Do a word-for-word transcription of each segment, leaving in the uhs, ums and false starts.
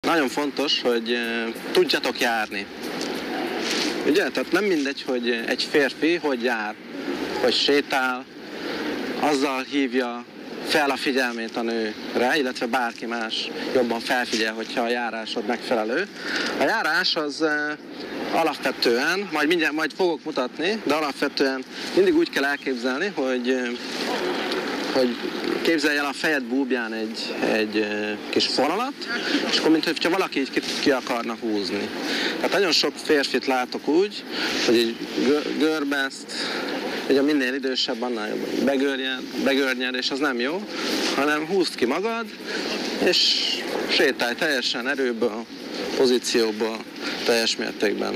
nagyon fontos, hogy tudjatok járni. Ugye? Tehát nem mindegy, hogy egy férfi hogy jár, hogy sétál, azzal hívja fel a figyelmét a nőre, illetve bárki más jobban felfigyel, hogyha a járásod megfelelő. A járás az alapvetően, majd mindjárt majd fogok mutatni, de alapvetően mindig úgy kell elképzelni, hogy, hogy képzelj el a fejed búbján egy, egy kis fonalat, és akkor mintha valaki így ki, ki akarna húzni. Tehát nagyon sok férfit látok úgy, hogy egy görbeszt, ugye minél idősebb, annál jobb begörnyed, begörnyed, és az nem jó, hanem húzd ki magad, és sétálj teljesen erőből, pozícióból, teljes mértékben.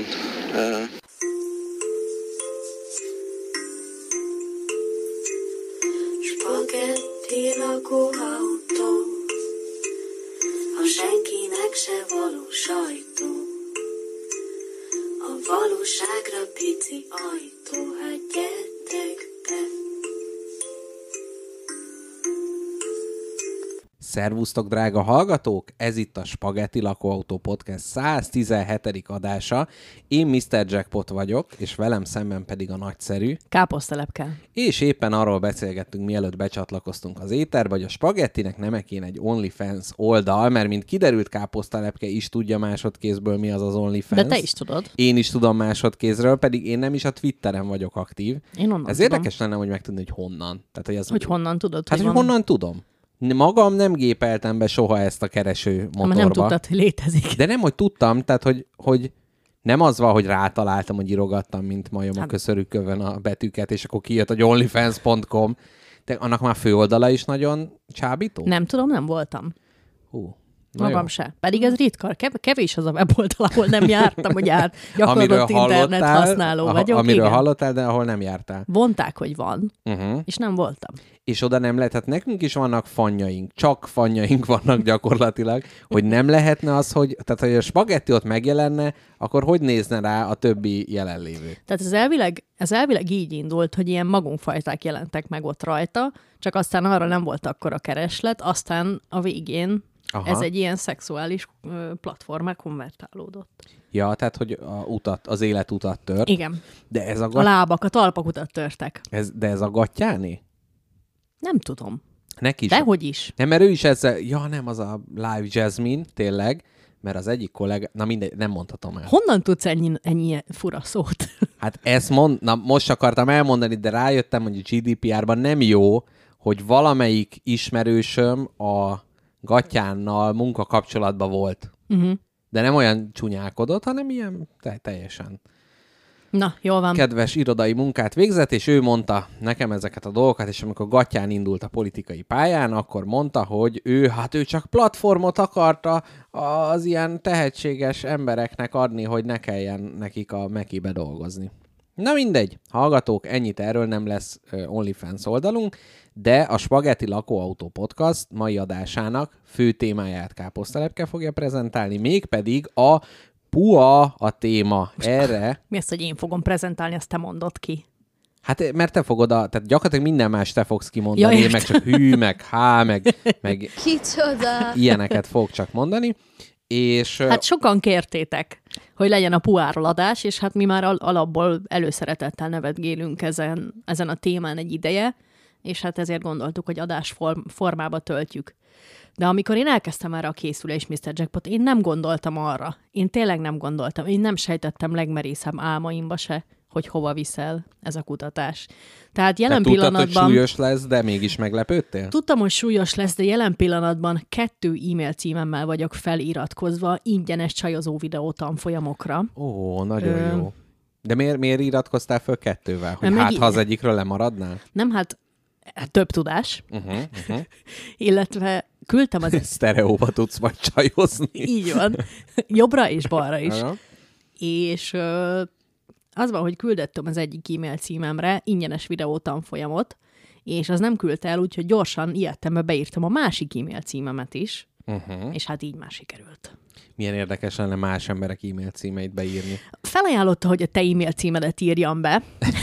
Spagetti lakóautó, a senkinek se való sajtó, a valóságra pici ajtó, hát gyertek be. Szervusztok, drága hallgatók! Ez itt a Spagetti Lakóautó Podcast száztizenhetedik adása. Én miszter Jackpot vagyok, és velem szemben pedig a nagyszerű Káposztelepke. És éppen arról beszélgettünk, mielőtt becsatlakoztunk az éterbe, hogy a Spagettinek nemekén egy OnlyFans oldal, mert mint kiderült, Káposztelepke is tudja másodkézből, mi az az OnlyFans. De te is tudod. Én is tudom másodkézről, pedig én nem is a Twitteren vagyok aktív. Én onnan Ez tudom. Érdekes lenne, hogy megtudni, hogy honnan. Tehát, hogy, az... hogy honnan tudod? Hát, hogy, hogy honnan tudom. Magam nem gépeltem be soha ezt a kereső motorba. Mert nem tudtad, hogy létezik. De nem, hogy tudtam, tehát, hogy, hogy nem az van, hogy rátaláltam, hogy írogattam, mint majom a hát. köszörükövön a betűket, és akkor kijött, hogy onlyfans pont com. De annak már főoldala is nagyon csábító? Nem tudom, nem voltam. Hú. Magam jó. Se. Pedig ez ritka. Kev- kevés az a weboldal, ahol nem jártam, hogy járt gyakorlott internet használó vagyok. Amiről igen. hallottál, de ahol nem jártál. Vonták, hogy van, uh-huh. és nem voltam. És oda nem lehet, hát nekünk is vannak fanjaink, csak fanjaink vannak gyakorlatilag, hogy nem lehetne az, hogy, tehát hogy a spagetti ott megjelenne, akkor hogy nézne rá a többi jelenlévő? Tehát ez elvileg, ez elvileg így indult, hogy ilyen magunkfajták jelentek meg ott rajta, csak aztán arra nem volt akkora kereslet, aztán a végén Aha. ez egy ilyen szexuális ö, platformá konvertálódott. Ja, tehát, hogy a utat, az életutat tört. Igen. De ez a, gat... a lábak, a talpakutat törtek. Ez, de ez a gatyáné? Nem tudom. Neki is. Dehogy is. Nem, mert ő is ezzel, ja nem, az a Live Jasmine, tényleg, mert az egyik kollega, na mindegy, nem mondhatom el. Honnan tudsz ennyi, ennyi fura szót? Hát ezt mond, na most akartam elmondani, de rájöttem, hogy a gé dé pé er-ban nem jó, hogy valamelyik ismerősöm a gatyánnal munkakapcsolatban volt. Uh-huh. De nem olyan csúnyálkodott, hanem ilyen te- teljesen Na, jól van. kedves irodai munkát végzett, és ő mondta nekem ezeket a dolgokat, és amikor gatyán indult a politikai pályán, akkor mondta, hogy ő, hát ő csak platformot akarta az ilyen tehetséges embereknek adni, hogy ne kelljen nekik a Mekibe dolgozni. Na mindegy, hallgatók, ennyit erről, nem lesz uh, OnlyFans oldalunk, de a Spagetti Lakóautó Podcast mai adásának fő témáját Káposztelepke fogja prezentálni, mégpedig a pua a téma. Erre... Mi az, hogy én fogom prezentálni, azt te mondod ki? Hát, mert te fogod a... Tehát gyakorlatilag minden más te fogsz kimondani, ja, én meg csak hű, meg há, meg, meg Kicsoda! ilyeneket fog csak mondani. És... Hát sokan kértétek, hogy legyen a puáról adás, és hát mi már al- alapból előszeretettel nevetgélünk ezen, ezen a témán egy ideje, és hát ezért gondoltuk, hogy adás form- formába töltjük. De amikor én elkezdtem erre a készülést, miszter Jackpot, én nem gondoltam arra. Én tényleg nem gondoltam. Én nem sejtettem legmerészebb álmaimba se, hogy hova viszel ez a kutatás. Tehát jelen Te pillanatban... tudtad, hogy súlyos lesz, de mégis meglepődtél? Tudtam, hogy súlyos lesz, de jelen pillanatban kettő e-mail címemmel vagyok feliratkozva ingyenes csajozó videó tanfolyamokra. Ó, nagyon Ö... jó. De miért, miért iratkoztál föl kettővel? Hogy Mert hát, meg... ha az egyikről lemaradnál? Nem, hát több tudás. Uh-huh, uh-huh. Illetve küldtem az... Sztereóba tudsz majd csajozni. Így van. Jobbra és balra is. Aha. És ö, az van, hogy küldettem az egyik e-mail címemre ingyenes videó tanfolyamot, és az nem küldte el, úgyhogy gyorsan ilyettembe beírtam a másik e-mail címemet is, Uh-huh. És hát így már sikerült. Milyen érdekes lenne más emberek e-mail címeit beírni. Felajánlotta, hogy a te e-mail címedet írjam be,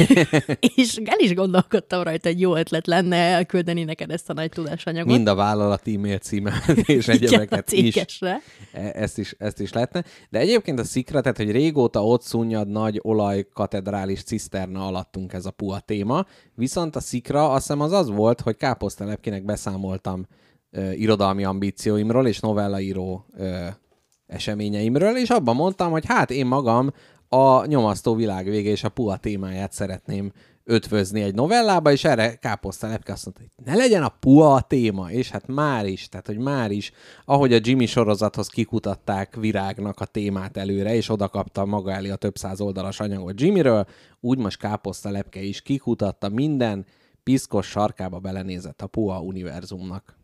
és el is gondolkodtam rajta, hogy jó ötlet lenne elküldeni neked ezt a nagy tudásanyagot. Mind a vállalat e-mail címet és egyebeket is. Cégesre. Ezt is. Ezt is lehetne. De egyébként a szikra, tehát hogy régóta ott szunnyad nagy olajkatedrális ciszterna alattunk ez a puha téma, viszont a szikra azt hiszem az az volt, hogy Káposztelepkének beszámoltam ö, irodalmi ambícióimról és novellaíró ö, eseményeimről, és abban mondtam, hogy hát én magam a nyomasztó világvége és a puha témáját szeretném ötvözni egy novellába, és erre Káposztelepke azt mondta, hogy ne legyen a puha a téma, és hát már is, tehát hogy már is, ahogy a Jimmy sorozathoz kikutatták Virágnak a témát előre, és oda kapta maga elé a több száz oldalas anyagot Jimmyről, úgy most Káposztelepke is kikutatta, minden piszkos sarkába belenézett a puha univerzumnak.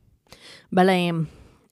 Beleém.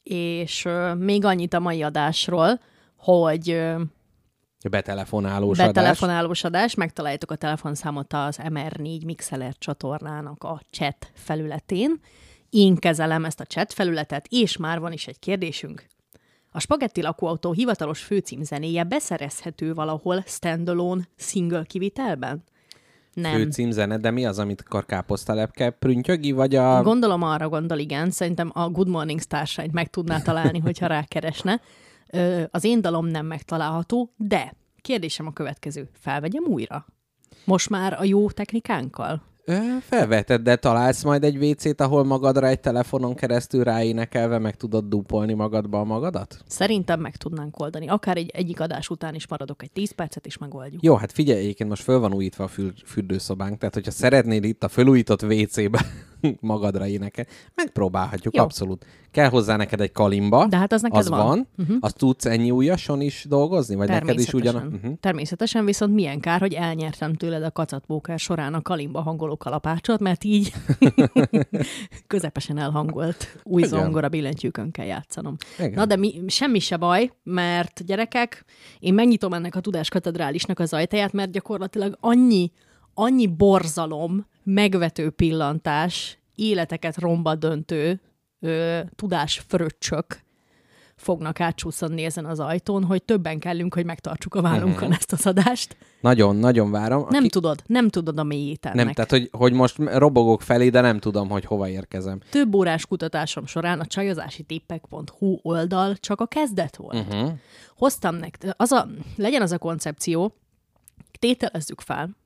És uh, még annyit a mai adásról, hogy uh, betelefonálós adás. betelefonálós adás, megtaláljátok a telefonszámot az em er négy Mixeler csatornának a chat felületén. Én kezelem ezt a chat felületet, és már van is egy kérdésünk. A Spagetti lakóautó hivatalos főcímzenéje beszerezhető valahol standalone single kivitelben? Nem. Főcímzene, de mi az, amit akar Káposztelepke? Prüntjögi, vagy a... Gondolom arra gondol, igen. Szerintem a Good Morning Starshine meg tudná találni, hogyha rákeresne. Ö, az én dalom nem megtalálható, de kérdésem a következő. Felvegyem újra? Most már a jó technikánkkal? Ö, felveted, de találsz majd egy vécét, ahol magadra egy telefonon keresztül ráénekelve meg tudod dupolni magadba a magadat? Szerintem meg tudnánk oldani. Akár egy egyik adás után is maradok egy tíz percet, és megoldjuk. Jó, hát figyelj, egyébként most föl van újítva a für- fürdőszobánk, tehát hogyha szeretnél itt a fölújított vécébe magadra énekel, megpróbálhatjuk, Jó. Abszolút. Kell hozzá neked egy kalimba, De hát az neked az van. van. Uh-huh. Azt tudsz ennyi ujjason is dolgozni? Vagy neked is ugyan? Uh-huh. Természetesen, viszont milyen kár, hogy elnyertem tőled a kacatpóker során a kalimba hangoló kalapácsot, mert így közepesen elhangolt új Igen. zongora billentyűkön kell játszanom. Igen. Na de mi, semmi se baj, mert gyerekek, én megnyitom ennek a tudáskatedrálisnak az ajtaját, mert gyakorlatilag annyi, annyi borzalom, megvető pillantás, életeket romba döntő ö, tudásfröccsök fognak átcsúszani ezen az ajtón, hogy többen kellünk, hogy megtartsuk a vállunkon uh-huh. ezt az adást. Nagyon, nagyon várom. Nem Aki... tudod, nem tudod a mélyét ennek. Nem, tehát hogy, hogy most robogok felé, de nem tudom, hogy hova érkezem. Több órás kutatásom során a csajozási tippek pont hú oldal csak a kezdet volt. Uh-huh. Hoztam nektek, az a, legyen az a koncepció, tételezzük fel,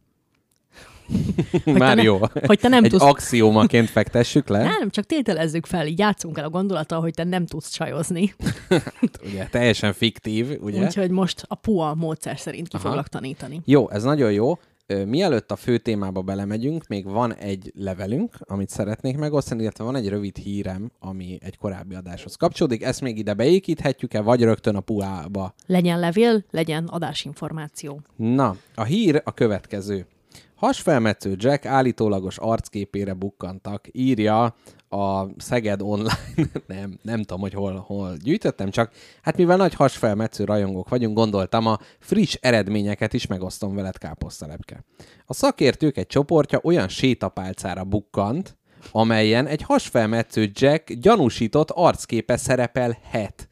hogy Már ne, jó. Hogy te nem Egy tudsz... axiómaként fektessük le. Nem, csak tételezzük fel, így játszunk el a gondolattal, hogy te nem tudsz csajozni. Ugye, teljesen fiktív, ugye? Úgyhogy most a pua módszer szerint ki Aha. foglak tanítani. Jó, ez nagyon jó. Mielőtt a fő témába belemegyünk, még van egy levelünk, amit szeretnék megosztani, illetve van egy rövid hírem, ami egy korábbi adáshoz kapcsolódik. Ezt még ide beépíthetjük-e, vagy rögtön a puába? Legyen levél, legyen adásinformáció. Na, a hír a következő. Hasfelmetsző Jack állítólagos arcképére bukkantak, írja a Szeged Online, nem, nem tudom, hogy hol, hol gyűjtöttem, csak hát mivel nagy hasfelmetsző rajongók vagyunk, gondoltam, a friss eredményeket is megosztom veled, Káposztelepke. A szakértők egy csoportja olyan sétapálcára bukkant, amelyen egy hasfelmetsző Jack gyanúsított arcképe szerepelhet.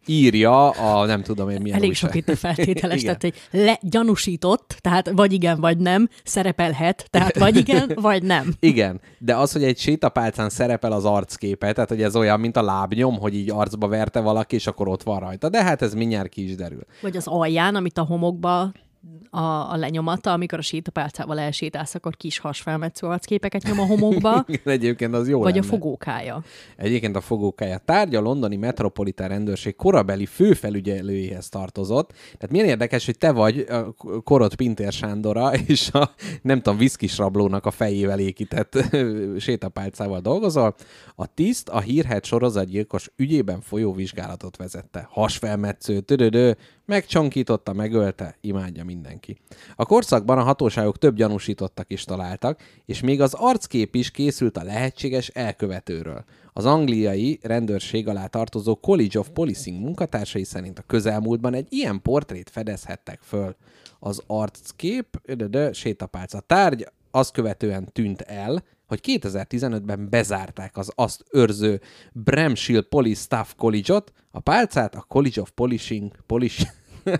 Írja a nem tudom én milyen Elég újság. sok itt a feltételes, tehát hogy le, gyanúsított, tehát vagy igen, vagy nem, szerepelhet, tehát vagy igen, vagy nem. Igen, de az, hogy egy sétapálcán szerepel az arcképe, tehát hogy ez olyan, mint a lábnyom, hogy így arcba verte valaki, és akkor ott van rajta. De hát ez mindjárt ki is derül. Vagy az alján, amit a homokba a, a lenyomata, amikor a sétapálcával elsétálsz, akkor kis hasfelmetsző arcképeket nyom a homokba. Egyébként az jó Vagy lenne. a fogókája. Egyébként a fogókája. Tárgya a londoni metropolitán rendőrség korabeli főfelügyelőjéhez tartozott. Tehát milyen érdekes, hogy te vagy a korod Pintér Sándora, és a nem tudom, viszkis rablónak a fejével ékített sétapálcával dolgozol. A tiszt a hírhedt sorozatgyilkos ügyében folyó vizsgálatot vezette. Hasfelmetsző, tödödő, megcsonkította, megölte, imádja mindenki. A korszakban a hatóságok több gyanúsítottak is találtak, és még az arckép is készült a lehetséges elkövetőről. Az angliai rendőrség alá tartozó College of Policing munkatársai szerint a közelmúltban egy ilyen portrét fedezhettek föl. Az arckép, ödödö, sétapálca tárgy, azt követően tűnt el, hogy kétezer-tizenötben bezárták az azt őrző Bramshill Police Staff College-ot, a pálcát a College of Polishing, Polish,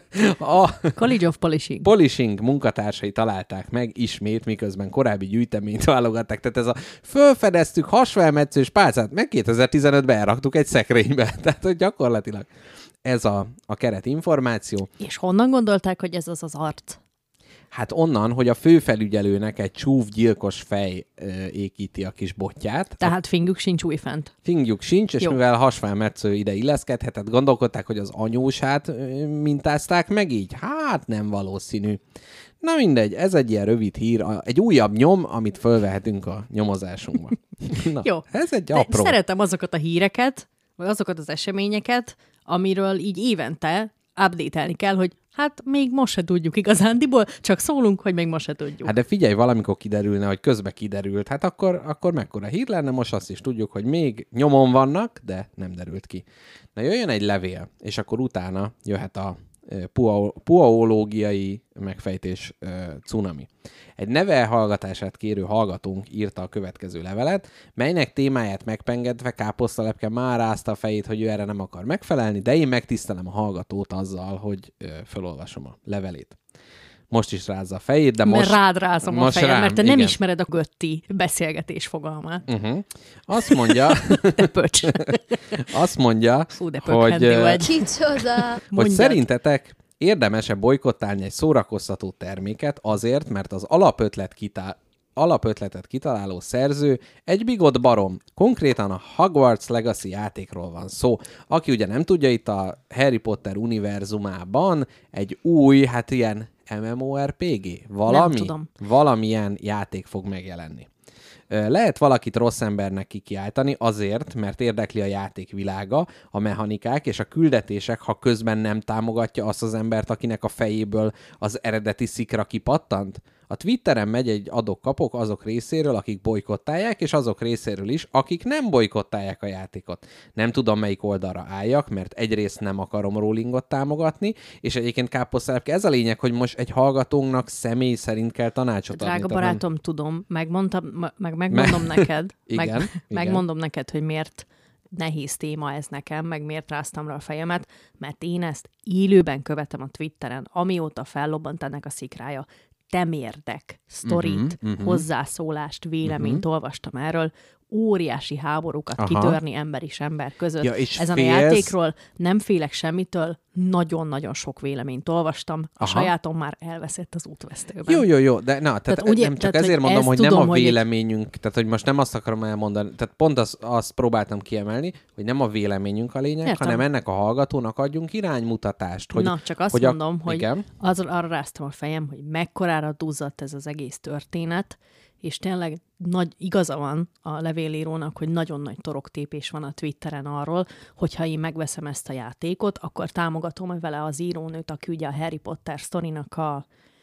a College of Polishing. Polishing munkatársai találták meg ismét, miközben korábbi gyűjteményt válogatták. Tehát ez a fölfedeztük hasfelmetszős pálcát, meg kétezer-tizenötben elraktuk egy szekrénybe. Tehát hogy gyakorlatilag ez a, a keret információ. És honnan gondolták, hogy ez az az arc? Hát onnan, hogy a főfelügyelőnek egy csúf gyilkos fej ö, ékíti a kis botját. Tehát fingjuk sincs újfent. Fingjuk sincs, és Jó. mivel hasfelmetsző ide illeszkedhetett, gondolkodták, hogy az anyósát ö, mintázták meg így? Hát nem valószínű. Na mindegy, ez egy ilyen rövid hír, a- egy újabb nyom, amit fölvehetünk a nyomozásunkba. Na, Jó. ez egy De apró. szeretem azokat a híreket, vagy azokat az eseményeket, amiről így évente update-elni kell, hogy hát még most se tudjuk igazándiból, csak szólunk, hogy még most se tudjuk. Hát de figyelj, valamikor kiderülne, hogy közbe kiderült, hát akkor, akkor mekkora hír lenne, most azt is tudjuk, hogy még nyomon vannak, de nem derült ki. Na jöjjön egy levél, és akkor utána jöhet a ö, pua- puaológiai megfejtés ö, cunami. Egy neve hallgatását kérő hallgatónk írta a következő levelet, melynek témáját megpengedve káposztalepke már rázta a fejét, hogy ő erre nem akar megfelelni, de én megtisztelem a hallgatót azzal, hogy ö, felolvasom a levelét. Most is rázza a fejét, de Mert most... rád rázom a most fejem, rám, mert te nem igen. ismered a götti beszélgetés fogalmát. Uh-huh. Azt mondja, Te pöcs. azt mondja, Fú, de hogy, pökhendi ö, vagy. Kicsoda! hogy Mondjad. szerintetek érdemes-e bolykottálni egy szórakoztató terméket azért, mert az alapötlet kitá- alapötletet kitaláló szerző egy bigott barom. Konkrétan a Hogwarts Legacy játékról van szó. Aki ugye nem tudja, itt a Harry Potter univerzumában egy új, hát ilyen MMORPG, valami, tudom. valamilyen játék fog megjelenni. Ö, Lehet valakit rossz embernek kikiáltani azért, mert érdekli a játék világa, a mechanikák és a küldetések, ha közben nem támogatja azt az embert, akinek a fejéből az eredeti szikra kipattant. A Twitteren megy egy adok-kapok azok részéről, akik bolykottálják, és azok részéről is, akik nem bolykottálják a játékot. Nem tudom, melyik oldalra álljak, mert egyrészt nem akarom Rowlingot támogatni, és egyébként káposztelepke, ez a lényeg, hogy most egy hallgatónknak személy szerint kell tanácsot adni. Drága tehát nem- barátom, tudom, megmondtam, me- meg megmondom neked, Igen, meg, igen. megmondom neked, hogy miért nehéz téma ez nekem, meg miért ráztam rá a fejemet, mert én ezt élőben követem a Twitteren, amióta fellobbant ennek a szikrája. Temérdek, sztorit, Mhm, uh-huh, mhm. uh-huh. hozzászólást, véleményt uh-huh. olvastam erről, óriási háborúkat Aha. kitörni ember és ember között. Ja, és Ezen félsz- a játékról nem félek semmitől, nagyon-nagyon sok véleményt olvastam, a Aha. sajátom már elveszett az útvesztőben. Jó, jó, jó, de na, tehát, Tehát tehát úgy- nem csak tehát, ezért hogy mondom, ezt hogy tudom, nem a hogy egy- véleményünk, tehát hogy most nem azt akarom elmondani, tehát pont azt, azt próbáltam kiemelni, hogy nem a véleményünk a lényeg, Értem. hanem ennek a hallgatónak adjunk iránymutatást. Hogy, Na, csak azt hogy a- mondom, hogy igen. az, arra ráztam a fejem, hogy mekkorára duzzadt ez az egész történet, és tényleg nagy igaza van a levélírónak, hogy nagyon nagy toroktépés van a Twitteren arról, hogyha én megveszem ezt a játékot, akkor támogatom vele az írónőt, aki ugye a Harry Potter sztorinak a,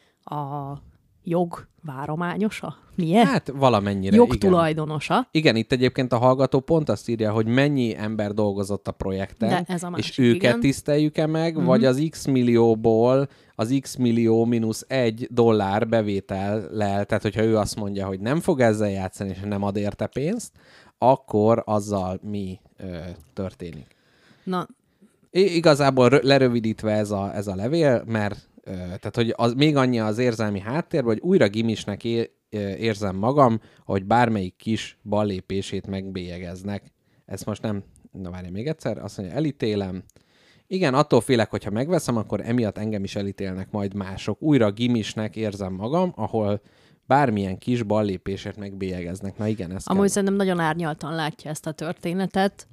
a jog várományosa? Milyen? Hát valamennyire, igen. Jogtulajdonosa. Igen, itt egyébként a hallgató pont azt írja, hogy mennyi ember dolgozott a projekten, De ez a másik, és őket igen. tiszteljük-e meg, Mhm. vagy az X millióból az X millió mínusz egy dollár bevétellel, tehát hogyha ő azt mondja, hogy nem fog ezzel játszani, és nem ad érte pénzt, akkor azzal mi ö, történik. Na, I- igazából rö- lerövidítve ez a, ez a levél, mert ö, tehát, hogy az, még annyi az érzelmi háttér, hogy újra gimisnek é- ö, érzem magam, hogy bármelyik kis ballépését megbélyegeznek. Ezt most nem, na várj még egyszer, azt mondja, elítélem. Igen, attól félek, hogyha megveszem, akkor emiatt engem is elítélnek majd mások. Újra gimisnek érzem magam, ahol bármilyen kis ballépésért megbélyegeznek. Na igen, ez amúgy kell. szerintem nagyon árnyaltan látja ezt a történetet,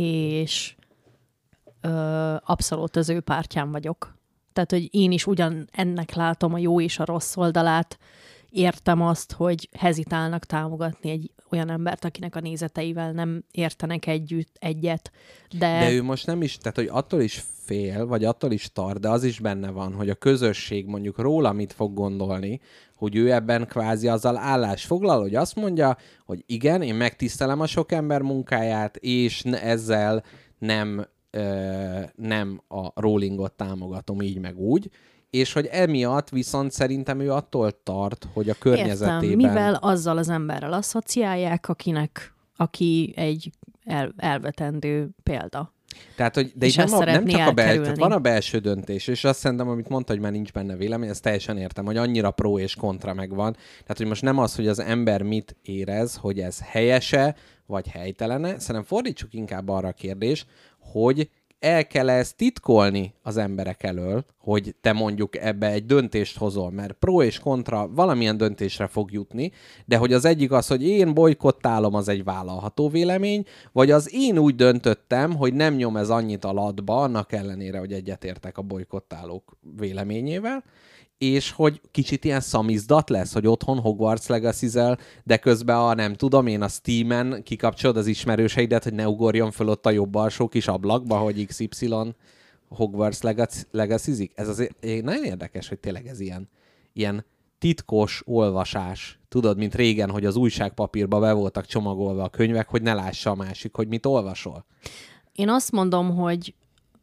és ö, abszolút az ő pártján vagyok. Tehát, hogy én is ugyan ennek látom a jó és a rossz oldalát, értem azt, hogy hezitálnak támogatni egy olyan embert, akinek a nézeteivel nem értenek együtt egyet, de... De ő most nem is, tehát hogy attól is fél, vagy attól is tart, de az is benne van, hogy a közösség mondjuk róla mit fog gondolni, hogy ő ebben kvázi azzal állás foglal, hogy azt mondja, hogy igen, én megtisztelem a sok ember munkáját, és ne- ezzel nem, ö, nem a Rowlingot támogatom így meg úgy, és hogy emiatt viszont szerintem ő attól tart, hogy a környezetében... Értem, mivel azzal az emberrel asszociálják, akinek, aki egy el, elvetendő példa. Tehát, hogy, de itt nem, a, nem csak a belső, tehát van a belső döntés, és azt szerintem, amit mondta, hogy már nincs benne vélemény, ezt teljesen értem, hogy annyira pro és kontra megvan. Tehát, hogy most nem az, hogy az ember mit érez, hogy ez helyese, vagy helytelene, szerintem fordítsuk inkább arra a kérdést, hogy el kell ezt titkolni az emberek elől, hogy te mondjuk ebbe egy döntést hozol, mert pro és kontra valamilyen döntésre fog jutni, de hogy az egyik az, hogy én bolykottálom, az egy vállalható vélemény, vagy az én úgy döntöttem, hogy nem nyom ez annyit a latba, annak ellenére, hogy egyetértek a bolykottálók véleményével, és hogy kicsit ilyen szamizdat lesz, hogy otthon Hogwarts Legacy-zel, de közben a nem tudom, én a Steam-en kikapcsolod az ismerőseidet, hogy ne ugorjon föl ott a jobb alsó kis ablakba, hogy iksz ipszilon Hogwarts Legacy-zik. Ez azért nagyon érdekes, hogy tényleg ez ilyen, ilyen titkos olvasás. Tudod, mint régen, hogy az újságpapírba be voltak csomagolva a könyvek, hogy ne lássa a másik, hogy mit olvasol. Én azt mondom, hogy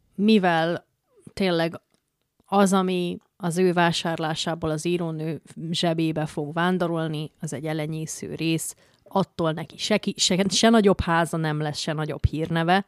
mivel tényleg az, ami az ő vásárlásából az írónő zsebébe fog vándorolni, az egy elenyésző rész, attól neki se, se, se nagyobb háza nem lesz, se nagyobb hírneve.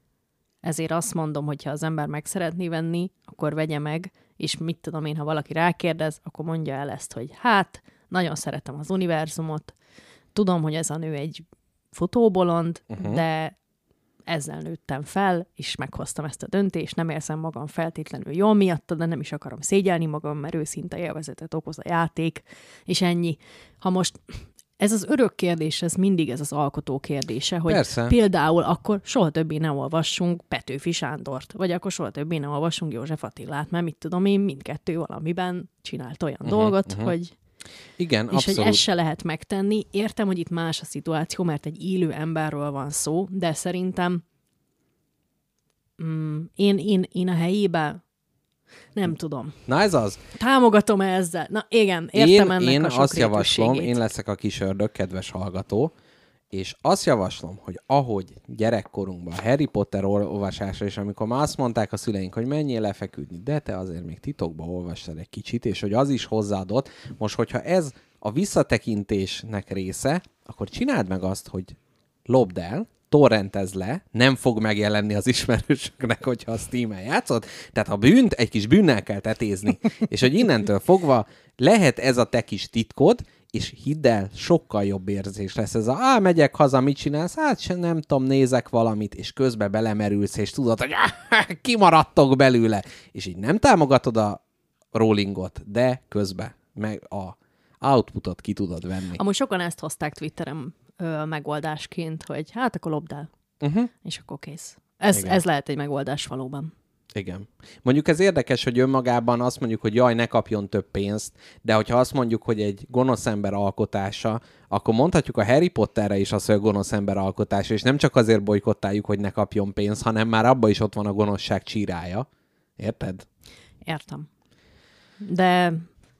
Ezért azt mondom, hogy ha az ember meg szeretné venni, akkor vegye meg, és mit tudom én, ha valaki rákérdez, akkor mondja el ezt, hogy hát, nagyon szeretem az univerzumot, tudom, hogy ez a nő egy futóbolond, uh-huh. de ezzel nőttem fel, és meghoztam ezt a döntést, nem érzem magam feltétlenül jól miatta, de nem is akarom szégyelni magam, mert őszinte élvezetet okoz a játék, és ennyi. Ha most ez az örök kérdés, ez mindig ez az alkotó kérdése, hogy Persze. Például akkor soha többé ne olvassunk Petőfi Sándort, vagy akkor soha többé ne olvassunk József Attilát, mert mit tudom én, mindkettő valamiben csinált olyan uh-huh, dolgot, uh-huh. hogy igen, és abszolút. hogy ezt se lehet megtenni. Értem, hogy itt más a szituáció, mert egy élő emberről van szó, de szerintem mm, én, én, én a helyébe nem tudom. Na ez az. Támogatom -e ezzel? Na igen, értem én, ennek én a sokrétűségét. azt javaslom, én leszek a kis ördög, kedves hallgató, és azt javaslom, hogy ahogy gyerekkorunkban Harry Potter olvasásra, és amikor már azt mondták a szüleink, hogy menjél lefeküdni, de te azért még titokban olvastad egy kicsit, és hogy az is hozzáadott. Most, hogyha ez a visszatekintésnek része, akkor csináld meg azt, hogy lopd el, torrentezd le, nem fog megjelenni az ismerősöknek, hogyha a Steam-en játszod. Tehát a bűnt egy kis bűnnel kell tetézni, és hogy innentől fogva lehet ez a te kis titkod, és hidd el, sokkal jobb érzés lesz ez a, á, megyek haza, mit csinálsz? Hát sem nem tudom, nézek valamit, és közben belemerülsz, és tudod, hogy kimaradtok belőle. És így nem támogatod a rollingot, de közben meg a outputot ki tudod venni. Amúgy sokan ezt hozták Twitteren ö, megoldásként, hogy hát akkor lopd el. Uh-huh. És akkor kész. Ez, ez lehet egy megoldás valóban. Igen. Mondjuk ez érdekes, hogy önmagában azt mondjuk, hogy jaj, ne kapjon több pénzt, de hogyha azt mondjuk, hogy egy gonosz ember alkotása, akkor mondhatjuk a Harry Potterre is azt, hogy a gonosz ember alkotása, és nem csak azért bolykottáljuk, hogy ne kapjon pénzt, hanem már abban is ott van a gonoszság csírája. Érted? Értem. De...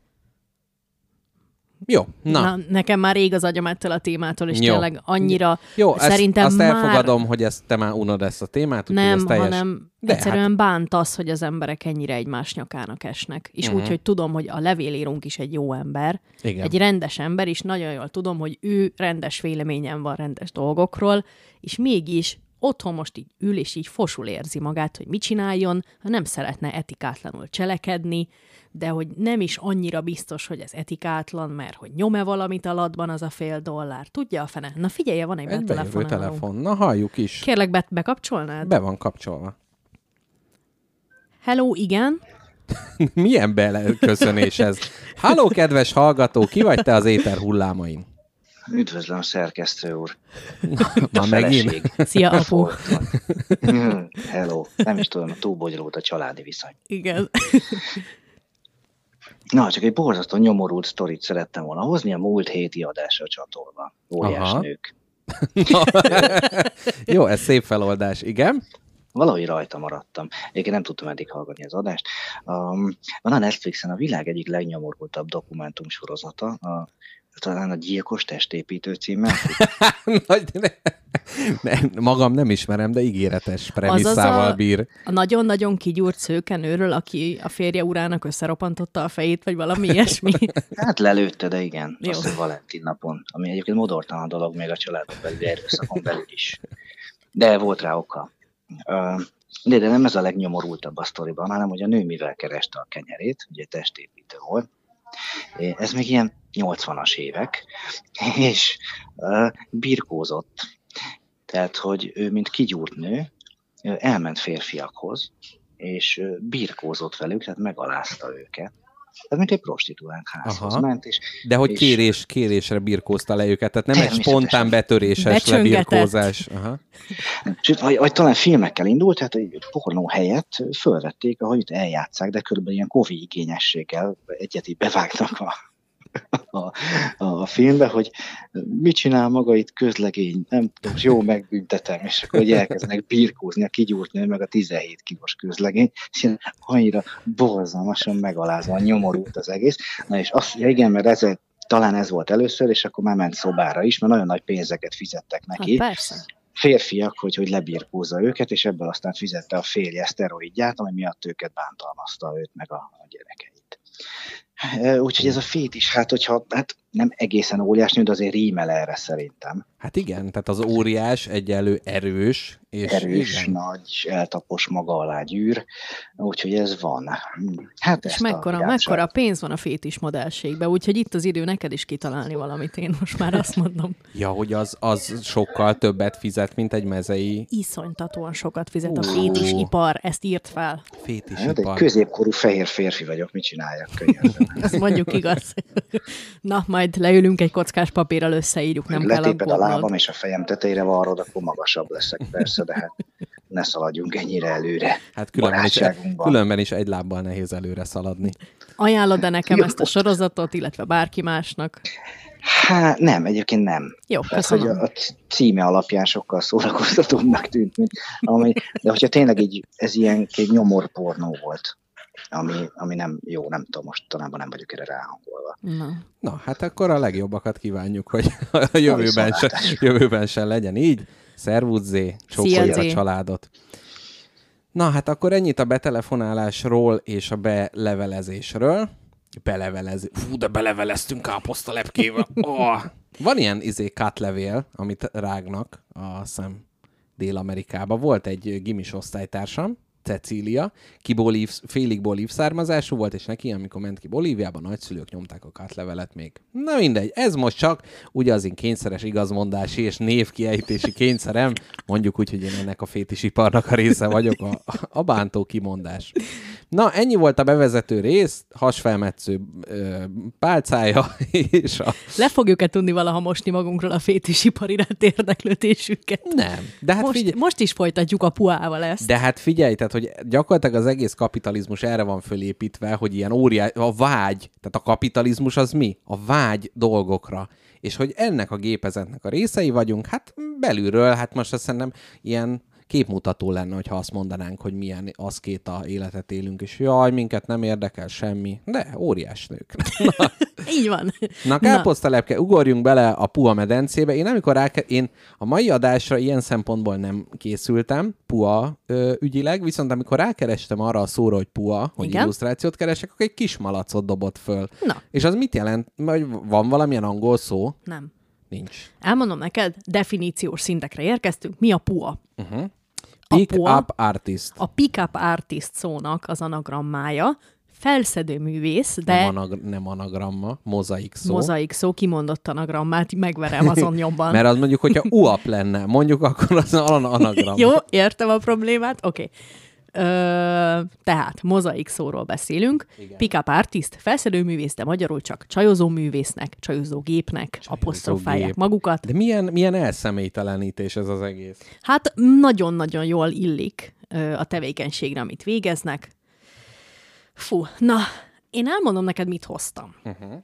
Jó, na. na. Nekem már rég az agyam ettől a témától, és Jó. tényleg annyira Jó, szerintem ezt, azt már... elfogadom, hogy ezt, te már unod ezt a témát. Nem, ez teljes... hanem De egyszerűen hát... bánt az, hogy az emberek ennyire egymás nyakának esnek. És uh-huh. úgy, hogy tudom, hogy a levélírónk is egy jó ember, Igen. egy rendes ember, és nagyon jól tudom, hogy ő rendes véleményen van rendes dolgokról, és mégis otthon most így ül, és így fosul érzi magát, hogy mit csináljon, ha nem szeretne etikátlanul cselekedni, de hogy nem is annyira biztos, hogy ez etikátlan, mert hogy nyom-e valamit alatban az a fél dollár. Tudja a fene? Na figyelje, van egy, egy bejövő telefon. Na halljuk is. Kérlek, be- bekapcsolnád? Be van kapcsolva. Hello, igen? Milyen beleköszönés ez? Halló, kedves hallgató, ki vagy te az éter hullámain? Üdvözlöm, szerkesztő úr. Na megint. Szia, apu. Hello. Nem is tudom, túl bonyolult a családi viszony. Igen. Na, csak egy borzasztó nyomorult sztorit szerettem volna hozni a múlt héti adásra csatolva. Óriás Aha. nők. Jó, ez szép feloldás, igen. Valahogy rajta maradtam. Egyébként nem tudtam eddig hallgatni az adást. Um, van a Netflixen a világ egyik legnyomorultabb dokumentumsorozata, a talán a Gyilkos testépítő címmel. Nagy, ne, ne, magam nem ismerem, de ígéretes premisszával a, bír. A nagyon-nagyon kigyúrt szőkenőről, aki a férje urának összeropantotta a fejét, vagy valami ilyesmi. Hát lelőtte, de igen. Jó. Azt, hogy Valentin napon, ami egyébként modortalan dolog még a családon belül, erőszakon belül is. De volt rá oka. De, de nem ez a legnyomorultabb a sztoriban, hanem hogy a nő mivel kereste a kenyerét, ugye testépítő volt. Ez még ilyen nyolcvanas évek, és uh, birkózott. Tehát, hogy ő, mint kigyúrt nő, elment férfiakhoz, és birkózott velük, tehát megalázta őket. Tehát, mint egy prostituált házhoz Aha. ment. És, De hogy és kérés, kérésre birkózta le őket, tehát nem egy Természetesen. spontán betöréses Becsöngetett. lebirkózás. Aha. Sőt, vagy, vagy talán filmekkel indult, tehát egy pornó helyett fölvették, ahogy itt eljátszák, de körülbelül ilyen kovi igényességgel egyet így bevágnak a, a, a filmbe, hogy mit csinál maga itt közlegény, nem tudom, jó, megbüntetem, és akkor hogy elkezdenek birkózni a kigyúrt nő, meg a tizenhét kilós közlegény, és ilyen annyira borzalmasan megalázva, nyomorult az egész. Na és azt, ja igen, mert ez, talán ez volt először, és akkor már ment szobára is, mert nagyon nagy pénzeket fizettek neki. Hát persze. Férfiak, hogy, hogy lebirkózza őket, és ebből aztán fizette a férje szteroidját, ami miatt őket bántalmazta, őt meg a, a gyerekeit. Úgyhogy ez a fét is, hát hogyha hát nem egészen óriás nő, de azért rímel erre szerintem. Hát igen, tehát az óriás egyelő erős. És Erős, igen. nagy, eltapos maga alá gyűr, úgyhogy ez van. Hát És ezt mekkora, a mekkora pénz van a fétis modellségben, úgyhogy itt az idő neked is kitalálni valamit, én most már azt mondom. Ja, hogy az, az sokkal többet fizet, mint egy mezei Iszonytatóan sokat fizet a fétis ipar, ezt írt fel. Hát egy fétisipar. középkorú fehér férfi vagyok, mit csináljak könnyen. Ez mondjuk igaz. Na, majd leülünk egy kockás papírral, összeírjuk, nem kell Letéped a aggódnod. lábam, és a fejem tetejére varrod, akkor magasabb leszek, persze, de hát ne szaladjunk ennyire előre. Hát különben is, barátságunkban. különben is egy lábbal nehéz előre szaladni. Ajánlod-e nekem Jó. ezt a sorozatot, illetve bárki másnak? Hát nem, egyébként nem. Jó, Tehát, hogy köszönöm. a címe alapján sokkal szórakoztatóbbnak tűnt, mint ami, de hogyha tényleg így, ez ilyen egy nyomorpornó volt, ami, ami nem jó, nem tudom, mostanában nem vagyok erre ráhangolva. Na. Na, hát akkor a legjobbakat kívánjuk, hogy a jövőben, se, viszontlátásra. jövőben sem legyen így. Szervusz Zé, csókolja Zé. a családot. Na, hát akkor ennyit a betelefonálásról és a belevelezésről. Belevelez... Fú, de beleveleztünk káposztalepkével. Oh. Van ilyen izé kátlevél, amit rágnak a szem Dél-Amerikában. Volt egy gimis osztálytársam, Cecília, ki bolív, félig bolív származású volt, és neki, amikor ment ki Bolíviába, nagyszülők nyomták a kátlevelet még. Na mindegy, ez most csak ugye az én kényszeres igazmondási és névkiejtési kényszerem, mondjuk úgy, hogy én ennek a fétisiparnak a része vagyok, a, a bántó kimondás. Na, ennyi volt a bevezető rész, hasfelmetsző ö, pálcája, és a... Le fogjuk-e tudni valaha mosni magunkról a fétisipar iránt érdeklődésünket? Nem. De hát most, figyelj, most is folytatjuk a puával ezt. De hát figyelj, tehát, hogy gyakorlatilag az egész kapitalizmus erre van fölépítve, hogy ilyen óriás, a vágy, tehát a kapitalizmus az mi? A vágy dolgokra. És hogy ennek a gépezetnek a részei vagyunk, hát belülről, hát most azt szerintem ilyen képmutató lenne, hogyha azt mondanánk, hogy milyen aszkéta életet élünk, és jaj, minket nem érdekel semmi, de óriás nők. Na, Így van. Na káposztalepke, ugorjunk bele a puha medencébe. Én amikor ráke- én a mai adásra ilyen szempontból nem készültem, puha ö, ügyileg, viszont amikor rákerestem arra a szóra, hogy puha, hogy Igen? illusztrációt keresek, akkor egy kis malacot dobott föl. Na. És az mit jelent? Vagy van valamilyen angol szó? Nem. Nincs. Elmondom neked, definíciós szintekre érkeztünk. Mi a pua? Uh-huh. A Pick pua- up artist. A pick-up artist szónak az anagrammája, felszedő művész, de Nem, anag- nem anagramma, mozaik szó. mozaik szó, kimondott anagrammát, megverem azon jobban. Mert az mondjuk, hogyha u á pé lenne, mondjuk akkor az an- anagramma. Jó, értem a problémát, oké. Okay. Tehát, mozaik szóról beszélünk. Igen. Pick-up artist, felszedő művész, de magyarul csak csajozó művésznek, csajozó gépnek apostrofálják gép. magukat. De milyen, milyen elszemélytelenítés ez az egész. Hát nagyon-nagyon jól illik ö, a tevékenységre, amit végeznek. Fú, na, én elmondom neked, mit hoztam.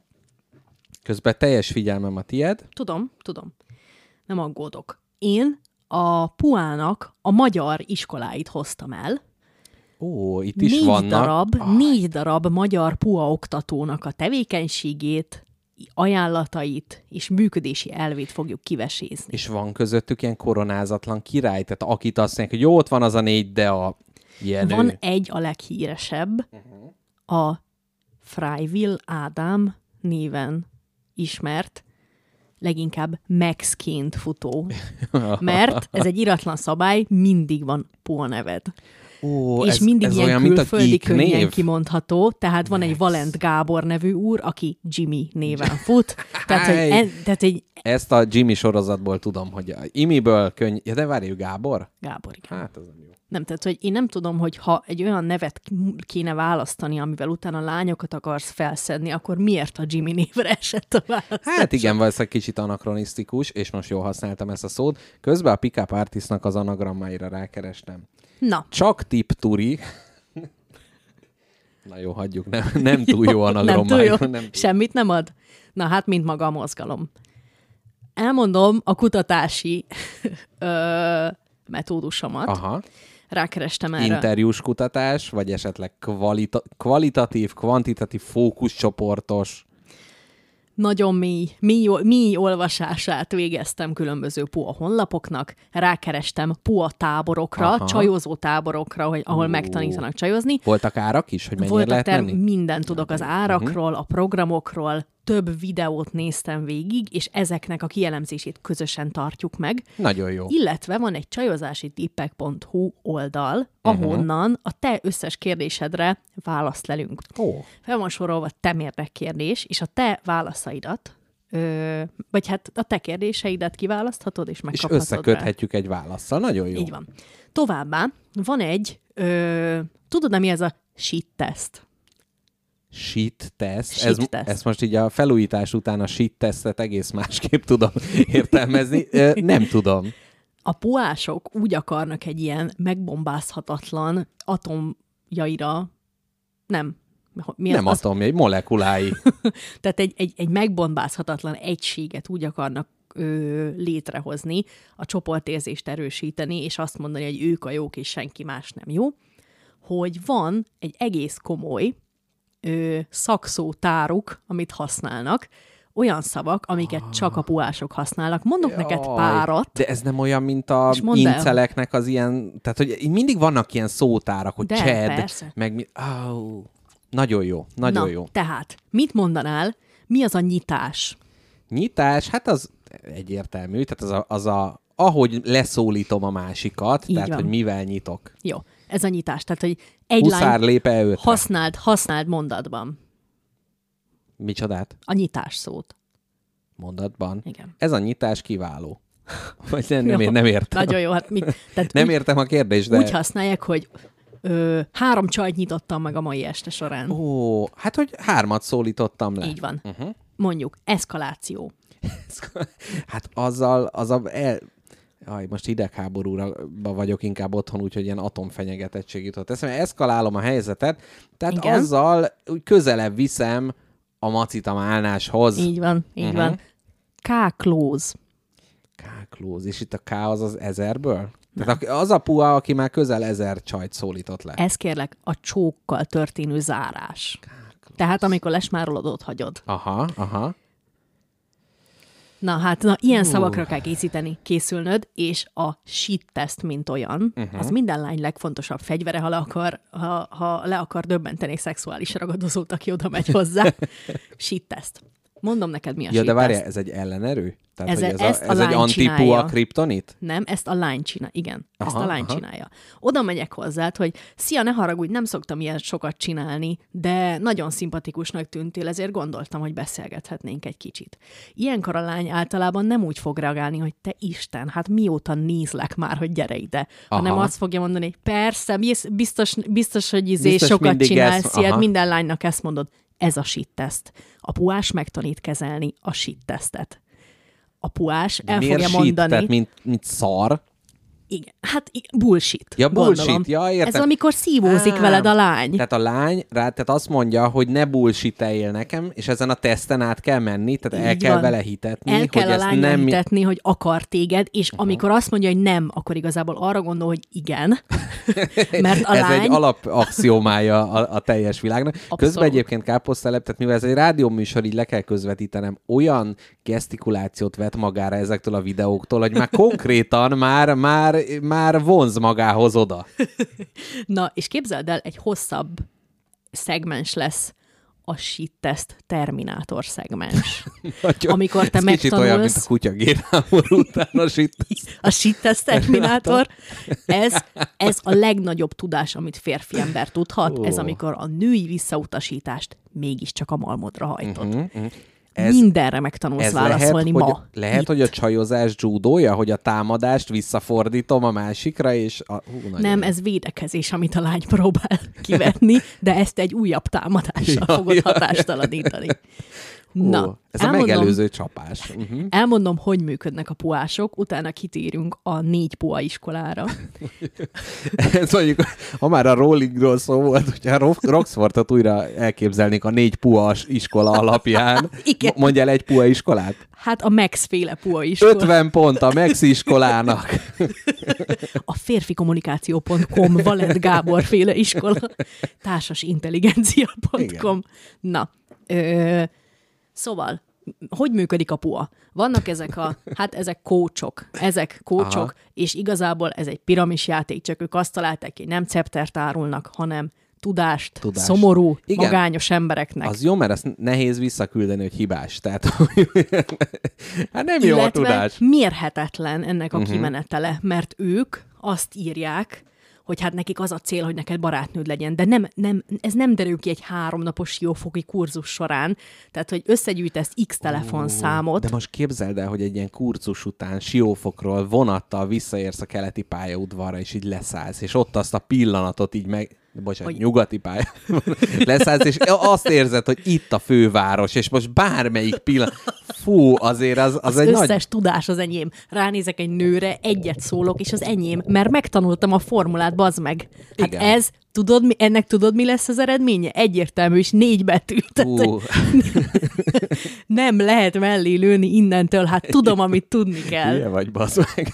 Közben teljes figyelmem a tied. Tudom, tudom. Nem aggódok. Én a puának a magyar iskoláit hoztam el. Ó, itt is négy vannak. darab, Ah, négy darab magyar pua oktatónak a tevékenységét ajánlatait és működési elvét fogjuk kivesézni. És van közöttük ilyen koronázatlan király, tehát akit azt mondják, hogy jó, ott van az a négy, de a Jenő. Van egy a leghíresebb, uh-huh. a Freiwill Ádám néven ismert, leginkább Maxként futó. Mert ez egy iratlan szabály, mindig van Pua neved. Ó, és ez, mindig ez ilyen olyan, külföldi könnyen név? kimondható, tehát van Max. egy Valent Gábor nevű úr, aki Jimmy néven fut. tehát, hogy en, tehát egy... Ezt a Jimmy sorozatból tudom, hogy a Imiből könny... Ja, de várj, Gábor? Gábor, igen. Hát, az nem jó. Nem, tehát, hogy én nem tudom, hogy ha egy olyan nevet kéne választani, amivel utána lányokat akarsz felszedni, akkor miért a Jimmy névre esett a választás? Hát igen, valószínűleg kicsit anakronisztikus, és most jól használtam ezt a szót. Közben a Pickup Artistnak az anagrammáira rákerestem. Na. Csak tip turi. Na jó, hagyjuk, nem, nem túl jó anagrammája. Nem túl jó. Nem túl. Semmit nem ad? Na hát, mint maga a mozgalom. Elmondom a kutatási ö, metódusomat. Aha. Rákerestem erre. Interjús kutatás, vagy esetleg kvalita- kvalitatív, kvantitatív, fókuszcsoportos. Nagyon mély, mély, mély olvasását végeztem különböző Pua honlapoknak, rákerestem Pua táborokra, Aha. csajozó táborokra, hogy, ahol Ú. megtanítanak csajozni. Voltak árak is, hogy mennyire Voltak lehet ter- menni? mindent tudok az árakról, a programokról, több videót néztem végig, és ezeknek a kielemzését közösen tartjuk meg. Nagyon jó. Illetve van egy csajozási tippek pont hu oldal, ahonnan a te összes kérdésedre választ lelünk. Ó. Fel van sorolva te mérnek kérdés, és a te válaszaidat, ö, vagy hát a te kérdéseidet kiválaszthatod, és És megkaphatod összeköthetjük egy válasszal. Nagyon jó. rá. Így van. Továbbá van egy, ö, tudod, mi ez a shit test? Shit test. Shit ez, test. Ezt most így a felújítás után a shit testet egész másképp tudom értelmezni. Ö, nem tudom. A puások úgy akarnak egy ilyen megbombázhatatlan atomjaira, nem, mi nem az, az, atomjai, molekulái. tehát egy, egy, egy megbombázhatatlan egységet úgy akarnak ö, létrehozni, a csoportérzést erősíteni, és azt mondani, hogy ők a jók, és senki más nem jó, hogy van egy egész komoly ö, szakszótáruk, amit használnak, olyan szavak, amiket Ah. csak a puások használnak. Mondok Jaj, neked párat. De ez nem olyan, mint a És mondd el. inceleknek az ilyen... Tehát, hogy mindig vannak ilyen szótárak, hogy De, csed, persze. meg mi... Au. Nagyon jó, nagyon Na, jó. tehát, mit mondanál, mi az a nyitás? Nyitás, hát az egyértelmű, tehát az a, az a ahogy leszólítom a másikat, Így tehát, van. hogy mivel nyitok. Jó, ez a nyitás. Tehát, hogy egy Huszár lány lép előtre. használd, használd mondatban Micsodát? a nyitás szót. Mondatban. Igen. Ez a nyitás kiváló. Vagy nem, nem, Jó. ér, nem értem. Nagyon jó, hát mit? Tehát Nem úgy, értem a kérdést, de... úgy használják, hogy ö, három csajt nyitottam meg a mai este során. Ó, hát, hogy hármat szólítottam le. Így van. Uh-huh. Mondjuk, eszkaláció. Hát azzal, az a... El... Aj, most hidegháborúra vagyok inkább otthon, úgyhogy ilyen atomfenyegetettség jutott eszembe. Eszkalálom a helyzetet, tehát Igen. azzal úgy közelebb viszem a macitamálnáshoz. Így van, így Mhm. van. K-close. K-close. És itt a K az az ezerből? Tehát az a pua, aki már közel ezer csajt szólított le. Ez kérlek a csókkal történő zárás. Tehát amikor lesmárolod, ott hagyod. Aha, aha. Na hát, na, ilyen Hú. szavakra kell készíteni, készülnöd, és a shit test, mint olyan, uh-huh. az minden lány legfontosabb fegyvere, ha le akar, ha, ha le akar döbbenteni egy szexuális ragadozót, aki oda megy hozzá. Shit test. Mondom neked, mi a Ja, shit de várjál, test. ez egy ellenerő? Tehát, Ez- hogy ez, ezt a, a ez egy lány antipua csinálja. kriptonit? Nem, ezt a lány csinálja. Igen, ezt Aha, a lány aha. csinálja. Oda megyek hozzád, hogy szia, ne haragudj, nem szoktam ilyen sokat csinálni, de nagyon szimpatikusnak tűntél, ezért gondoltam, hogy beszélgethetnénk egy kicsit. Ilyenkor a lány általában nem úgy fog reagálni, hogy te Isten, hát mióta nézlek már, hogy gyere ide. Aha. Hanem azt fogja mondani, hogy persze, biztos, biztos hogy izé Biztos sokat mindig csinálsz, ezt- ilyet, aha. minden lánynak ezt mondod. Ez a shit test. A puás megtanít kezelni a shit testet. A puás De el miért fogja shit? mondani... Tehát mint, mint szar? Igen, hát i- bullshit, Ja, bullshit, gondolom. ja, értem. Ez amikor szívózik Á, veled a lány. Tehát a lány rá, tehát azt mondja, hogy ne bullshiteljél nekem, és ezen a teszten át kell menni, tehát el Így kell van. vele hitetni, El kell hogy a ezt lányra nem... hitetni, hogy akar téged, és uh-huh. amikor azt mondja, hogy nem, akkor igazából arra gondol, hogy igen. Mert a ez lány... egy alapaxiomája a, a teljes világnak. Abszolút. Közben egyébként káposztelep, tehát mivel ez egy rádióműsor, így le kell közvetítenem, olyan gesztikulációt vet magára ezektől a videóktól, hogy már konkrétan már, már, már vonz magához oda. Na, és képzeld el, egy hosszabb szegmens lesz a shit test Terminátor szegmens. Nagyon, Amikor te ez kicsit megtanulsz... olyan, mint a kutya génháború után a shit test. A shit test Terminátor, ez, ez a legnagyobb tudás, amit férfi ember tudhat, Ó. ez amikor a női visszautasítást mégiscsak a malmodra hajtod. Uh-huh, uh-huh. Ez, Mindenre megtanulsz ez válaszolni lehet, ma. hogy, lehet, Itt. hogy a csajozás judója, hogy a támadást visszafordítom a másikra, és... A, hú, nagyon Nem, jó. ez védekezés, amit a lány próbál kivetni, de ezt egy újabb támadással Ja, fogod ja, hatástalanítani. Ó, Na, ez a elmondom, megelőző csapás. Uh-huh. elmondom, hogy működnek a puások, utána kitérünk a négy pua iskolára. Ez mondjuk, ha már a rollingról szó volt, hogyha Rock- Roxfortot újra elképzelnék a négy pua iskola alapján, Igen. mondj el egy pua iskolát. Hát a Max féle pua iskola. ötven pont a Max iskolának. A férfikommunikáció pont com, Valent Gábor féle iskola, társasintelligencia pont com. Na, ö, szóval, hogy működik a pua? Vannak ezek a, hát ezek coachok, ezek coachok, Aha. és igazából ez egy piramisjáték, csak ők azt találták ki, nem ceptert árulnak, hanem tudást, Tudást. szomorú, Igen. magányos embereknek. Az jó, mert azt nehéz visszaküldeni, hogy hibás. Tehát, hát nem jó a Illetve tudás. mérhetetlen ennek a Mhm. uh-huh. kimenetele, mert ők azt írják, hogy hát nekik az a cél, hogy neked barátnőd legyen, de nem, nem, ez nem derül ki egy háromnapos siófoki kurzus során, tehát, hogy összegyűjtesz X telefonszámot. De most képzeld el, hogy egy ilyen kurzus után Siófokról vonattal visszaérsz a keleti pályaudvarra, és így leszállsz, és ott azt a pillanatot így meg... Bocsánat, Hogy- nyugati pálya. Leszállsz, és azt érzed, hogy itt a főváros, és most bármelyik pillanat... Fú, azért az, az, Az, egy összes nagy... tudás az enyém. Ránézek egy nőre, egyet szólok, és az enyém, mert megtanultam a formulát, bazd meg. Hát Igen. ez, tudod, mi, ennek tudod, mi lesz az eredménye? Egyértelmű, és négy betű. Tehát, hogy Ú, nem lehet mellé lőni innentől, hát tudom, amit tudni kell. hülye vagy, bazd meg.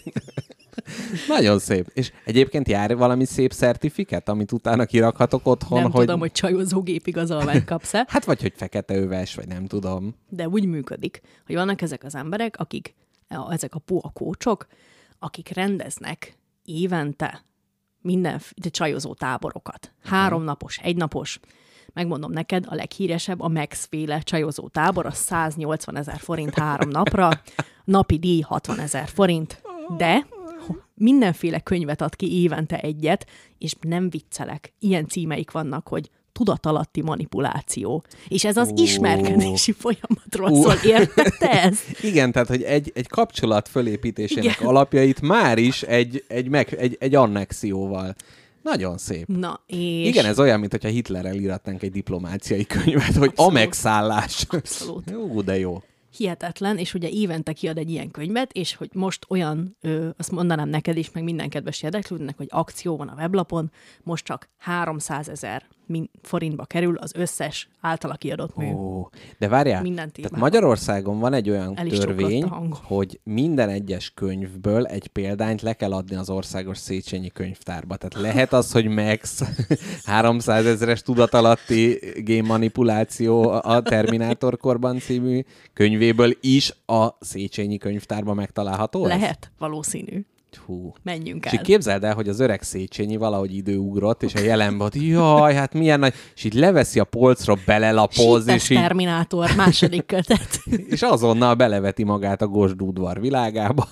Nagyon szép. És egyébként jár valami szép szertifiket, amit utána kirakhatok otthon, Nem hogy... tudom, hogy csajozógép igazolványt kapsz-e, Hát vagy, hogy fekete öves, vagy nem tudom. de úgy működik, hogy vannak ezek az emberek, akik, ezek a pua kócsok, akik rendeznek évente minden csajozó táborokat. Háromnapos, egynapos. Megmondom neked, a leghíresebb a Max-féle csajozó tábor, a száznyolcvanezer forint három napra, napi díj hatvanezer forint, de mindenféle könyvet ad ki évente egyet, és nem viccelek. Ilyen címeik vannak, hogy tudatalatti manipuláció. És ez az Ó. ismerkedési folyamatról Ó. szól. Érted te ez? Igen, tehát, hogy egy, egy kapcsolat fölépítésének Igen. alapjait már is egy, egy, meg, egy, egy annexióval. Nagyon szép. Na, és... Igen, ez olyan, mintha Hitlerrel íratnánk egy diplomáciai könyvet, hogy Abszolút. a megszállás. Abszolút. Jó, de jó. Hihetetlen, és ugye évente kiad egy ilyen könyvet, és hogy most olyan, ö, azt mondanám neked is, meg minden kedves érdeklődnek, hogy akció van a weblapon, most csak háromszázezer forintba kerül az összes általa kiadott mű. Ó, de várjál, Minden tehát témában. Magyarországon van egy olyan El is törvény, csuklott a hangom. hogy minden egyes könyvből egy példányt le kell adni az Országos Széchenyi Könyvtárba. Tehát lehet az, hogy Max háromszázezeres tudatalatti gémmanipuláció a Terminátor korban című könyvéből is a Széchenyi Könyvtárban megtalálható? ez? Lehet, valószínű. Hú. Menjünk És el. így képzeld el, hogy az öreg Széchenyi valahogy időugrott, és a jelenben ott, jaj, hát milyen nagy, és így leveszi a polcra, belelapoz, Shitless és így Terminátor, második kötet. és azonnal beleveti magát a Gosdúdvar világába.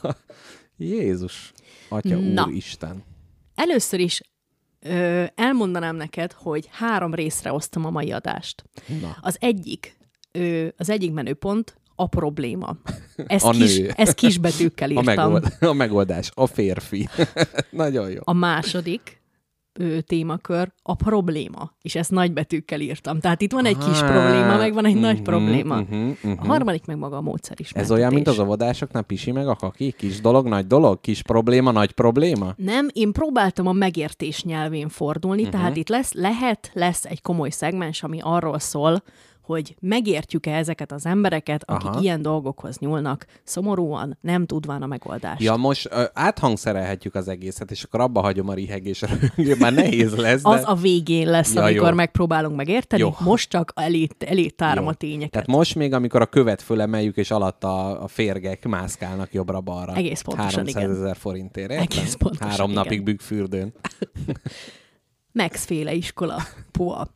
Jézus, Atya Na. Úristen. Először is ö, elmondanám neked, hogy három részre osztom a mai adást. Na. Az egyik, ö, az egyik menőpont a probléma. Ezt, A kis, nő. ezt kisbetűkkel A, írtam. megold, a megoldás, a férfi. Nagyon jó. A második, ö, témakör a probléma. És ezt nagybetűkkel írtam. Tehát itt van egy kis probléma, meg van egy uh-huh, nagy probléma. Uh-huh, uh-huh. A harmadik meg maga a módszerismertetés. Ez olyan, mint az óvodásoknál pisi meg a kaki? Kis dolog, nagy dolog? Kis probléma, nagy probléma? Nem, én próbáltam a megértés nyelvén fordulni, uh-huh. tehát itt lesz, lehet, lesz egy komoly szegmens, ami arról szól, hogy megértjük-e ezeket az embereket, akik Aha. ilyen dolgokhoz nyúlnak, szomorúan, nem tudván a megoldást. Ja, most uh, áthangszerelhetjük az egészet, és akkor abba hagyom a rihegés, már nehéz lesz. De... Az a végén lesz, ja, amikor jó. megpróbálunk megérteni, jó. most csak elé, elé tárom a tényeket. Tehát most még, amikor a követ fölemeljük, és alatt a, a férgek mászkálnak jobbra-balra. Egész pontosan, háromszázezer forintért, értem? Egész pontosan, Három igen. napig bükkfürdőn. Max-féle iskola, pua.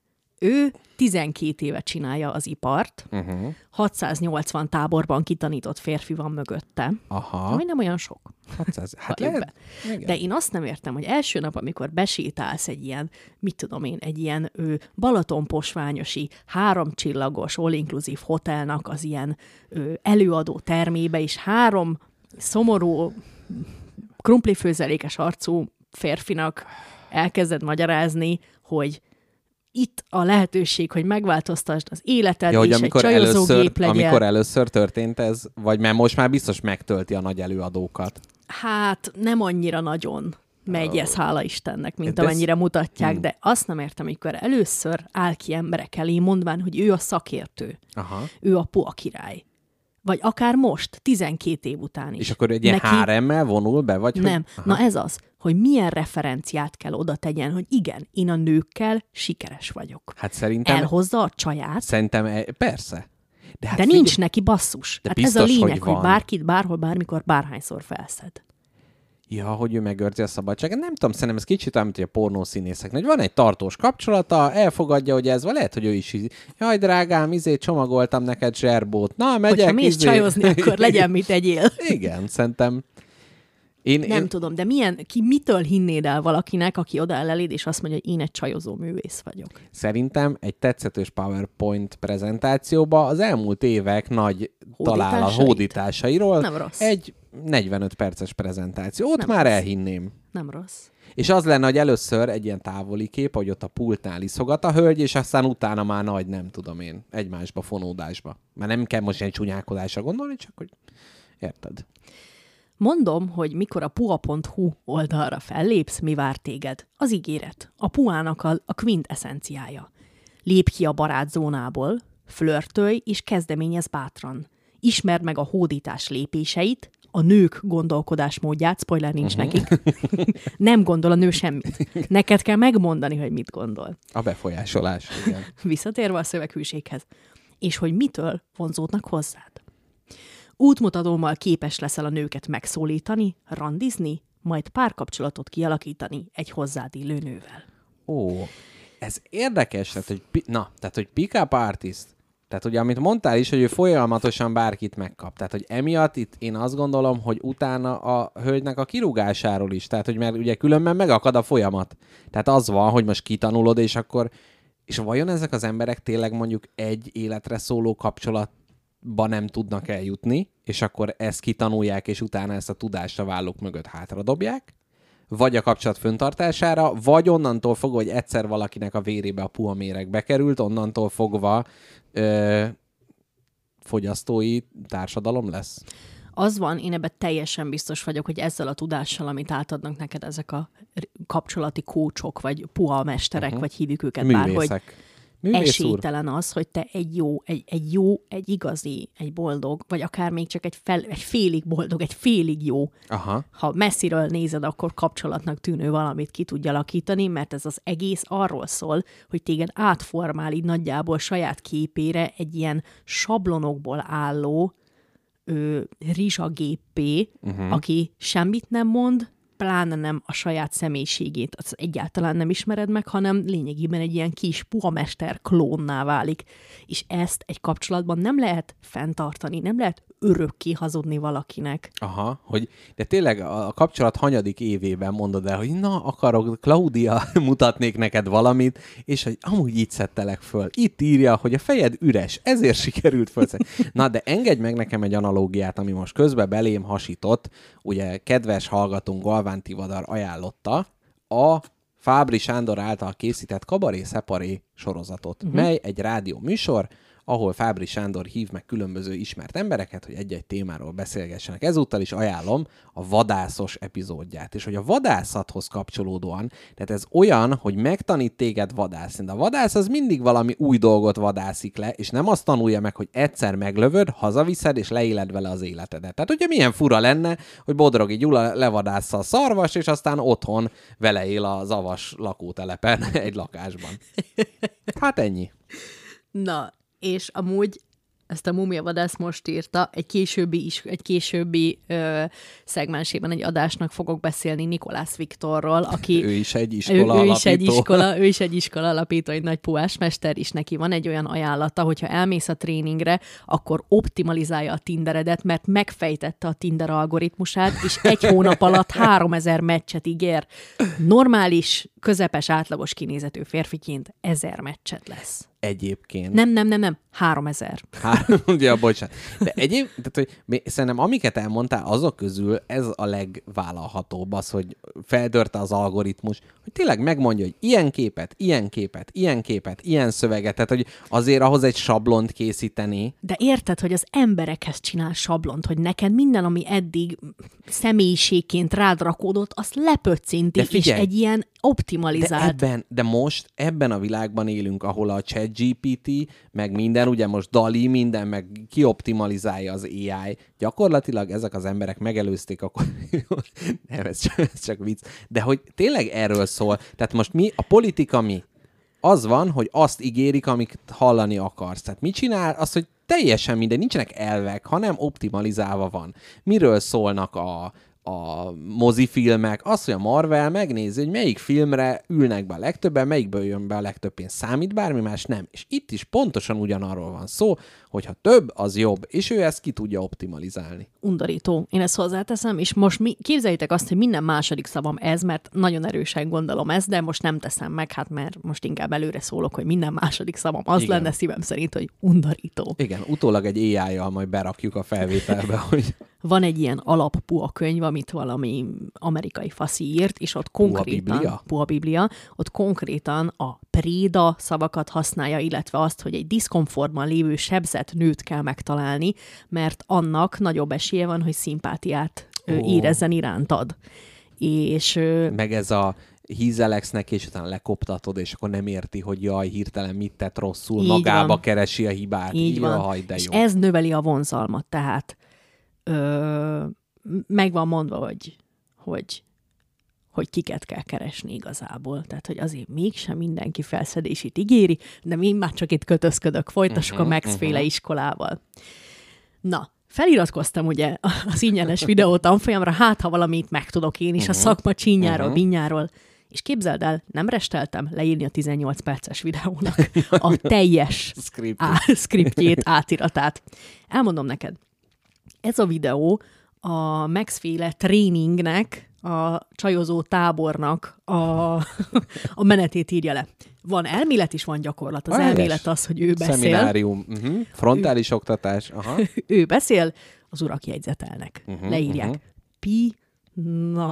Ő tizenkét éve csinálja az ipart, uh-huh. hatszáznyolcvan táborban kitanított férfi van mögötte. Aha. Ami nem olyan sok. hatszáz Hát lehet. De én azt nem értem, hogy első nap, amikor besétálsz egy ilyen, mit tudom én, egy ilyen ő, balatonposványosi, háromcsillagos, all-inclusive hotelnak az ilyen ő, előadó termébe, és három szomorú, krumplifőzelékes arcú férfinak elkezded magyarázni, hogy itt a lehetőség, hogy megváltoztasd az életed, ja, és amikor egy csajozógép először, legyen. Amikor először történt ez, vagy mert most már biztos megtölti a nagy előadókat. Hát nem annyira nagyon megy ez, hála Istennek, mint de amennyire ez... mutatják, hmm. de azt nem értem, amikor először áll ki emberek elé, mondván, hogy ő a szakértő, Aha. ő a pua király. Vagy akár most, tizenkét év után is. És akkor egy ilyen Neki... há er emmel vonul be? Vagy nem. Hogy... Na ez az, hogy milyen referenciát kell oda tegyen, hogy igen, én a nőkkel sikeres vagyok. Hát szerintem... Elhozza a csaját. Szerintem, persze. De, hát de nincs figyel... neki basszus. De hát biztos, ez a lényeg, hogy, hogy bárkit, bárhol, bármikor, bárhányszor felszed. Ja, hogy ő megőrzi a szabadságot. Nem tudom, szerintem ez kicsit olyan, mint hogy a pornószínészeknek. Van egy tartós kapcsolata, elfogadja, hogy ez van, lehet, hogy ő is így, jaj, drágám, izé, csomagoltam neked zserbót. Na, megyek, Hogyha mész izé... csajozni, akkor legyen mit egyél. Igen, szerintem. Én, nem én... tudom, de milyen, ki mitől hinnéd el valakinek, aki oda eléd, és azt mondja, hogy én egy csajozó művész vagyok? Szerintem egy tetszetős PowerPoint prezentációba az elmúlt évek nagy találat hódításairól nem rossz. Egy negyvenöt perces prezentáció. Ott nem már rossz. elhinném. Nem rossz. És az lenne, hogy először egy ilyen távoli kép, hogy ott a pultnál iszogat a hölgy, és aztán utána már nagy, nem tudom én, egymásba, fonódásba. Már nem kell most egy csúnyálkodásra gondolni, csak hogy érted. Mondom, hogy mikor a pua pont hu oldalra fellépsz, mi vár téged? Az ígéret. A puának a, a quintessenciája. Lépj ki a barátzónából, flörtölj és kezdeményezz bátran. Ismerd meg a hódítás lépéseit, a nők gondolkodásmódját, spoiler nincs uh-huh. nekik. Nem gondol a nő semmit. Neked kell megmondani, hogy mit gondol. A befolyásolás, igen. Visszatérve a szöveghűséghez. És hogy mitől vonzódnak hozzád. Útmutatómmal képes leszel a nőket megszólítani, randizni, majd párkapcsolatot kialakítani egy hozzád illő nővel. Ó, ez érdekes, tehát, hogy, pi- na, tehát, hogy pick-up artist, tehát ugye, amit mondtál is, hogy ő folyamatosan bárkit megkap. Tehát, hogy emiatt itt én azt gondolom, hogy utána a hölgynek a kirúgásáról is, tehát, hogy mert ugye különben megakad a folyamat. Tehát az van, hogy most kitanulod, és akkor, és vajon ezek az emberek tényleg mondjuk egy életre szóló kapcsolat nem tudnak eljutni, és akkor ezt kitanulják, és utána ezt a tudást a válluk mögött hátradobják, vagy a kapcsolat föntartására, vagy onnantól fogva, hogy egyszer valakinek a vérébe a puha méreg bekerült, onnantól fogva ö, fogyasztói társadalom lesz. Az van, én ebben teljesen biztos vagyok, hogy ezzel a tudással, amit átadnak neked ezek a kapcsolati kócsok, vagy puha mesterek, uh-huh. vagy hívjuk őket bárhogy, esélytelen az, hogy te egy jó, egy, egy jó, egy igazi, egy boldog, vagy akár még csak egy, fel, egy félig boldog, egy félig jó. Aha. Ha messziről nézed, akkor kapcsolatnak tűnő valamit ki tudja alakítani, mert ez az egész arról szól, hogy téged átformál így nagyjából saját képére egy ilyen sablonokból álló ö, rizsagéppé, uh-huh. aki semmit nem mond, pláne nem a saját személyiségét, az egyáltalán nem ismered meg, hanem lényegében egy ilyen kis puhamester klónná válik. És ezt egy kapcsolatban nem lehet fenntartani, nem lehet örökké hazudni valakinek. Aha, hogy de tényleg a kapcsolat hanyadik évében mondod el, hogy na, akarok, Claudia, mutatnék neked valamit, és hogy amúgy így szedtelek föl. Itt írja, hogy a fejed üres, ezért sikerült fölszedni. Na, de engedj meg nekem egy analógiát, ami most közben belém hasított. Ugye kedves hallgatónk Galván Tivadar ajánlotta a Fábri Sándor által készített Kabaré Szeparé sorozatot, uh-huh. mely egy rádió műsor, ahol Fábri Sándor hív meg különböző ismert embereket, hogy egy-egy témáról beszélgessenek. Ezúttal is ajánlom a vadászos epizódját. És hogy a vadászathoz kapcsolódóan, tehát ez olyan, hogy megtanít téged vadászni. De a vadász az mindig valami új dolgot vadászik le, és nem azt tanulja meg, hogy egyszer meglövöd, hazaviszed, és leéled vele az életedet. Tehát ugye milyen fura lenne, hogy Bodrogi Gyula levadásza a szarvas, és aztán otthon vele él a zavas lakótelepen egy lakásban. Hát ennyi. Na, és amúgy ezt a Múmiavadász most írta, egy későbbi, is, egy későbbi ö, szegmensében egy adásnak fogok beszélni Nikolász Viktorról, aki... ő is egy iskola ő, ő alapító. Is egy iskola, ő is egy iskola alapító, egy nagy puásmester, és neki van egy olyan ajánlata, hogyha elmész a tréningre, akkor optimalizálja a Tinderedet, mert megfejtette a Tinder algoritmusát, és egy hónap alatt háromezer meccset ígér. Normális, közepes, átlagos kinézetű férfiként ezer meccset lesz. Egyébként. Nem, nem, nem, nem. Háromezer. Három, ugye, bocsánat. De egyébként, tehát, hogy mi, szerintem amiket elmondtál, azok közül ez a legvállalhatóbb az, hogy feldörte az algoritmus, hogy tényleg megmondja, hogy ilyen képet, ilyen képet, ilyen képet, ilyen szöveget, tehát, hogy azért ahhoz egy sablont készíteni. De érted, hogy az emberekhez csinál sablont, hogy neked minden, ami eddig személyiségként rád rakódott, azt lepöccinti, és egy ilyen optimalizált. De ebben, de most ebben a világban élünk, ahol a ChatGPT, meg minden, ugye most DALL-E, minden, meg kioptimalizálja az á i. Gyakorlatilag ezek az emberek megelőzték akkor... Nem, ez csak, ez csak vicc. De hogy tényleg erről szól. Tehát most mi, a politika mi? Az van, hogy azt ígérik, amit hallani akarsz. Tehát mit csinál? Az, hogy teljesen minden, nincsenek elvek, hanem optimalizálva van. Miről szólnak a... a mozifilmek, az, hogy a Marvel megnézi, hogy melyik filmre ülnek be a legtöbben, melyikből jön be a legtöbb pénz, számít, bármi más nem. És itt is pontosan ugyanarról van szó, hogyha több, az jobb, és ő ezt ki tudja optimalizálni. Undorító. Én ezt hozzáteszem, és most mi, képzeljétek azt, hogy minden második szavam ez, mert nagyon erősen gondolom ezt, de most nem teszem meg, hát mert most inkább előre szólok, hogy minden második szavam az Igen. lenne szívem szerint, hogy undorító. Igen, utólag egy á i-jal majd berakjuk a felvételbe, hogy... Van egy ilyen alap-pua könyv, amit valami amerikai faszi írt, és ott konkrétan... Pua Biblia? Pua Biblia. Ott konkrétan a préda szavakat használja, illetve azt, hogy egy diszkomfortban lévő sebzett nőt kell megtalálni, mert annak nagyobb esélye van, hogy szimpátiát oh. érezzen irántad. És... Meg ez a hízeleksz neki, és utána lekoptatod, és akkor nem érti, hogy jaj, hirtelen mit tett rosszul, így magába van. Keresi a hibát. Így Így van. Jaj, de és jó. ez növeli a vonzalmat, tehát Ö, meg van mondva, hogy, hogy, hogy kiket kell keresni igazából. Tehát, hogy azért mégsem mindenki felszedését ígéri, de én már csak itt kötözködök, folytassuk uh-huh, a Max-féle uh-huh. iskolával. Na, feliratkoztam ugye az ingyenes videó tanfolyamra, hát ha valamit megtudok én is uh-huh. a szakma csínyáról, uh-huh. binyáról, és képzeld el, nem resteltem leírni a tizennyolc perces videónak a teljes á- szkriptjét, átiratát. Elmondom neked, ez a videó a Max-féle tréningnek, a csajozó tábornak a, a menetét írja le. Van elmélet is, van gyakorlat. Az ah, elmélet az, hogy ő beszél. Szeminárium, uh-huh. frontális ő, oktatás. Aha. Ő beszél, az urak jegyzetelnek. Uh-huh, Leírják. Uh-huh. Pi, na.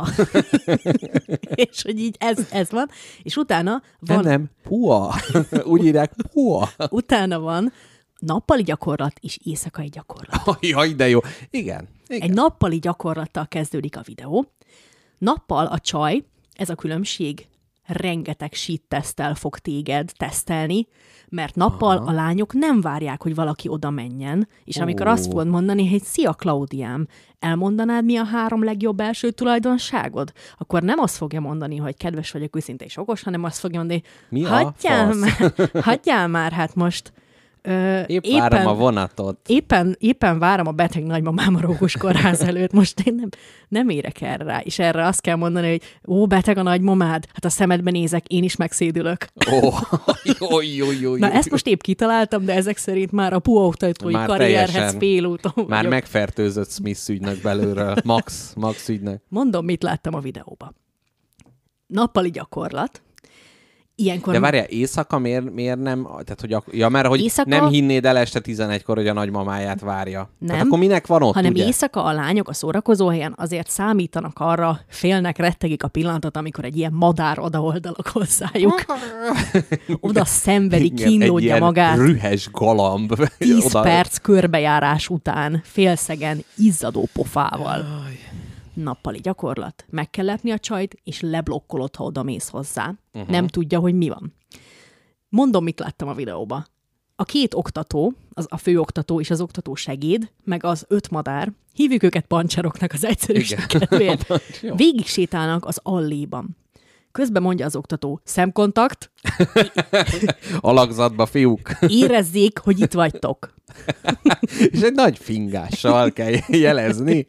És hogy így ez, ez van. És utána van... Nem, nem, pua. Úgy írják, pua. Utána van nappali gyakorlat és éjszakai gyakorlat. Jaj, de jó. Igen, igen. Egy nappali gyakorlattal kezdődik a videó. Nappal a csaj, ez a különbség, rengeteg shit teszttel fog téged tesztelni, mert nappal Aha. a lányok nem várják, hogy valaki oda menjen, és amikor oh. azt fogod mondani, hogy szia, Klaudiám, elmondanád, mi a három legjobb első tulajdonságod? Akkor nem azt fogja mondani, hogy kedves vagyok, őszinte és okos, hanem azt fogja mondani, mi hagyjál már, hagyjál már, hát most Ö, Épp éppen, várom a vonatot. Éppen, éppen várom a beteg nagymamám a Rókus kórház előtt. Most én nem, nem érek erre rá. És erre azt kell mondani, hogy ó, beteg a nagymamád, hát a szemedbe nézek, én is megszédülök. Ó, jó, jó, jó, Na, ezt most épp kitaláltam, de ezek szerint már a puaoktatói karrierhez félúton Már vagyok. megfertőzött Smith ügynök belőle. Max, Max ügynök. Mondom, mit láttam a videóban. Nappali gyakorlat. ilyenkor... De várjál, éjszaka miért, miért nem? Tehát, hogy ak- ja, mert hogy Éjszaka... nem hinnéd el este tizenegykor, hogy a nagymamáját várja. Nem, Tehát akkor minek van ott, hanem ugye? éjszaka a lányok a szórakozóhelyen azért számítanak arra, félnek, rettegik a pillanatot, amikor egy ilyen madár odaoldalak hozzájuk. Oda szenvedi, Igen, kínlódja egy ilyen magát. rühes galamb. Tíz Oda... perc körbejárás után, félszegen, izzadó pofával. Nappali gyakorlat. Meg kell lepni a csajt, és leblokkolod, ha oda mész hozzá. Uh-huh. Nem tudja, hogy mi van. Mondom, mit láttam a videóba. A két oktató, az a főoktató és az oktató segéd, meg az öt madár, hívjuk őket pancseroknak az egyszerűség kedvéért, végig sétálnak az alléban. Közben mondja az oktató, szemkontakt, alakzatba, fiúk. érezzék, hogy itt vagytok. És egy nagy fingással kell jelezni.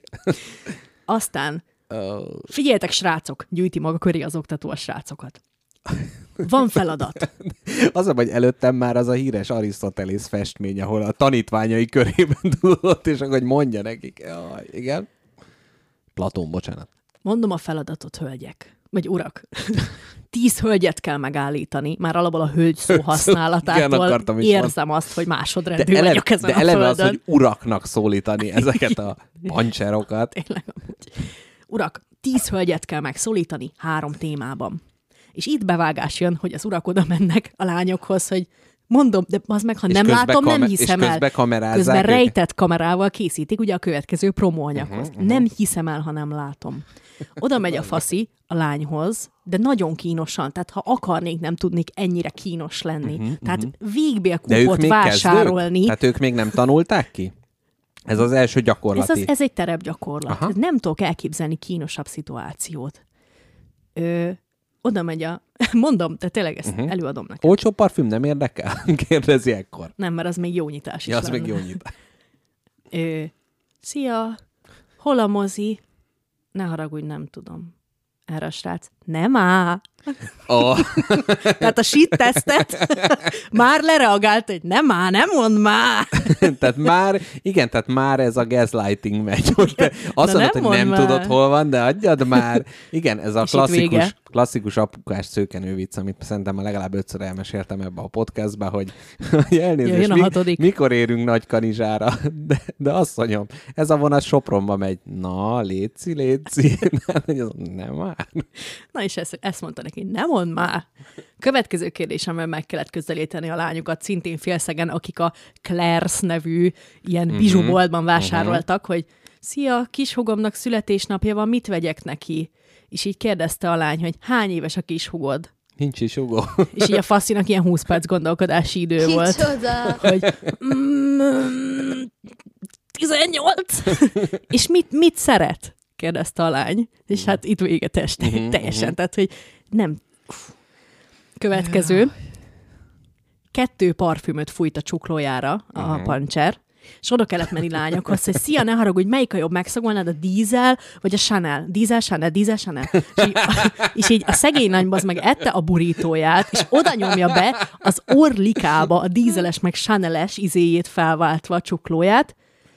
Aztán, figyeljetek, srácok, gyűjti maga köré az oktató a srácokat. Van feladat. Az a, hogy előttem már az a híres Arisztotelész festmény, ahol a tanítványai körében tudott, és akkor mondja nekik. Jaj, igen. Platón, bocsánat. Mondom a feladatot, hölgyek. Vagy urak. Tíz hölgyet kell megállítani. Már alapból a hölgy szó használatától igen, érzem azt, hogy másodrendű de eleve, vagyok ezen de a eleve földön. az, hogy uraknak szólítani ezeket a pancserokat. Tényleg amúgy. Urak, tíz hölgyet kell megszólítani három témában. És itt bevágás jön, hogy az urak oda mennek a lányokhoz, hogy mondom, de az meg, ha és nem látom, kamer- nem hiszem és el. közben kamerázzák Közben őket. rejtett kamerával készítik ugye a következő promóanyaghoz. Uh-huh, uh-huh. Nem hiszem el, ha nem látom. Oda megy a faszi a lányhoz, de nagyon kínosan. Tehát ha akarnék, nem tudnék ennyire kínos lenni. Uh-huh, Tehát uh-huh. végbélkupot vásárolni. Kezdők? Tehát ők még nem tanulták ki? Ez az első gyakorlati. Ez, az, ez egy terepgyakorlat. Aha. Nem tudok elképzelni kínosabb szituációt. Ö, oda megy a... Mondom, de tényleg ezt uh-huh. előadom nekem. Olcsó parfüm nem érdekel? Kérdezi ekkor. Nem, mert az még jó nyitás is Ja, az lenne. még jó nyitás. Ö, szia, hol a mozi? Ne haragudj, nem tudom. Erre a srác. Nem á. Oh. Tehát a shit tesztet már lereagált, hogy nem á, nem mondd már. Tehát már, igen, tehát már ez a gaslighting megy. Most te azt Na mondod, nem hogy nem mondd tudod, már. hol van, de adjad már. Igen, ez a És itt vége. klasszikus, klasszikus apukás szőkenő vicc, amit szerintem már legalább ötször elmeséltem ebbe a podcastba, hogy, hogy elnézést, Jöjjön a mi, hatodik. mikor érünk Nagykanizsára, de, de asszonyom, ez a vonat Sopronba megy. Na, léci, léci. Nem már. Na és ezt, ezt mondta neki, nem mondd már. Következő kérdésemmel meg kellett közelíteni a lányokat, szintén félszegen, akik a Claire's nevű ilyen Mhm. bizsuboltban vásároltak, hogy szia, kishugomnak születésnapja van, mit vegyek neki? És így kérdezte a lány, hogy hány éves a kishugod? Nincs is ugó. És így a faszinak ilyen húsz perc gondolkodási idő volt. Kicsoda! Hogy mm, tizennyolc. És mit, mit szeret? Kérdezte a lány. És hát itt vége test, Mhm, teljesen. mhm. Tehát, hogy nem. Következő. Kettő parfümöt fújt a csuklójára a Mhm. pancser, és oda kellett menni lányokhoz, hogy szia, ne haragudj, melyik a jobb, megszagolnád a dízel, vagy a Chanel? Dízel, Chanel, dízel, Chanel. És így, és így a szegény lány az meg ette a burítóját, és oda nyomja be az orlikába a dízeles meg Chaneles izéjét felváltva a csuklóját,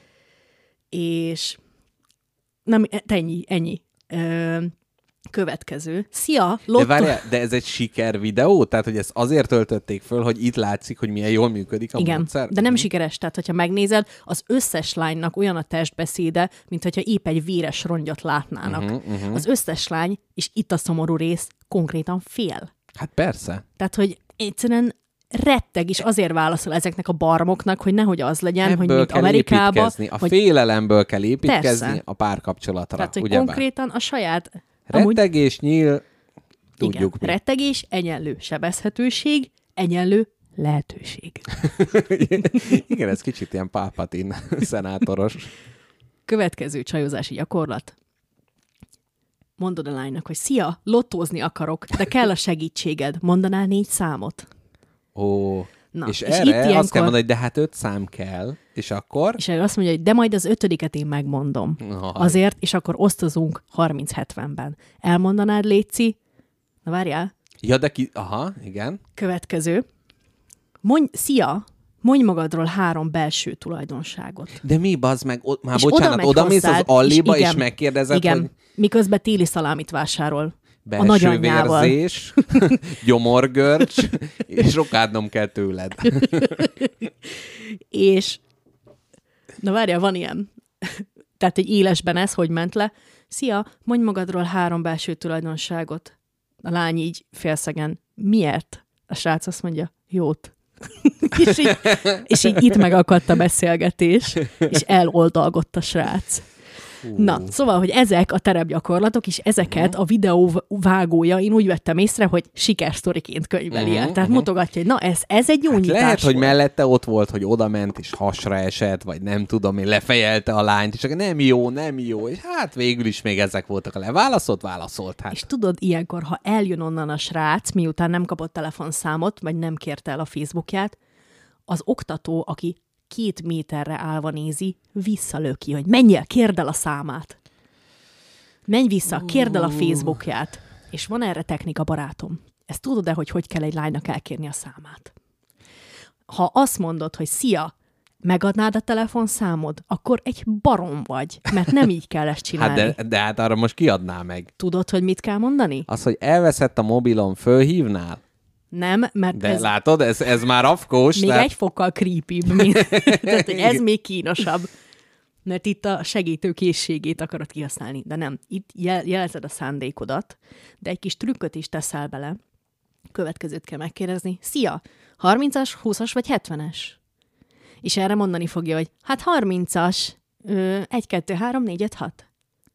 és nem, ennyi, ennyi. Ö, következő. Szia, De Lotto... várjál, de ez egy siker videó? Tehát, hogy ezt azért töltötték föl, hogy itt látszik, hogy milyen jól működik a Igen, módszer? de nem Mhm. sikeres. Tehát, hogyha megnézed, az összes lánynak olyan a testbeszéde, mint hogyha épp egy véres rongyot látnának. Uh-huh, uh-huh. Az összes lány, és itt a szomorú rész, konkrétan fél. Hát persze. Tehát, hogy egyszerűen retteg, és azért válaszol ezeknek a barmoknak, hogy nehogy az legyen, Ebből hogy mint kell Amerikában. építkezni. A vagy... félelemből kell építkezni Persze. a párkapcsolatra. Tehát, hogy ugyebár? konkrétan a saját... Amúgy, Rettegés, nyíl, tudjuk igen, mi. rettegés, egyenlő sebezhetőség, egyenlő lehetőség. Igen, ez kicsit ilyen Palpatine szenátoros. Következő csajozási gyakorlat. Mondod a lánynak, hogy szia, lottózni akarok, de kell a segítséged. Mondanál négy számot? Ó, Na, és, és erre itt azt ilyenkor- kell mondani, hogy de hát öt szám kell, és akkor... És erre azt mondja, hogy de majd az ötödiket én megmondom. Aj. Azért, és akkor osztozunk harminc hetvenben. Elmondanád, Léci? Na várjál. Ja, de ki... Aha, igen. Következő. Mondj, szia, mondj magadról három belső tulajdonságot. De mi, bazd meg, o, már És bocsánat, megy oda mész az hozzád, alléba, és, igen, megkérdezed, igen, hogy... miközben téli szalámit vásárol. belső nagyanyjával. vérzés, gyomorgörcs, és rokádnom kell tőled. És na várjál, van ilyen. Tehát egy élesben ez, hogy ment le. Szia, mondj magadról három belső tulajdonságot. A lány így félszegen. Miért? A srác azt mondja, jót. és, így, és így itt megakadt a beszélgetés, és eloldalgott a srác. Hú. Na, szóval, hogy ezek a terepgyakorlatok, és ezeket a videó vágója, én úgy vettem észre, hogy sikersztoriként könyveli el. Uh-huh, Tehát uh-huh. mutogatja, hogy na, ez, ez egy jó Hát nyitás lehet, hogy volt. mellette ott volt, hogy oda ment, és hasra esett, vagy nem tudom én, lefejelte a lányt, és csak nem jó, nem jó, és hát végül is még ezek voltak a leválaszolt, válaszolt. Hát. És tudod, ilyenkor, ha eljön onnan a srác, miután nem kapott telefonszámot, vagy nem kérte el a Facebookját, az oktató, aki két méterre állva nézi, visszalöki, hogy menjél, kérd el a számát. Menj vissza, kérd el a Facebookját. És van erre technika, barátom. Ezt tudod-e, hogy hogy kell egy lánynak elkérni a számát? Ha azt mondod, hogy szia, megadnád a telefonszámod, akkor egy barom vagy, mert nem így kell ezt csinálni. Hát de, de hát arra most kiadná meg. Tudod, hogy mit kell mondani? Az, hogy elveszett a mobilom, fölhívnál? Nem, mert De ez látod, ez, ez már afkós. még tehát... egy fokkal creepybb, mint, tehát hogy ez még kínosabb. Mert itt a segítő készségét akarod kihasználni. De nem, itt jel- jelzed a szándékodat, de egy kis trükköt is teszel bele. Következőt kell megkérdezni. Szia, harmincas, húszas vagy hetvenes? És erre mondani fogja, hogy hát harmincas, egy, kettő, három, négy, öt, hat.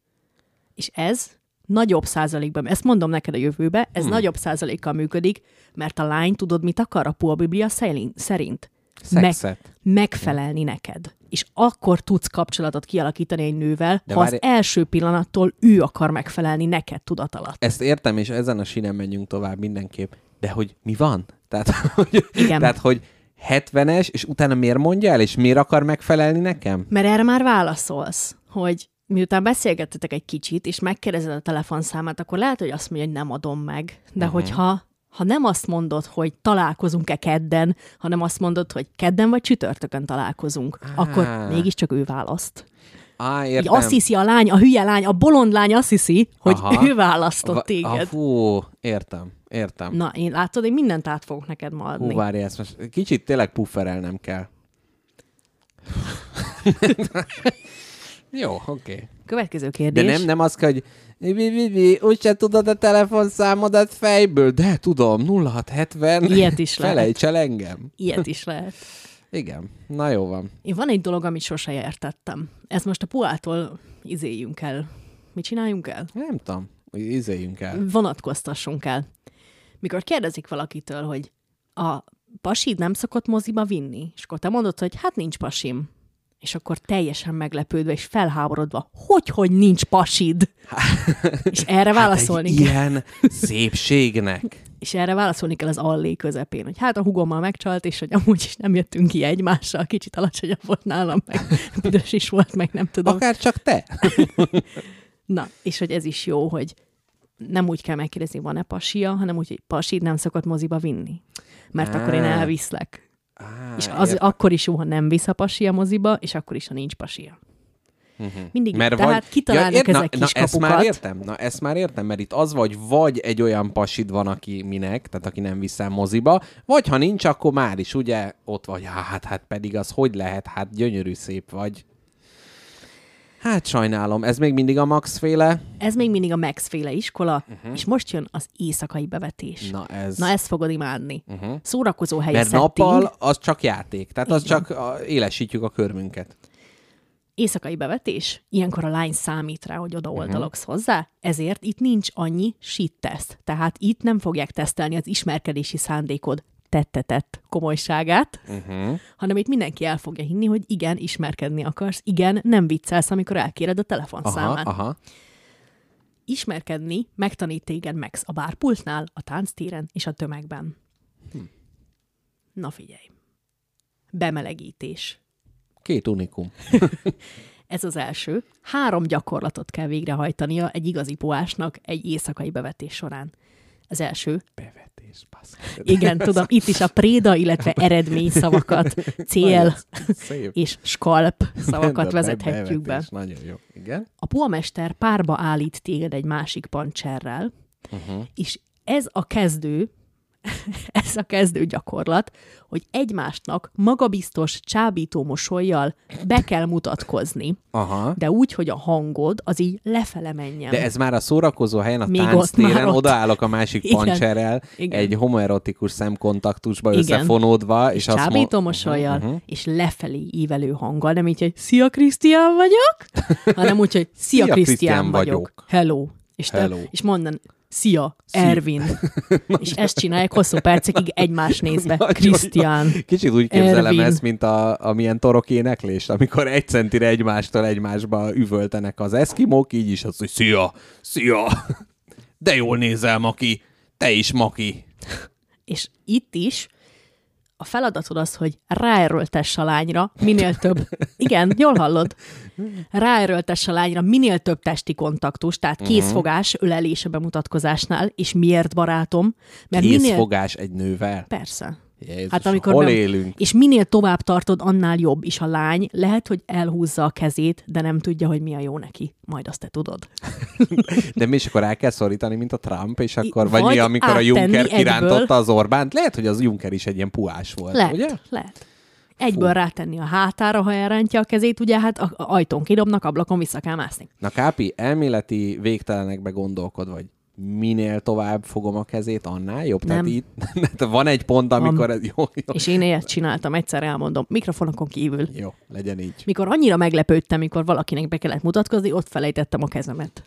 És ez nagyobb százalékban, ezt mondom neked a jövőbe, ez hmm. nagyobb százalékkal működik, mert a lány tudod, mit akar a Pólbiblia szerint? Szexet. Meg, megfelelni neked. És akkor tudsz kapcsolatot kialakítani egy nővel, de ha várj... az első pillanattól ő akar megfelelni neked tudat alatt. Ezt értem, és ezen a sínen menjünk tovább mindenképp. De hogy mi van? Tehát, hogy, Igen. tehát, hogy hetvenes, és utána miért mondja el, és miért akar megfelelni nekem? Mert erre már válaszolsz, hogy miután beszélgettetek egy kicsit, és megkérdezed a telefonszámát, akkor lehet, hogy azt mondja, hogy nem adom meg. De uh-huh. hogyha ha nem azt mondod, hogy találkozunk-e kedden, hanem azt mondod, hogy kedden vagy csütörtökön találkozunk, ah. akkor mégiscsak ő választ. Á, értem. Azt hiszi a lány, a hülye lány, a bolond lány azt hiszi, hogy aha. ő választott Va- téged. Ah, fú, értem, értem. Na, én látod, én mindent át fogok neked ma adni. Hú, várj, ezt most kicsit tényleg pufferelnem kell. Jó, oké. Okay. Következő kérdés. De nem, nem az kell, hogy vi, vi, vi, úgyse tudod a telefonszámodat fejből, de tudom, nulla hat hetven. Ilyet is lehet. Felejts el engem. Ilyet is lehet. Igen, na jó van. Én van egy dolog, amit sose értettem. Ez most a puától izéljünk el. Mit csináljunk el? Nem tudom, izéljünk el. Vonatkoztassunk el. Mikor kérdezik valakitől, hogy a pasid nem szokott moziba vinni, és akkor te mondod, hogy hát nincs pasim. És akkor teljesen meglepődve és felháborodva, hogy, hogy nincs pasid? És erre válaszolni hát egy kell. Ilyen szépségnek. És erre válaszolni kell az allé közepén, hogy hát a hugommal megcsalt, és hogy amúgy is nem jöttünk ki egymással, kicsit alacsonyabb volt nálam, meg büdös is volt, meg nem tudom. Akár csak te. Na, és hogy ez is jó, hogy nem úgy kell megkérdezni, van-e pasia, hanem úgy, hogy pasid nem szokott moziba vinni. Mert ah. akkor én elviszlek. Ah, és az ért. Akkor is jó, ha nem visz a pasi a moziba, és akkor is, ha nincs pasia. Uh-huh. Mindig. Mert tehát vagy... kitalálnak ja, ér... ezek na, kis na, kapukat. Ezt már értem. Na, ezt már értem, mert itt az vagy, vagy egy olyan pasid van, aki minek, tehát aki nem viszel moziba, vagy ha nincs, akkor már is, ugye, ott vagy, hát, hát pedig az hogy lehet, hát gyönyörű szép vagy. Hát sajnálom, ez még mindig a Max féle. Ez még mindig a Max féle iskola, uh-huh. és most jön az éjszakai bevetés. Na ez... Na ezt fogod imádni. Uh-huh. Szórakozó helyi Mert setting. nappal az csak játék, tehát az csak a, élesítjük a körmünket. Éjszakai bevetés? Ilyenkor a lány számít rá, hogy odaoldalogsz uh-huh. hozzá, ezért itt nincs annyi shit teszt. Tehát itt nem fogják tesztelni az ismerkedési szándékod tettetett komolyságát, uh-huh. hanem itt mindenki el fogja hinni, hogy igen, ismerkedni akarsz, igen, nem viccelsz, amikor elkéred a telefonszámát. Aha, aha. Ismerkedni megtanít téged Max a bárpultnál, a tánctéren és a tömegben. Hm. Na figyelj. Bemelegítés. Két unikum. Ez az első. Három gyakorlatot kell végrehajtania egy igazi poásnak egy éjszakai bevetés során. Az első. Bevetés, baszki. Igen, tudom, itt is a préda, illetve eredmény szavakat, cél és skalp szavakat vezethetjük be. Nagyon jó, igen. A puamester párba állít téged egy másik pancserrel, Uh-huh. És ez a kezdő, ez a kezdő gyakorlat, hogy egymásnak magabiztos, csábító mosollyal be kell mutatkozni, Aha. de úgy, hogy a hangod az így lefele menjen. De ez már a szórakozó helyen, a Még tánctéren, odaállok a másik Igen. pancserrel, Igen. egy homoerotikus szemkontaktusba Igen. összefonódva, és, és és azt csábító mond... mosollyal, Uh-huh. és lefelé ívelő hanggal, nem így, hogy szia, Krisztián vagyok, hanem úgy, hogy szia, Szia, Krisztián Krisztián vagyok. vagyok. Hello. És, te, Hello. és mondan, szia, Ervin. És ezt csinálják hosszú percekig egymás nézve. Krisztián. Kicsit úgy képzelem Ervin. ezt, mint a, a milyen torok éneklést, amikor egy centire egymástól egymásba üvöltenek az eszkimók, így is az, hogy szia, szia, de jól nézel, Maki, te is, Maki. És itt is a feladatod az, hogy ráerőltess a lányra minél több, igen, jól hallod, ráerőltess a lányra minél több testi kontaktus, tehát készfogás, ölelés a bemutatkozásnál, és miért, barátom? Mert minél... Készfogás egy nővel? Persze. Jézus, Hát amikor hol nem- élünk? És minél tovább tartod, annál jobb. És a lány lehet, hogy elhúzza a kezét, de nem tudja, hogy mi a jó neki. Majd azt te tudod. De mi is akkor el kell szorítani, mint a Trump, és akkor, vagy, vagy mi, amikor a áttenni Juncker egyből. kirántotta az Orbánt? Lehet, hogy az Juncker is egy ilyen puhás volt, Lehet, ugye? lehet. Egyből rátenni a hátára, ha elrántja a kezét, ugye hát a a ajtón kidobnak, ablakon vissza kell mászni. Na Kápi, elméleti végtelenekbe gondolkodva, hogy minél tovább fogom a kezét, annál jobb? Nem. Tehát itt tehát van egy pont, amikor ez jó, jó. És én ilyet csináltam, egyszer elmondom, mikrofonokon kívül. Jó, legyen így. Mikor annyira meglepődtem, mikor valakinek be kellett mutatkozni, ott felejtettem a kezemet.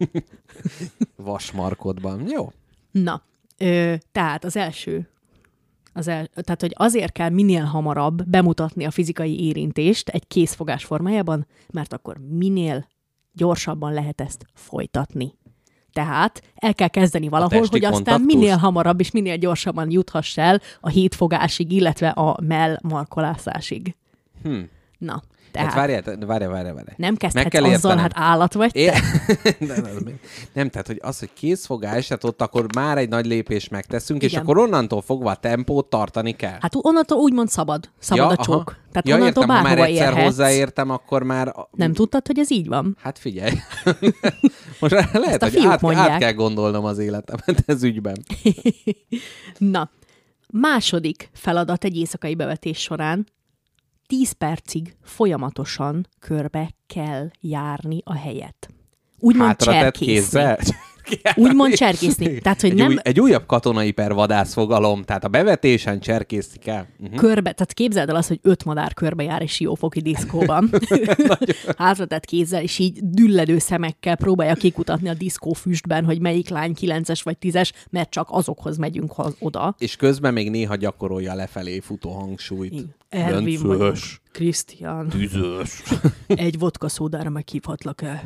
Vasmarkodban. Jó. Na, ö, tehát az első, az el, tehát hogy azért kell minél hamarabb bemutatni a fizikai érintést egy készfogás formájában, mert akkor minél gyorsabban lehet ezt folytatni. Tehát el kell kezdeni valahol, testi hogy aztán kontaktus? minél hamarabb és minél gyorsabban juthass el a hétfogásig, illetve a mell markolászásig. Hm. Na, Tehát tehát várjál, várjál, várjál, várjál. nem Meg kezdhetsz kell azzal, értenem. hát állat vagy te. É... nem, nem, nem. nem, tehát, hogy az, hogy készfogás, tehát ott akkor már egy nagy lépést megteszünk, és Igen. akkor onnantól fogva a tempót tartani kell. Hát onnantól úgymond szabad. Szabad Ja, a csók. aha. Tehát Ja, onnantól értem, ha már bárhova egyszer érhetsz. hozzáértem, akkor már... Nem tudtad, hogy ez így van? Hát figyelj. Most lehet, a hogy fiúk át, mondják. át kell gondolnom az életemet ez ügyben. Na, második feladat egy éjszakai bevetés során, tíz percig folyamatosan körbe kell járni a helyet. Úgymond Hátra tett cserkészni. kézzel? Úgymond cserkészni. Tehát, hogy egy, nem új, egy újabb katonai per vadászfogalom, tehát a bevetésen cserkészni kell. Uh-huh. körbe, tehát képzeld el azt, hogy öt madár körbe jár egy siófoki diszkóban. Hátratett kézzel, és így dülledő szemekkel próbálja kikutatni a diszkófüstben, hogy melyik lány kilences vagy tízes, mert csak azokhoz megyünk hoz- oda. És közben még néha gyakorolja lefelé futó hangsúlyt. Ervin vagyok. Döntős, Krisztián. tüzös. Egy vodka szódára meghívhatlak el.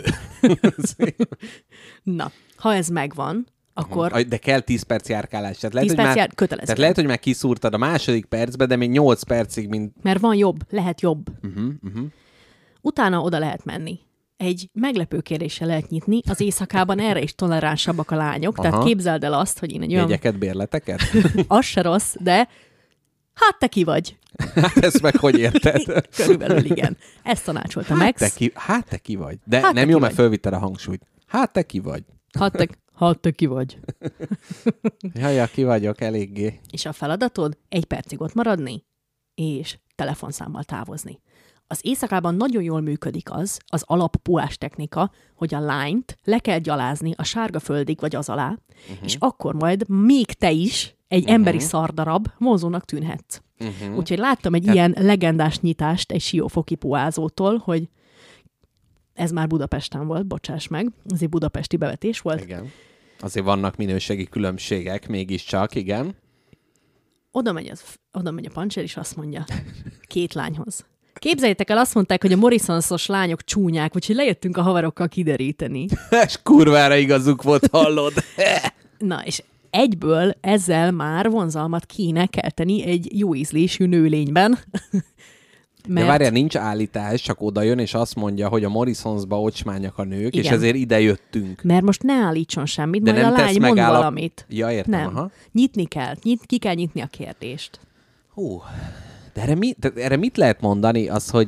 Na, ha ez megvan, akkor Aj, De kell tíz perc járkálás. Tehát lehet, tíz hogy perc már, jár, kötelező. tehát lehet, hogy már kiszúrtad a második percbe, de még nyolc percig, mint... Mert van jobb, lehet jobb. Uh-huh, uh-huh. Utána oda lehet menni. Egy meglepő kérdéssel lehet nyitni, az éjszakában erre is toleránsabbak a lányok, Aha. tehát képzeld el azt, hogy én egy olyan... Jegyeket, bérleteket? Az se rossz, de hát te ki vagy? Hát ezt meg hogy érted? Körülbelül igen. Ezt tanácsolta Hát Max. te ki, hát te ki vagy. De Hát te nem ki jó, mert vagy. fölvitted a hangsúlyt. Hát te ki vagy. Hát te, hát te ki vagy? Jaj, ki vagyok eléggé. És a feladatod egy percig ott maradni, és telefonszámmal távozni. Az éjszakában nagyon jól működik az, az alap puás technika, hogy a lányt le kell gyalázni a sárga földig vagy az alá, uh-huh. és akkor majd még te is egy uh-huh. emberi szardarab mozónak tűnhetsz. Uh-huh. Úgyhogy láttam egy Hát- ilyen legendás nyitást egy siófoki puázótól, hogy ez már Budapesten volt, bocsáss meg, ez egy budapesti bevetés volt. Igen. Azért vannak minőségi különbségek, mégiscsak, igen. Oda megy, az, oda megy a pancsér, és azt mondja két lányhoz. Képzeljétek el, azt mondták, hogy a Morrisonsos lányok csúnyák, úgyhogy lejöttünk a haverokkal kideríteni. És kurvára igazuk volt, hallod? Na, és egyből ezzel már vonzalmat kéne kelteni egy jó ízlésű nőlényben. De várjál, nincs állítás, csak oda jön, és azt mondja, hogy a Morrisonsba ocsmányak a nők, Igen. és ezért ide jöttünk. Mert most ne állítson semmit, De majd nem a tesz lány mond megállap- valamit. Ja, értem, Nem. aha. Nyitni kell. Nyit, ki kell nyitni a kérdést. Hú, de erre, mi, de erre mit lehet mondani? Az, hogy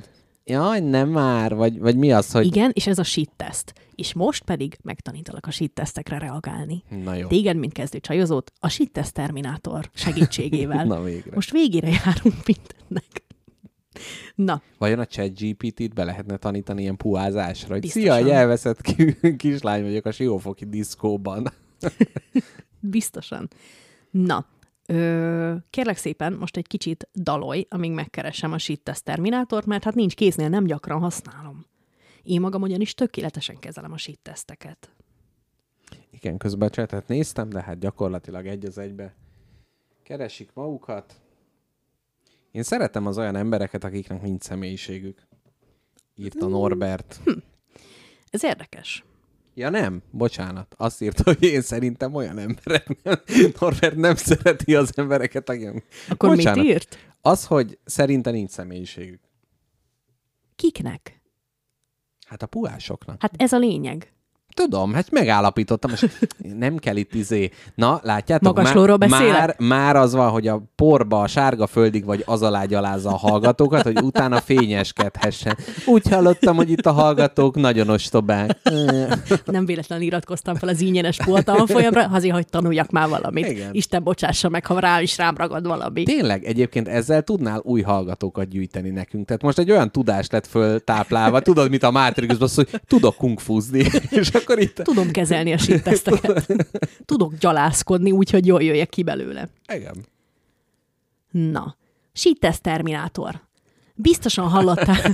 Jaj, nem már, vagy, vagy mi az, hogy... Igen, és ez a shit teszt. És most pedig megtanítalak a shit tesztekre reagálni. Na jó. Téged, mint kezdő csajozót, a shit teszt terminátor segítségével. Na végre. Most végére járunk mindennek. Na. Vajon a ChatGPT-t be lehetne tanítani ilyen puházásra? Hogy Biztosan. szia, egy elveszett ki- kislány vagyok a Siófoki diszkóban. Biztosan. Na, ö, kérlek szépen, most egy kicsit dalolj, amíg megkeresem a shit test terminátort, mert hát nincs kéznél, nem gyakran használom. Én magam ugyanis tökéletesen kezelem a shit teszteket. Igen, közben a chatet néztem, de hát gyakorlatilag egy az egybe keresik magukat. Én szeretem az olyan embereket, akiknek nincs személyiségük. Írta Norbert. Hm. Ez érdekes. Ja nem, bocsánat. Azt írta, hogy én szerintem olyan emberek nem. Norbert nem szereti az embereket, akik... Akkor bocsánat. mit írt? Az, hogy szerintem nincs személyiségük. Kiknek? Hát a puhásoknak. Hát ez a lényeg. Tudom, hát megállapítottam, és nem kell itt izé. Na, látjátok? Magaslóról már, beszélek? már, már az van, hogy a porba, a sárga földig vagy az alá gyalázza a hallgatókat, hogy utána fényeskedhessen. Úgy hallottam, hogy itt a hallgatók nagyon ostobák. Nem véletlenül iratkoztam fel az ingyenes poltanfolyamra, azért, hogy tanuljak már valamit. Igen. Isten bocsássa meg, ha rá is rám ragad valami. Tényleg, egyébként ezzel tudnál új hallgatókat gyűjteni nekünk. Tehát most egy olyan tudást lett föltáplálva, tudod, mint a Matrixban, hogy tudok kungfuzni. És akkor itt... Tudom kezelni a shit teszteket. Tudok gyalászkodni, úgyhogy jól jöjjek ki belőle. Igen. Na, shit test terminátor. Biztosan hallottál...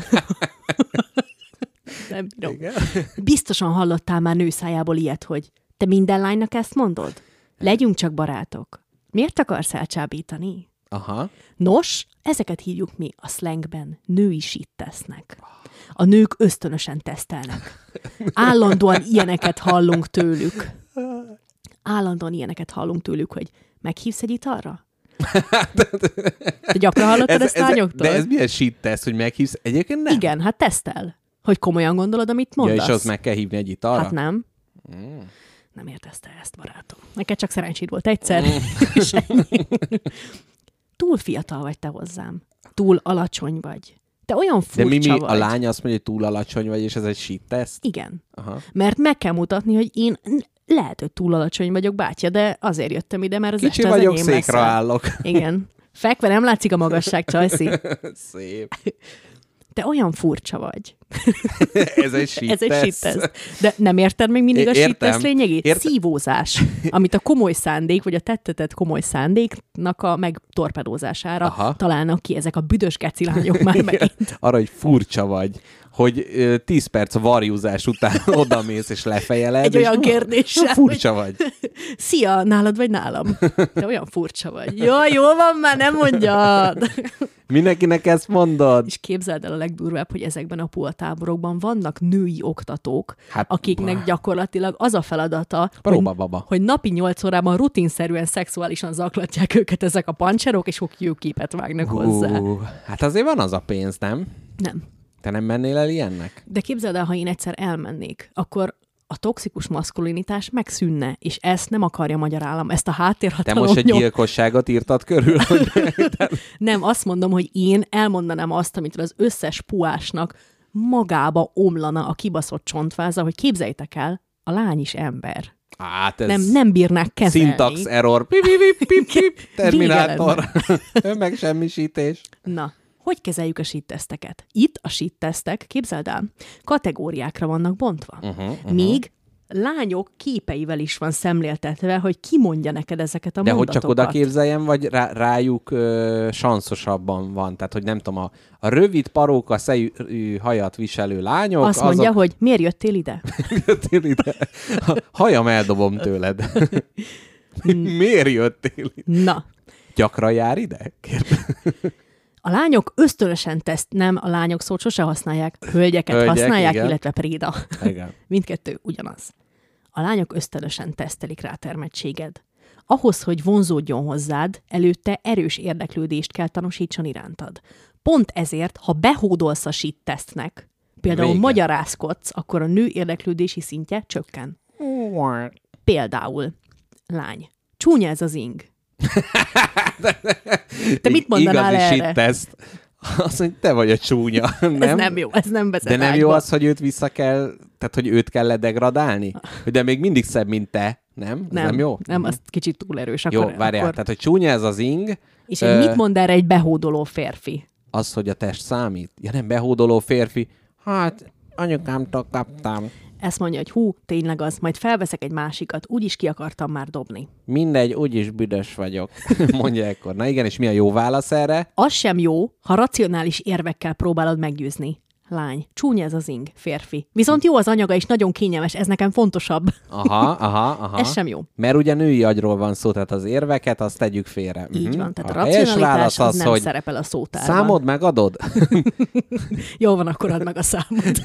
Nem bírom. Igen. Biztosan hallottál már nőszájából ilyet, hogy te minden lánynak ezt mondod? Legyünk csak barátok. Miért akarsz elcsábítani? Aha. Nos, ezeket hívjuk mi a slangben női shit tesznek. A nők ösztönösen tesztelnek. Állandóan ilyeneket hallunk tőlük. Állandóan ilyeneket hallunk tőlük, hogy meghívsz egy italra? Te gyakran hallottad ezt lányoktól? De ez milyen shit tesz, hogy meghívsz? Egyébként nem. Igen, hát tesztel. Hogy komolyan gondolod, amit mondasz. Ja, és azt meg kell hívni egy italra? Hát nem. Mm. Nem értezte ezt, barátom. Neked csak szerencséd volt egyszer. És ennyi. Túl fiatal vagy te hozzám. Túl alacsony vagy. Te olyan furcsa De mi, mi vagy. a lány azt mondja, hogy túl alacsony vagy, és ez egy shit teszt? Igen. Aha. Mert meg kell mutatni, hogy én lehet, hogy túl alacsony vagyok, bátya, de azért jöttem ide, mert az Kicsi este az vagyok, enyém székra leszel. állok. Igen. Fekve nem látszik a magasság, Csajci. Szép. Te olyan furcsa vagy. Ez egy shit Ez egy teszt. shit teszt. De nem érted még mindig a Értem. shit teszt lényegét? Értem. Szívózás, amit a komoly szándék, vagy a tettetett komoly szándéknak a megtorpedózására Aha. találnak ki ezek a büdös kecilányok már megint. Arra, hogy furcsa vagy, hogy ö, tíz perc a varjúzás után odamész és lefejeled. Egy és olyan ú, kérdéssel, furcsa vagy. Szia, nálad vagy nálam? Te olyan furcsa vagy. Jó, jól van már, nem mondjad. Mindenkinek ezt mondod. És képzeld el a legdurvább, hogy ezekben a puatáborokban vannak női oktatók, Hát, akiknek bah. gyakorlatilag az a feladata, hogy, Próbababa. hogy napi nyolc órában rutinszerűen szexuálisan zaklatják őket ezek a pancserok, és jó képet vágnak hozzá. Hú, hát azért van az a pénz, nem? Nem. Te nem mennél el ilyennek? De képzeld el, ha én egyszer elmennék, akkor a toxikus maszkulinitás megszűnne, és ezt nem akarja magyar állam, ezt a Te háttérhatalom most egy nyom- gyilkosságot írtad körül, hogy Nem, azt mondom, hogy én elmondanám azt, amit az összes puásnak magába omlana a kibaszott csontváza, hogy képzeljétek el, a lány is ember. hát ez Nem, nem bírnák kezelni. syntax error. Pip, pip, pip, pip, pip. Terminátor. Vége Önmegsemmisítés. Na, hogy kezeljük a shit teszteket? Itt a shit tesztek, képzeld el, kategóriákra vannak bontva. Uh-huh, uh-huh. Míg lányok képeivel is van szemléltetve, hogy ki mondja neked ezeket a De hogy mondatokat. csak oda képzeljem, vagy rá, rájuk ö, sanszosabban van? Tehát, hogy nem tudom, a, a rövid paróka szejű hajat viselő lányok... Azt mondja, azok... hogy miért jöttél ide? Jöttél ide? Ha- Hajam eldobom tőled. Miért jöttél ide? Na, Gyakran jár ide? Kérde. a lányok ösztönösen teszt, nem, a lányok szót sose használják, hölgyeket Hölgyek, használják, igen. illetve préda. Igen. Mindkettő ugyanaz. A lányok ösztönösen tesztelik rá termettséged. Ahhoz, hogy vonzódjon hozzád, előtte erős érdeklődést kell tanúsítson irántad. Pont ezért, ha behódolsz a shit tesztnek, például Vége. magyarázkodsz, akkor a nő érdeklődési szintje csökken. Például, lány, csúnya ez az ing. Te mit mondanál Igazi erre? shit teszt. Azt mondja, te vagy a csúnya, nem? Ez nem jó, ez nem vezet De nem ágyba. jó az, hogy őt vissza kell, tehát hogy őt kell ledegradálni? De még mindig szebb, mint te, nem? Ez Nem, nem jó? nem, az kicsit túl erős. Jó, Akkor, várjál, akkor... tehát hogy csúnya ez az ing. És én mit mond erre egy behódoló férfi? Az, hogy a test számít? Ja nem, behódoló férfi. Hát, anyukámtól kaptam. Ezt mondja, hogy hú, tényleg az, majd felveszek egy másikat, úgyis ki akartam már dobni. Mindegy, úgyis büdös vagyok. Mondja ekkor. Na igen, és mi a jó válasz erre? Az sem jó, ha racionális érvekkel próbálod meggyőzni. Lány, csúnya ez az ing, férfi. Viszont jó az anyaga, és nagyon kényelmes, ez nekem fontosabb. Aha, aha, aha. Ez sem jó. Mert ugye női agyról van szó, tehát az érveket, azt tegyük félre. Így Mhm. van, tehát a, a helyes racionalitás válasz az, az, nem hogy szerepel a szótárban. számod megadod? Jó van, akkor add meg a számot.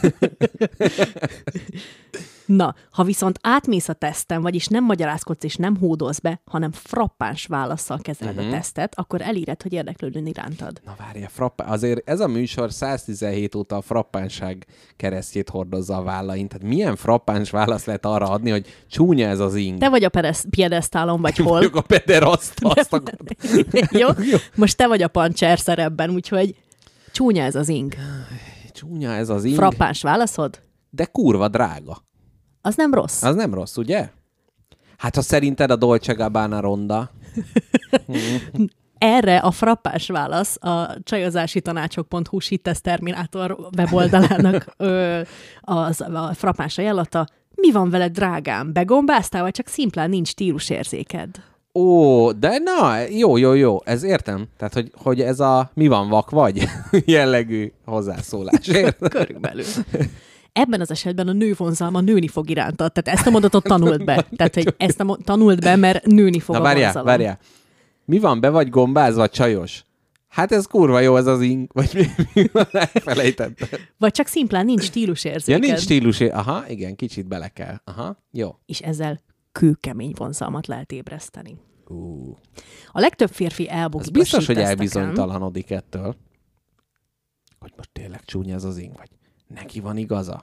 Na, ha viszont átmész a teszten, vagyis nem magyarázkodsz és nem hódolsz be, hanem frappáns válaszsal kezeled Mhm. uh-huh. a tesztet, akkor elíred, hogy érdeklődön irántad. Na várja, frappá... azért ez a műsor száztizenhét óta a frappánság keresztjét hordozza a vállain. Tehát milyen frappáns válasz lehet arra adni, hogy csúnya ez az ing? Te vagy a pedes- piedesztálon, vagy hol? Vagyok a pederaszt, azt akar... Jó? Most te vagy a pancser szerepben, úgyhogy csúnya ez az ing. Csúnya ez az ing, Frappáns válaszod? de kurva drága. Az nem rossz. Az nem rossz, ugye? Hát ha szerinted a Dolce Gabbana ronda, Erre a frappás válasz a csajozási tanácsok pont hu Shittest Terminátor weboldalának ö, az, a frappás ajánlata. Mi van veled, drágám? Begombáztál, vagy csak szimplán nincs stílusérzéked? ó, de na, jó, jó, jó, ez értem. Tehát, hogy, hogy ez a mi van vak vagy jellegű hozzászólás. Érted? Körülbelül. Ebben az esetben a nő vonzalma nőni fog irántad. Tehát ezt a mondatot tanult be. Tehát, hogy ezt a mo- tanult be, mert nőni fog Na a várjál, vonzalom. várjál. Mi van, be vagy gombázva, csajos? Hát ez kurva jó, ez az ing, vagy mi, mi van, elfelejtettem. Vagy csak szimplán nincs stílusérzéked. Ja, nincs stílus. Aha, igen, kicsit bele kell. Aha, jó. És ezzel kőkemény vonzalmat lehet ébreszteni. Uh. A legtöbb férfi Ez elbukik biztos, a hogy sítteszteken. elbizonytalanodik ettől. Hogy most tényleg csúnya ez az ing, vagy neki van igaza?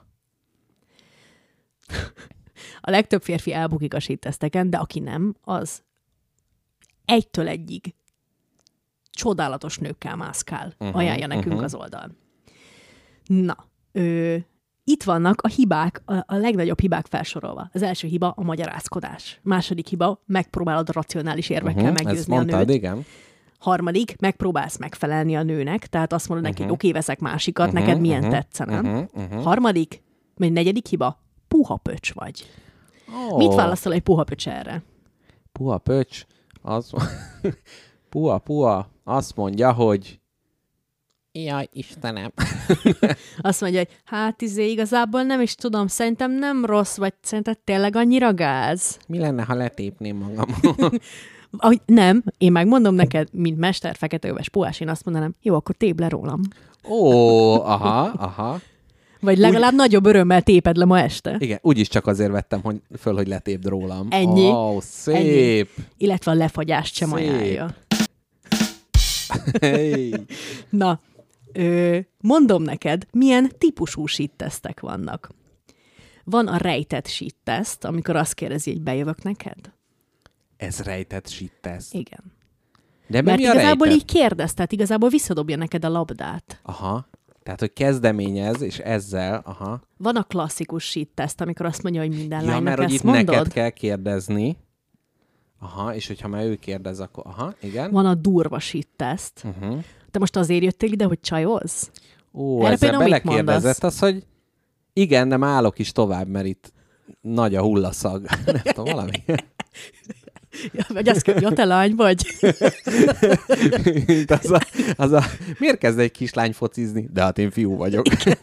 A legtöbb férfi elbukik a sítteszteken, de aki nem, az egytől egyig csodálatos nőkkel mászkál. Uh-huh, Ajánlja nekünk uh-huh. az oldal. Na, ö, itt vannak a hibák, a, a legnagyobb hibák felsorolva. Az első hiba a magyarázkodás. Második hiba, megpróbálod racionális érvekkel Uh-huh, ezt meggyőzni a mondtad, nőt. igen. Harmadik, megpróbálsz megfelelni a nőnek, tehát azt mondod neki, Uh-huh. oké, veszek másikat, Uh-huh, neked milyen uh-huh, tetszene. uh-huh, uh-huh. Harmadik, vagy negyedik hiba, puha pöcs vagy. Oh. Mit válaszol egy puha pöcs erre? Puha pöcs, az... puha, puha, azt mondja, hogy jaj, Istenem. Azt mondja, hogy hát izé, igazából nem is tudom, szerintem nem rossz, vagy szerinted tényleg annyira gáz? Mi lenne, ha letépném magam? Ahogy nem, én megmondom neked, mint mester feketeöves puhás, én azt mondanám, jó, akkor tép le rólam. Ó, aha, aha. Vagy legalább Úgy... nagyobb örömmel téped le ma este. Igen, úgyis csak azért vettem hogy, föl, hogy letépd rólam. Ennyi. Ó, szép. Ennyi. Illetve a lefagyást sem Szép. ajánlja. Hey. Na, ö, mondom neked, milyen típusú síttesztek vannak. Van a rejtett sítteszt, amikor azt kérdezi, hogy bejövök neked? Ez rejtett sítteszt. Igen. De Mert mi a igazából rejtett? így kérdez, tehát igazából visszadobja neked a labdát. Aha. Tehát, hogy kezdeményez, és ezzel, aha. Van a klasszikus sítteszt, amikor azt mondja, hogy minden Ja, lánynak mert hogy ezt itt mondod. neked kell kérdezni. Aha, és hogyha már ő kérdez, akkor aha, igen. Van a durva sítteszt. Uh-huh. Te most azért jöttél ide, hogy csajozz? Ó, Erre ezzel például mit belekérdezett az, hogy igen, nem állok is tovább, mert itt nagy a hullaszag. Nem tudom, valami. Ja, vagy azt kell, hogy ja, te lány vagy. Mint az a, az a, miért kezd egy kislány focizni? De hát én fiú vagyok.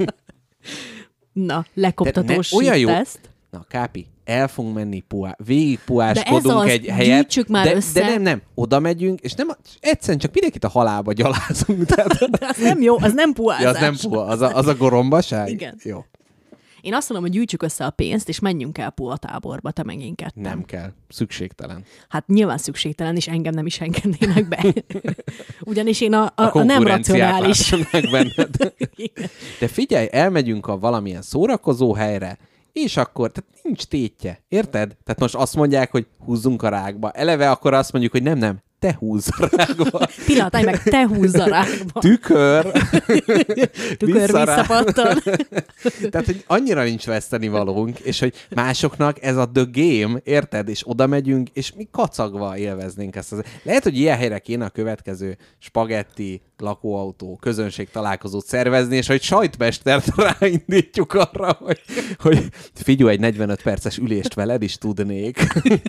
Na, lekoptatós De ne- olyan jó- sítteszt. Na, Kápi, el fogunk menni puhá, végig puháskodunk az, egy helyet. gyűjtsük már de, össze. de nem, nem, oda megyünk, és nem, egyszerűen csak mindenkit a halálba gyalázunk. Tehát, De az nem jó, az nem puházás. ja, az nem puha, az a, az a gorombaság? Igen. Jó. Én azt mondom, hogy gyűjtsük össze a pénzt, és menjünk el puha táborba, te meg én ketten. Nem kell. Szükségtelen. Hát nyilván szükségtelen, és engem nem is engednének be. Ugyanis én a, a, A a nem konkurenciát racionális. lássanak benned. De figyelj, elmegyünk a valamilyen szórakozó helyre, és akkor, tehát nincs tétje, érted? Tehát most azt mondják, hogy húzzunk a rákba. Eleve akkor azt mondjuk, hogy nem, nem, te húzz a rákba. Pillanat, állj meg, te húzz a rákba. Tükör. Tükör visszapattan. Tehát, hogy annyira nincs vesztenivalónk, és hogy másoknak ez a the game, érted? És oda megyünk, és mi kacagva élveznénk ezt. Az... Lehet, hogy ilyen helyre kéne a következő spagetti, lakóautó, közönség találkozót szervezni, és hogy sajtmestert ráindítjuk arra, hogy, hogy figyelj, egy negyvenöt perces ülést veled is tudnék.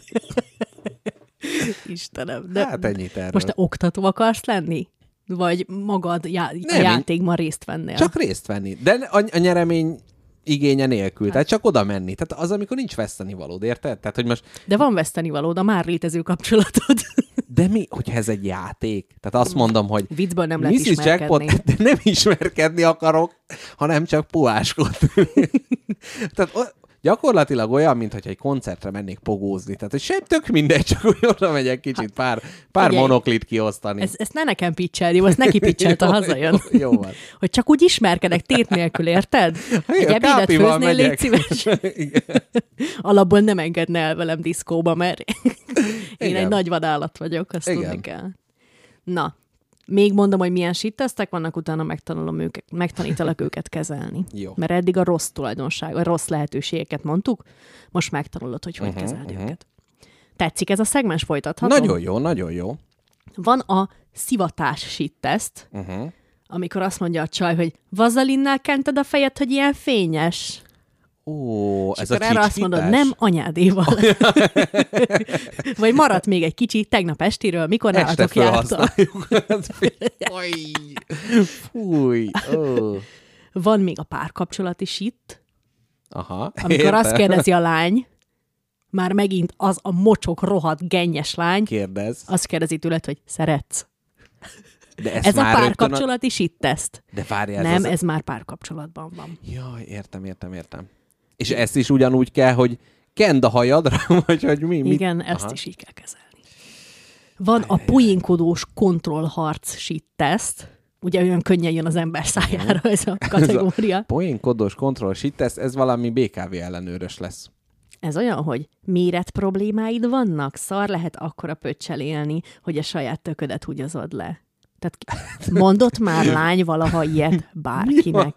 Istenem. De Hát ennyit erről. most te oktató akarsz lenni? Vagy magad já- Nem, a játékban részt vennél? Csak részt venni. De a, a nyeremény igénye nélkül. Tehát csak oda menni. Tehát az, amikor nincs vesztenivalód, érted? Tehát, hogy most... De van vesztenivalód, a már létező kapcsolatod. De mi, hogyha ez egy játék? Tehát azt mondom, hogy Viccből nem lehet missus ismerkedni. Jackpot, de nem ismerkedni akarok, hanem csak puháskodni. Tehát o- gyakorlatilag olyan, mintha egy koncertre mennék pogózni. Tehát, hogy sem tök mindegy, csak úgy oda megyek kicsit pár, pár Figyelj, monoklit kiosztani. Ezt, ezt ne nekem pitcheld, jó? Azt neki pitcheld, ha Jó, hazajön. Jó, jó van. Hogy csak úgy ismerkedek tét nélkül, érted? Egy a ebédet kápival főznél, légy megyek. szíves. Alapból nem engedne el velem diszkóba, mert én Igen. egy nagy vadállat vagyok, azt Igen. tudni kell. Na, még mondom, hogy milyen sittesztek vannak, utána megtanulom őket, megtanítalak őket kezelni. Jó. Mert eddig a rossz tulajdonság, a rossz lehetőségeket mondtuk, most megtanulod, hogy hogy Uh-huh, kezeld uh-huh. őket. Tetszik ez a szegmens, folytathatom? Nagyon jó, nagyon jó. Van a szivatás sitteszt, Uh-huh. amikor azt mondja a csaj, hogy vazalinnál kented a fejed, hogy ilyen fényes. Ó, És ez a akkor erre azt mondod, csicskítás? nem anyádéval. Vagy maradt még egy kicsi tegnap estiről, mikor Este nálatok jártam. felhasználjuk. Fúj. Fúj. Ó. Van még a párkapcsolati sitt, Aha. amikor Értem. azt kérdezi a lány, már megint az a mocsok, rohadt, gennyes lány, Kérdez. azt kérdezi tőled, hogy szeretsz. De ezt Ez a már rögtön párkapcsolati sitt-teszt. De várjál, ez Nem, az... ez már párkapcsolatban van. Jaj, értem, értem, értem. És ezt is ugyanúgy kell, hogy kend a hajadra, vagy hogy mi? mit? Igen, ezt Aha. is így kell kezelni. Van a poénkodós kontrollharc sitt-teszt. Ugye olyan könnyen jön az ember szájára ez a kategória. Poénkodós kontroll shit test, ez valami bé ká vé ellenőrös lesz. Ez olyan, hogy méret problémáid vannak? Szar lehet akkora pöccsel élni, hogy a saját töködet húgyozod le. Tehát mondott már lány valaha ilyet bárkinek.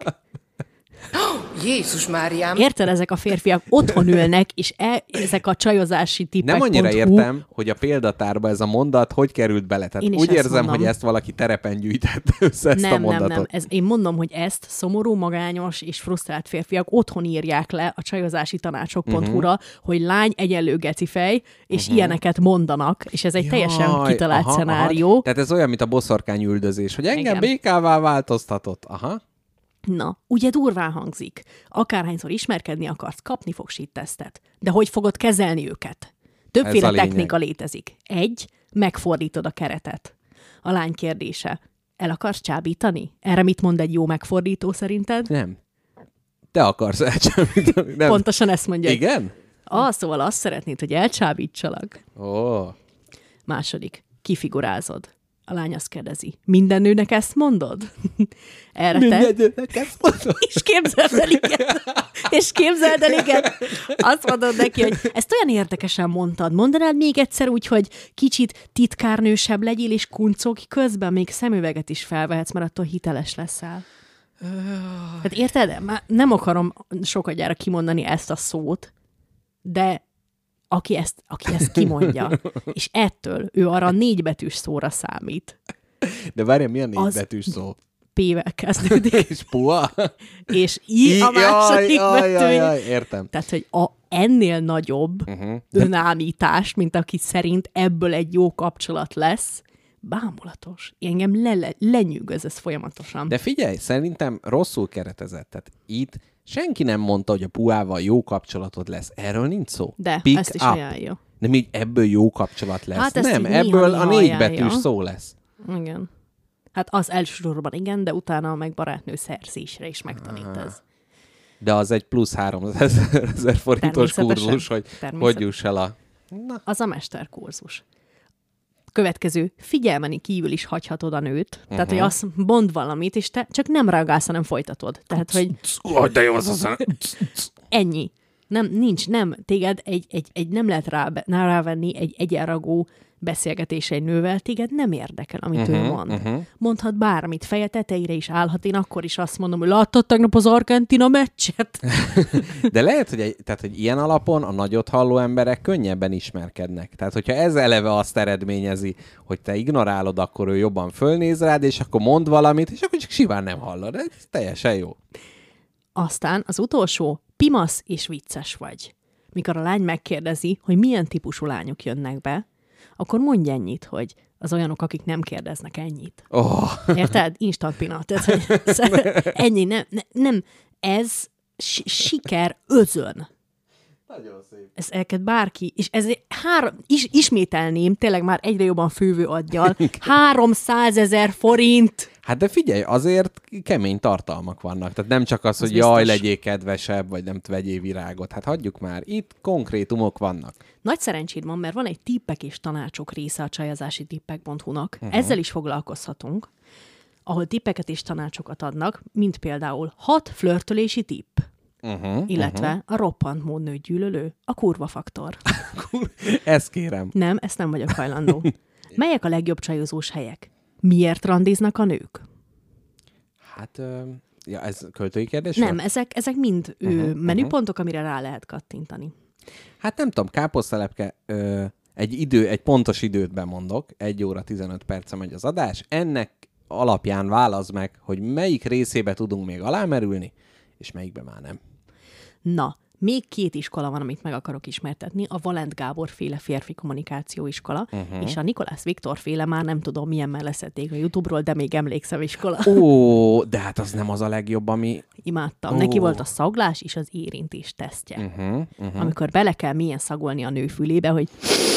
Jézus Máriám! Érted, ezek a férfiak otthon ülnek, és e, ezek a csajozási tippek. Nem annyira értem, hogy a példatárba ez a mondat hogy került bele. Tehát Én is úgy ezt érzem, mondom. hogy ezt valaki terepen gyűjtette össze ezt nem, a mondatot. nem, nem. Ez, én mondom, hogy ezt szomorú, magányos és frusztrált férfiak otthon írják le a csajozási tanácsok pont hu-ra, uh-huh. hogy lány egyenlő gecifej, és uh-huh. ilyeneket mondanak, és ez egy Jaj, teljesen kitalált aha, szenárió. Aha. Tehát ez olyan, mint a boszorkány üldözés, hogy engem Igen. bé ká-vá változtatott. Aha. Na, ugye durván hangzik. Akárhányszor ismerkedni akarsz, kapni fogsz sitt-tesztet. De hogy fogod kezelni őket? Ez Többféle a lényeg. technika létezik. Egy, megfordítod a keretet. A lány kérdése. El akarsz csábítani? Erre mit mond egy jó megfordító szerinted? Nem. Te akarsz elcsábítani. Nem. Pontosan ezt mondja. Igen? Ah, szóval azt szeretnéd, hogy elcsábítsalak. Ó. Második. Kifigurázod. A lány azt kérdezi. Minden nőnek ezt mondod? Erre te... Mindegynek ezt mondod? És képzeld el, igen. És képzeld el, igen. Azt mondod neki, hogy ezt olyan érdekesen mondtad. Mondanád még egyszer úgy, hogy kicsit titkárnősebb legyél, és kuncogj közben, még szemüveget is felvehetsz, mert attól hiteles leszel. Hát érted? Már nem akarom sokadjára kimondani ezt a szót, de aki ezt, aki ezt kimondja, és ettől ő arra a négybetűs szóra számít. De várjál, milyen Az- négybetűs szó? P-vel kezdődik, És puha? és I a második jaj, jaj, betű. jaj, értem. Tehát, hogy a ennél nagyobb Uh-huh. önállítás, mint aki szerint ebből egy jó kapcsolat lesz, bámulatos. Engem le, le, lenyűgöz ez folyamatosan. De figyelj, szerintem rosszul keretezett. Tehát itt senki nem mondta, hogy a puhával jó kapcsolatod lesz. Erről nincs szó. De, Pick ezt is up. ajánlja. Nem így ebből jó kapcsolat lesz. Hát ezt nem, így ebből néha-néha a négybetűs ajánlja. szó lesz. Igen. Hát az elsősorban igen, de utána meg barátnő szerzésre is megtanít ez. De az egy plusz háromezer forintos Természetesen. kurzus, hogy Természetesen. hogy juss el a... Na, Az a mesterkurzus. Következő, figyelmeni kívül is hagyhatod a nőt. Uh-huh. Tehát, hogy azt mond valamit, és te csak nem reagálsz, hanem folytatod. Tehát, hogy Ó, de jó az az a... ennyi. Nem, nincs, nem. Téged egy, egy, egy nem lehet rá, rávenni egy egyenragú beszélgetése egy nővel, téged nem érdekel, amit Uh-huh, ő mond. uh-huh. Mondhat bármit, feje tetejére is állhat, én akkor is azt mondom, hogy láttad tegnap az Argentina meccset? De lehet, hogy, egy, tehát, hogy ilyen alapon a nagyot halló emberek könnyebben ismerkednek. Tehát, hogyha ez eleve azt eredményezi, hogy te ignorálod, akkor ő jobban fölnéz rád, és akkor mond valamit, és akkor csak simán nem hallod. Ez teljesen jó. Aztán az utolsó, pimasz és vicces vagy. Mikor a lány megkérdezi, hogy milyen típusú lányok jönnek be, akkor mondj ennyit, hogy az olyanok, akik nem kérdeznek ennyit. Oh. Érted? Instant pinat. Tehát, hogy ennyi, nem, ne, nem. Ez si- siker özön. Nagyon szép. Ez elkezd bárki, és ez három, is, ismételném, tényleg már egyre jobban fővő aggyal, háromszázezer forint. Hát de figyelj, azért kemény tartalmak vannak. Tehát nem csak az, Az hogy jaj, biztos. legyél kedvesebb, vagy nem vegyél virágot. Hát hagyjuk már. Itt konkrétumok vannak. Nagy szerencséd van, mert van egy tippek és tanácsok része a csajozási tippek pont hu-nak. Uh-huh. Ezzel is foglalkozhatunk, ahol tippeket és tanácsokat adnak, mint például hat flörtölési tipp, Uh-huh, illetve uh-huh. a roppant módnő gyűlölő, a kurva faktor. Ezt kérem. Nem, ezt nem vagyok hajlandó. Melyek a legjobb csajozós helyek? Miért randiznak a nők? Hát, ö, ja, ez költői kérdés Nem, volt? ezek, ezek mind Uh-huh, uh, menüpontok, amire rá lehet kattintani. Hát nem tudom, káposztelepke, ö, egy idő, egy pontos időt bemondok, egy óra tizenöt perce megy az adás, ennek alapján válaszd meg, hogy melyik részébe tudunk még alámerülni, és melyikbe már nem. Na, még két iskola van, amit meg akarok ismertetni. A Valent Gábor féle férfi kommunikáció iskola, uh-huh. és a Nikolász Viktor féle, már nem tudom milyen melleszették a YouTube-ról, de még emlékszem iskola. Ó, de hát az nem az a legjobb, ami... Imádtam. Ó. Neki volt a szaglás és az érintés tesztje. Uh-huh, uh-huh. Amikor bele kell milyen szagolni a nő fülébe, hogy...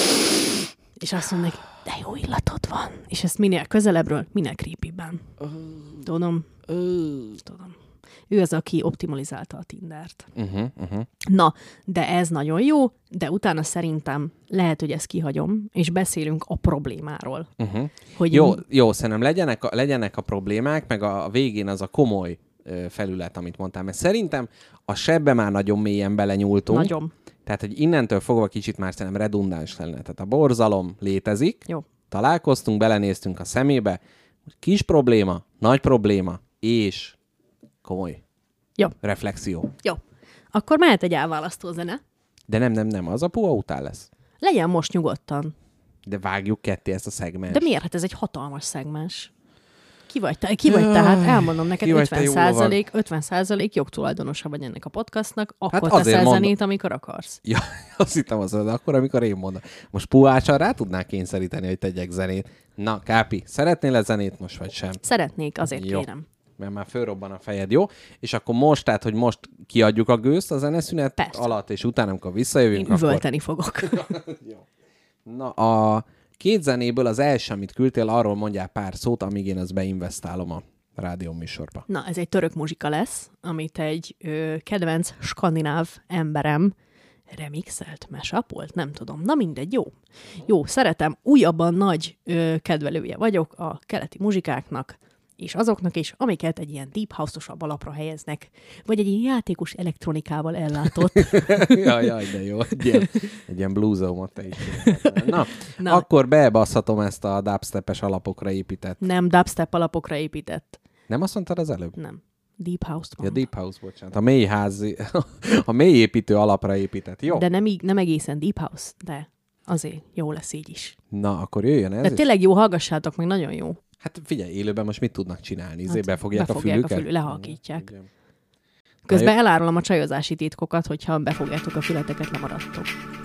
És azt mondják, de jó illatod van. És ezt minél közelebbről, minél creepyben. Uh. Tudom. Uh. Tudom. Ő az, aki optimalizálta a Tindert. Uh-huh, uh-huh. Na, de ez nagyon jó, de utána szerintem lehet, hogy ezt kihagyom, és beszélünk a problémáról. Uh-huh. Hogy Jó, m- jó, szerintem legyenek a, legyenek a problémák, meg a, a végén az a komoly ö, felület, amit mondtál. Mert szerintem a sebbe már nagyon mélyen belenyúltunk. Nagyon. Tehát, hogy innentől fogva kicsit már szerintem redundáns lenne. Tehát a borzalom létezik, Jó. találkoztunk, belenéztünk a szemébe, kis probléma, nagy probléma, és komoly Jó. reflexió. Jó. Akkor mehet egy elválasztó zene. De nem, nem, nem, az a puha után lesz. Legyen most nyugodtan. De vágjuk ketté ezt a szegmens. De miért? Hát ez egy hatalmas szegmens. Ki vagy te? Ki vagy te? Hát elmondom neked, Ki vagy te, ötven jó százalék, ötven százalék jogtulajdonosa vagy ennek a podcastnak, akkor Hát hát azért teszel mondom. zenét, amikor akarsz. Ja, azt hittem az, de akkor, amikor én mondom. Most puhácsan rá tudnál kényszeríteni, hogy tegyek zenét. Na, Kápi, szeretnél-e zenét most, vagy sem? Szeretnék, azért Jó. kérem. Mert már fölrobban a fejed, jó? És akkor most, tehát, hogy most kiadjuk a gőzt a zeneszünet Persze. alatt, és utána, amikor visszajövünk, Én üvölteni fogok. Jó. Na, a két zenéből az első, amit küldtél, arról mondjál pár szót, amíg én ezt beinvestálom a rádió műsorba. Na, ez egy török muzsika lesz, amit egy ö, kedvenc skandináv emberem remixelt, mesapolt, nem tudom. Na mindegy, jó. Jó, szeretem. Újabban nagy ö, kedvelője vagyok a keleti muzsikáknak, és azoknak is, amiket egy ilyen deep house-osabb alapra helyeznek, vagy egy ilyen játékos elektronikával ellátott. jaj, jaj, de jó. Egy ilyen, egy ilyen bluesomot te is. Na, Na. Na, akkor bebasszatom ezt a dubstepes alapokra épített. Nem dubstep alapokra épített. Nem azt mondtad az előbb? Nem. Deep house-t Ja, mondtam. Deep House, bocsánat. A mély házi, a mély építő alapra épített. Jó. De nem, így- nem egészen deep house, de azért jó lesz így is. Na, akkor jöjjön ez De is. tényleg jó, hallgassátok meg, nagyon jó. Hát figyelj, élőben most mit tudnak csinálni? Izé Hát, befogják, befogják a a fülüket? fülü- lehalkítják. Igen. Közben Na, elárulom a csajozási titkokat, hogyha befogjátok a fületeket, lemaradtok.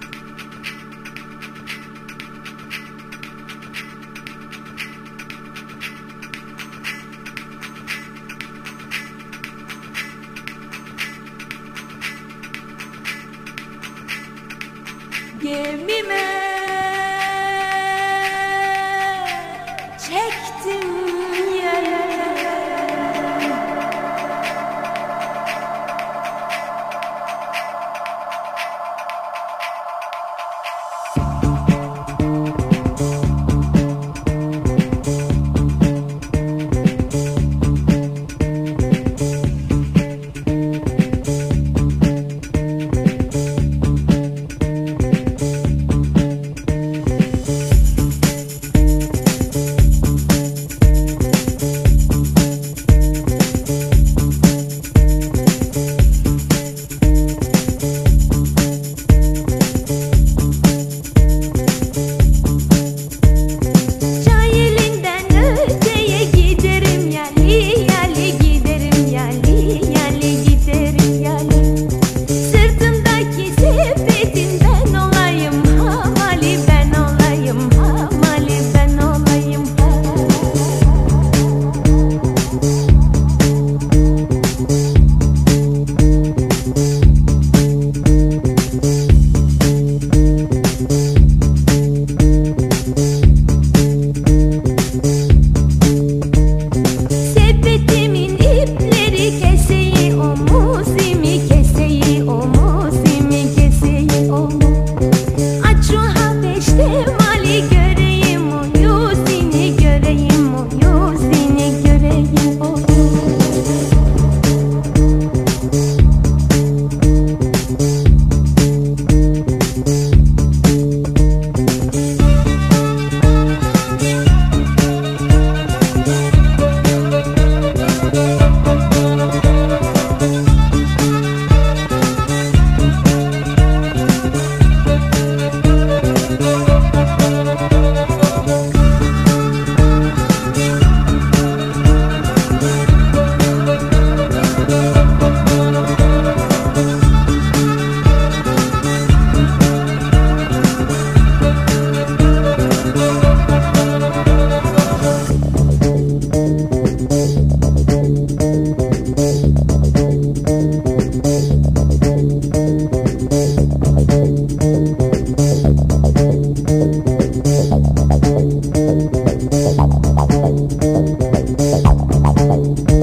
Gemime çektim yere.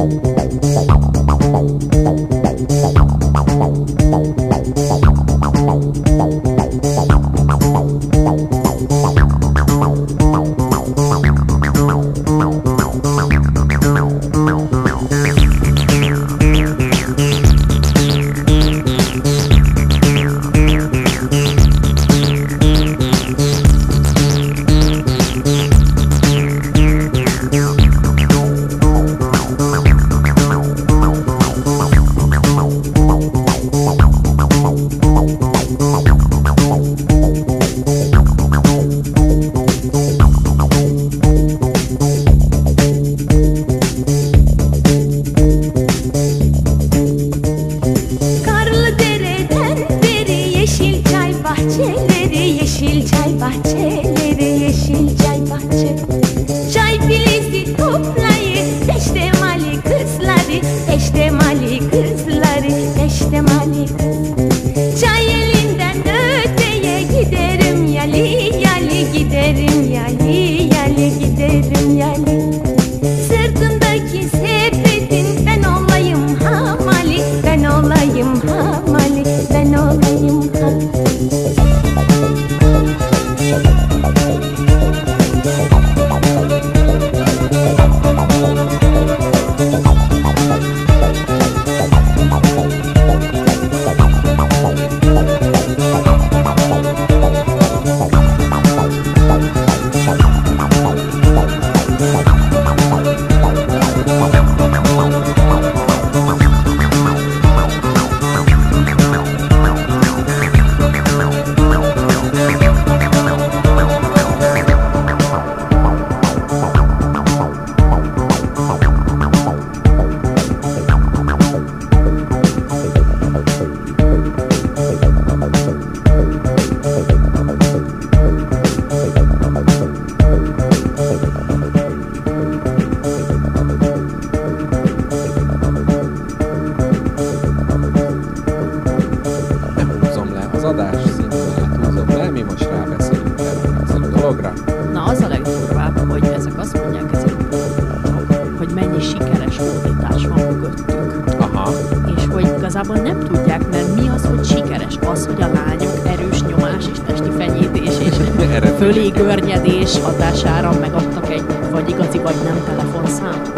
Fölé görnyedés hatására megadtak egy vagy igazi, vagy nem telefonszámot.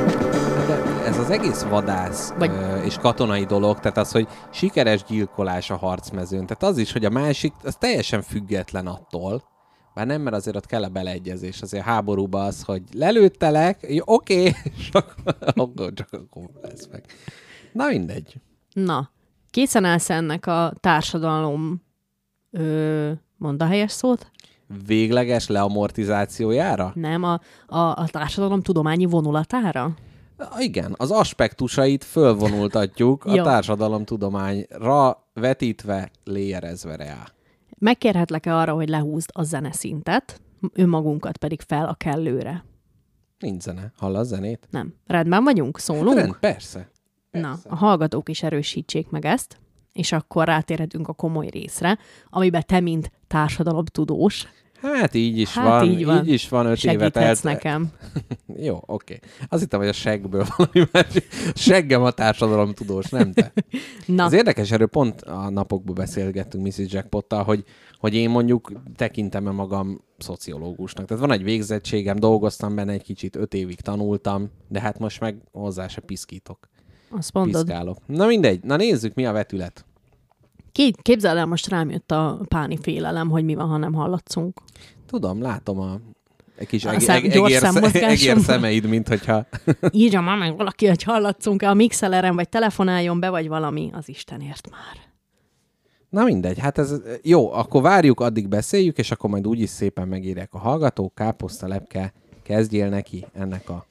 De ez az egész vadász vagy... és katonai dolog, tehát az, hogy sikeres gyilkolás a harcmezőn, tehát az is, hogy a másik, az teljesen független attól, bár nem, mert azért ott kell a beleegyezés, azért a háborúban az, hogy lelőttelek, jó, oké, és akkor csak akkor lesz meg. Na mindegy. Na, készen állsz ennek a társadalom, ö, mondd a helyes szót? Végleges leamortizációjára? Nem, a, a, a társadalom tudományi vonulatára? Igen, az aspektusait fölvonultatjuk a társadalom tudományra vetítve, léjerezve reá. Megkérhetlek-e arra, hogy lehúzd a zeneszintet, önmagunkat pedig fel a kellőre? Nincs zene. Hall a zenét? Nem. Rendben vagyunk? Szólunk? Rend, persze. persze. Na, a hallgatók is erősítsék meg ezt, és akkor rátérhetünk a komoly részre, amiben te, mint társadalomtudós. Hát így is hát van, így van, így is van, öt segíthetsz évet el... nekem. Jó, oké. Azt hittem, hogy a seggből valami másik. Seggem a társadalomtudós, nem te. Na. Az érdekes, erről pont a napokban beszélgettünk missus Jackpottal, hogy, hogy én mondjuk tekintem-e magam szociológusnak. Tehát van egy végzettségem, dolgoztam benne egy kicsit, öt évig tanultam, de hát most meg hozzá se piszkítok. Azt mondod. Piszkálok. Na mindegy, na nézzük, mi a vetület. Képzeld el, most rám jött a páni félelem, hogy mi van, ha nem hallatszunk. Tudom, látom a egy kis A eg- szem, eg- gyors egér, szemmozgásom. egér szemeid, mint hogyha... Írja már meg valaki, hogy hallatszunk-e a mixeleren, vagy telefonáljon be, vagy valami, az Istenért már. Na mindegy, hát ez jó, akkor várjuk, addig beszéljük, és akkor majd úgyis szépen megírják a hallgatók, káposztalepke, kezdjél neki ennek a...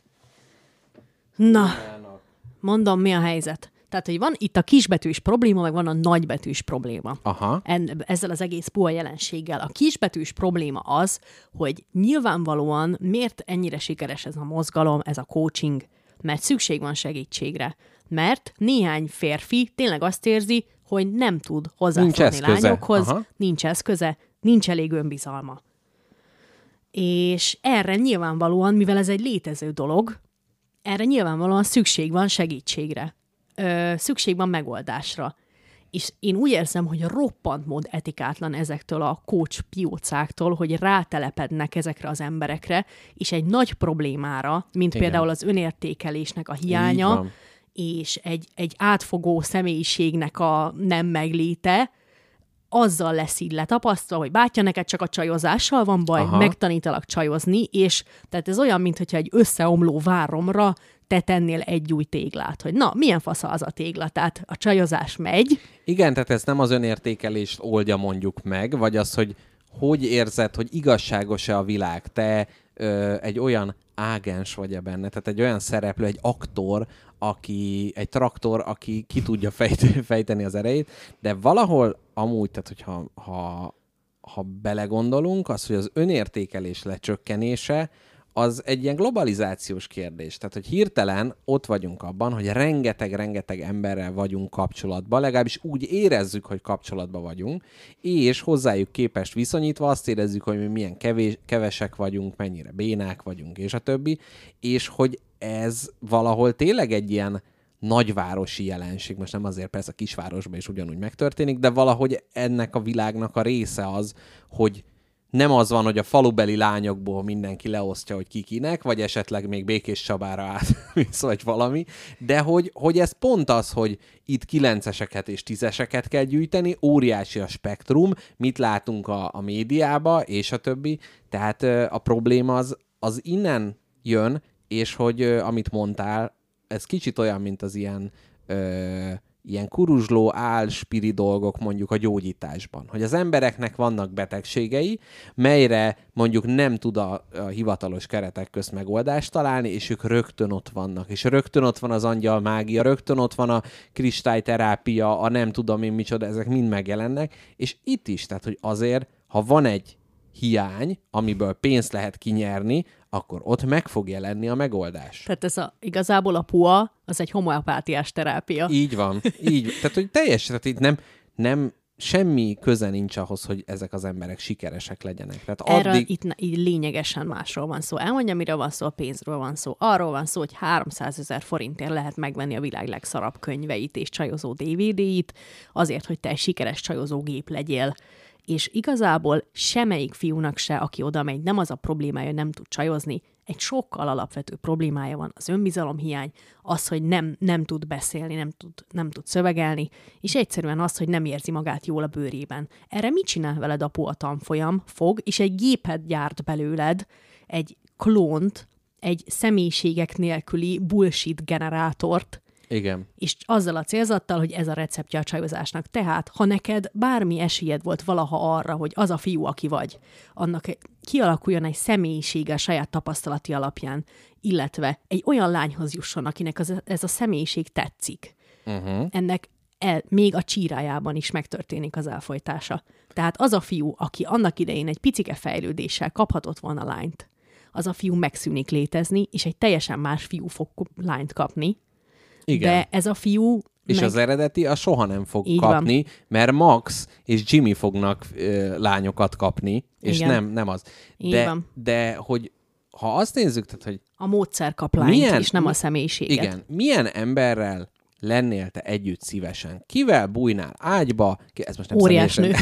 Na, mondom, mi a helyzet. Tehát, hogy van itt a kisbetűs probléma, meg van a nagybetűs probléma. Aha. En, ezzel az egész puha jelenséggel. A kisbetűs probléma az, hogy nyilvánvalóan miért ennyire sikeres ez a mozgalom, ez a coaching, mert szükség van segítségre. Mert néhány férfi tényleg azt érzi, hogy nem tud hozzáférni lányokhoz, Aha. nincs eszköze, nincs elég önbizalma. És erre nyilvánvalóan, mivel ez egy létező dolog, erre nyilvánvalóan szükség van segítségre. Ö, szükség van megoldásra. És én úgy érzem, hogy roppant mód etikátlan ezektől a coach piócáktól, hogy rátelepednek ezekre az emberekre, és egy nagy problémára, mint Igen. például az önértékelésnek a hiánya, és egy, egy átfogó személyiségnek a nem megléte, azzal lesz így letapasztva, hogy bátya, neked csak a csajozással van baj, Aha. megtanítalak csajozni, és tehát ez olyan, mintha egy összeomló váromra te tennél egy új téglát, hogy na, milyen fasza az a tégla, tehát a csajozás megy. Igen, tehát ez nem az önértékelést oldja mondjuk meg, vagy az, hogy hogy érzed, hogy igazságos-e a világ, te ö, egy olyan ágens vagy-e benne, tehát egy olyan szereplő, egy aktor, aki, egy traktor, aki ki tudja fejt, fejteni az erejét, de valahol amúgy, tehát hogyha ha, ha belegondolunk, az, hogy az önértékelés lecsökkenése, az egy ilyen globalizációs kérdés. Tehát, hogy hirtelen ott vagyunk abban, hogy rengeteg-rengeteg emberrel vagyunk kapcsolatban, legalábbis úgy érezzük, hogy kapcsolatban vagyunk, és hozzájuk képest viszonyítva azt érezzük, hogy mi milyen kevés, kevesek vagyunk, mennyire bénák vagyunk, és a többi, és hogy ez valahol tényleg egy ilyen nagyvárosi jelenség, most nem azért persze a kisvárosban is ugyanúgy megtörténik, de valahogy ennek a világnak a része az, hogy nem az van, hogy a falubeli lányokból mindenki leosztja, hogy ki kinek, vagy esetleg még Békés Csabára átvisz, vagy valami, de hogy, hogy ez pont az, hogy itt kilenceseket és tízeseket kell gyűjteni, óriási a spektrum, mit látunk a, a médiába, és a többi, tehát a probléma az, az innen jön, és hogy amit mondtál, ez kicsit olyan, mint az ilyen... Ö, ilyen kuruzsló, álspiri dolgok mondjuk a gyógyításban. Hogy az embereknek vannak betegségei, melyre mondjuk nem tud a, a hivatalos keretek közt megoldást találni, és ők rögtön ott vannak. És rögtön ott van az angyal mágia, rögtön ott van a kristályterápia, a nem tudom én micsoda, ezek mind megjelennek. És itt is, tehát hogy azért, ha van egy hiány, amiből pénzt lehet kinyerni, akkor ott meg fog jelenni a megoldás. Tehát ez a, igazából a pua, az egy homeopátiás terápia. Így van. Így. Tehát, hogy teljes, tehát itt nem, nem semmi köze nincs ahhoz, hogy ezek az emberek sikeresek legyenek. Tehát Erről addig... itt így lényegesen másról van szó. Elmondja, miről van szó, a pénzről van szó. Arról van szó, hogy háromszázezer forintért lehet megvenni a világ legszarabb könyveit és csajozó dé vé dé-it, azért, hogy te egy sikeres csajozógép legyél. És igazából semmelyik fiúnak se, aki oda megy, nem az a problémája, nem tud csajozni, egy sokkal alapvető problémája van, az önbizalomhiány, az, hogy nem, nem tud beszélni, nem tud, nem tud szövegelni, és egyszerűen az, hogy nem érzi magát jól a bőrében. Erre mit csinál veled a pua tanfolyam? Fog, és egy gépet gyárt belőled, egy klónt, egy személyiségek nélküli bullshit generátort, Igen. és azzal a célzattal, hogy ez a receptje a csajozásnak. Tehát, ha neked bármi esélyed volt valaha arra, hogy az a fiú, aki vagy, annak kialakuljon egy személyisége a saját tapasztalati alapján, illetve egy olyan lányhoz jusson, akinek az, ez a személyiség tetszik. Uh-huh. Ennek el, még a csírájában is megtörténik az elfojtása. Tehát az a fiú, aki annak idején egy picike fejlődéssel kaphatott volna lányt, az a fiú megszűnik létezni, és egy teljesen más fiú fog lányt kapni. Igen. De ez a fiú... És meg... az eredeti, az soha nem fog Így kapni, van. mert Max és Jimmy fognak ö, lányokat kapni, és nem, nem az. De, van. de hogy ha azt nézzük, tehát, hogy... A módszer kap lányt, milyen, és nem a személyiséget. Igen. Milyen emberrel lennél te együtt szívesen? Kivel bújnál ágyba? Ez most nem Óriás nő.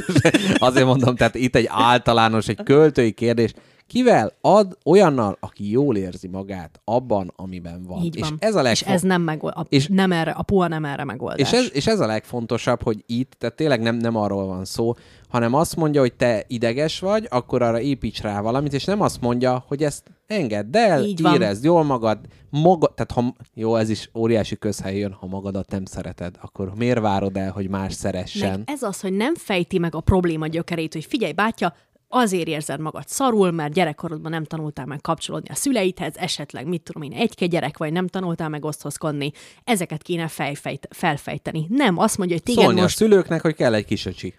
Azért mondom, tehát itt egy általános, egy költői kérdés. Kivel ad olyannal, aki jól érzi magát abban, amiben van. Így és van. ez a legfo- és ez nem megold, a, és, nem erre, a pua nem erre megoldás. És ez, és ez a legfontosabb, hogy itt, tehát tényleg nem, nem arról van szó, hanem azt mondja, hogy te ideges vagy, akkor arra építs rá valamit, és nem azt mondja, hogy ezt engedd el, érezd jól magad, maga, tehát ha, jó, ez is óriási közhely jön, ha magadat nem szereted, akkor miért várod el, hogy más szeressen? Meg ez az, hogy nem fejti meg a probléma gyökerét, hogy figyelj, bátya, azért érzed magad szarul, mert gyerekkorodban nem tanultál meg kapcsolódni a szüleidhez, esetleg, mit tudom én, egyke gyerek vagy, nem tanultál meg osztozkodni. Ezeket kéne felfejt, felfejteni. Nem, azt mondja, hogy téged Szólni most... a szülőknek, hogy kell egy kis öcsi.